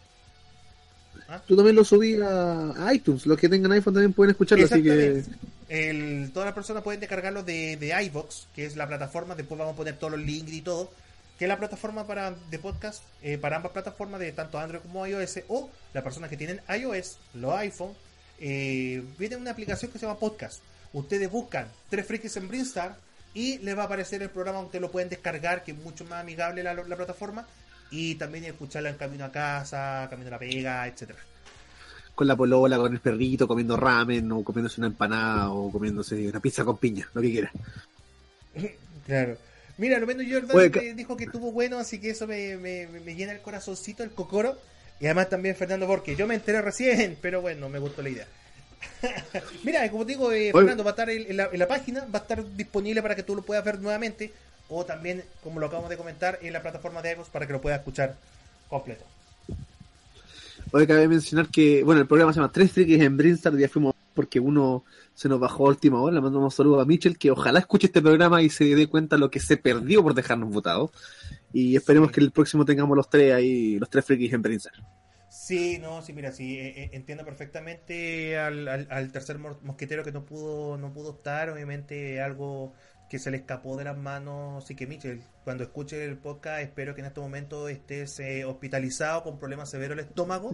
¿Ah? tú también lo subí a, a iTunes. Los que tengan iPhone también pueden escucharlo, así que... Exactamente. El, todas las personas pueden descargarlo de, de iVoox, que es la plataforma, después vamos a poner todos los links y todo, que es la plataforma para de podcast eh, para ambas plataformas de tanto Android como iOS, o las personas que tienen iOS, los iPhone, eh, viene una aplicación que se llama Podcast. Ustedes buscan Tres Frikis en Brinstar y les va a aparecer el programa, ustedes lo pueden descargar, que es mucho más amigable la, la plataforma, y también escucharla en camino a casa, camino a la pega, etcétera. Con la polola, con el perrito, comiendo ramen, o comiéndose una empanada, o comiéndose una pizza con piña, lo que quiera. Claro. Mira, lo menos Jordan Oye, te dijo que estuvo bueno, así que eso me, me, me llena el corazoncito, el cocoro. Y además también Fernando Borges. Yo me enteré recién, pero bueno, me gustó la idea. Mira, como te digo, eh, Fernando, va a estar en la, en la página, va a estar disponible para que tú lo puedas ver nuevamente. O también, como lo acabamos de comentar, en la plataforma de iVoox para que lo puedas escuchar completo. Hoy cabe mencionar que, bueno, el programa se llama Tres Frikis en Brinstar, ya fuimos porque uno se nos bajó a última hora. Le mandamos un saludo a Mitchell, que ojalá escuche este programa y se dé cuenta lo que se perdió por dejarnos votados. Y esperemos sí. que el próximo tengamos los tres ahí, los tres Frikis en Brinstar. Sí, no, sí, mira, sí, eh, entiendo perfectamente al, al, al tercer mosquetero que no pudo, no pudo estar, obviamente algo que se le escapó de las manos. Así que Michel, cuando escuche el podcast, espero que en este momento estés eh, hospitalizado con problemas severos del estómago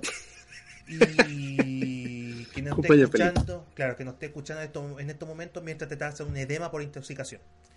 y que no esté escuchando, claro, que no esté escuchando esto, en estos momentos mientras te hace un edema por intoxicación.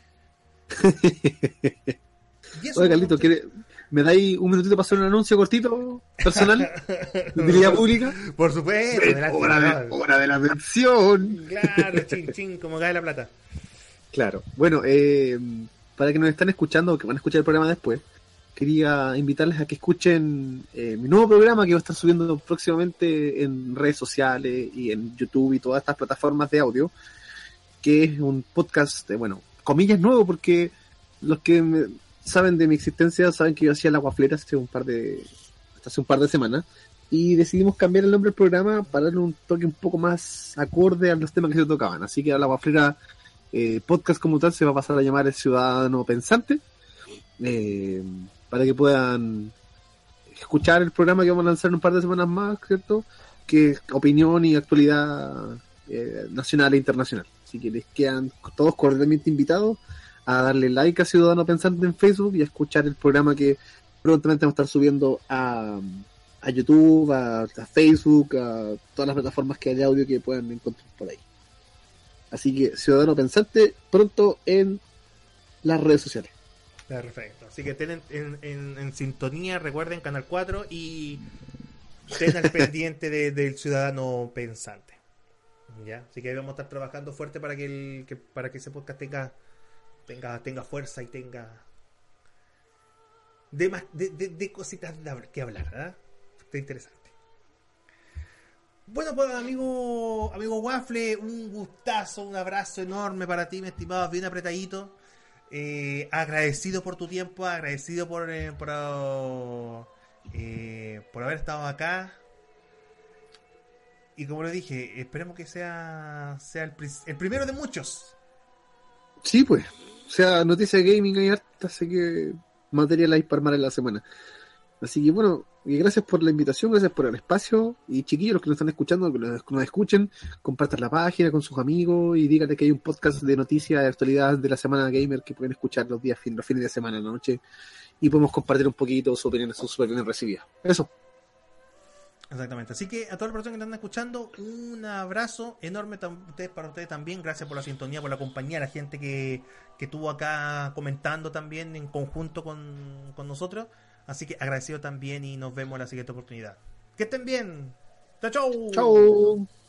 Oye, Carlito, ¿quiere, ¿me dais un minutito para hacer un anuncio cortito, personal? ¿De utilidad pública? Por supuesto. Hora de, hora de la mención. Claro, chin, chin, como cae la plata. Claro. Bueno, eh, para que nos están escuchando o que van a escuchar el programa después, quería invitarles a que escuchen eh, mi nuevo programa que va a estar subiendo próximamente en redes sociales y en YouTube y todas estas plataformas de audio, que es un podcast, de, bueno, comillas nuevo, porque los que me saben de mi existencia saben que yo hacía la guaflera hace un par de hasta hace un par de semanas y decidimos cambiar el nombre del programa para darle un toque un poco más acorde a los temas que se tocaban. Así que a la guaflera eh, podcast como tal se va a pasar a llamar El Ciudadano Pensante, eh, para que puedan escuchar el programa que vamos a lanzar en un par de semanas más, ¿cierto? Que es opinión y actualidad eh, nacional e internacional. Así que les quedan todos cordialmente invitados a darle like a Ciudadano Pensante en Facebook y a escuchar el programa que prontamente vamos a estar subiendo a, a YouTube, a, a Facebook, a todas las plataformas que hay de audio que puedan encontrar por ahí. Así que Ciudadano Pensante pronto en las redes sociales. Perfecto. Así que estén en, en, en, en sintonía, recuerden Canal cuatro y estén al pendiente de, del Ciudadano Pensante. ¿Ya? Así que vamos a estar trabajando fuerte para que, el, que, para que ese podcast tenga tenga tenga fuerza y tenga de más de, de, de cositas que hablar, ¿eh? Está interesante. Bueno, pues amigo amigo Waffle, un gustazo, un abrazo enorme para ti, mi estimado, bien apretadito. Eh, agradecido por tu tiempo, agradecido por eh, por, eh, por haber estado acá. Y como lo dije, esperemos que sea sea el, el primero de muchos. Sí, pues. O sea, noticias de gaming hay harta, así que material hay para armar en la semana. Así que bueno, y gracias por la invitación, gracias por el espacio. Y chiquillos, los que nos están escuchando, que nos, nos escuchen, compartan la página con sus amigos y díganle que hay un podcast de noticias de actualidad de la semana gamer que pueden escuchar los días, los fines de semana, la noche. Y podemos compartir un poquito sus opiniones, sus súper bien recibidas. Eso. Exactamente, así que a todas las personas que están escuchando, un abrazo enorme tam- ustedes, para ustedes también, gracias por la sintonía, por la compañía, a la gente que, que estuvo acá comentando también en conjunto con, con nosotros, así que agradecido también y nos vemos en la siguiente oportunidad. Que estén bien, chao chao. Chao.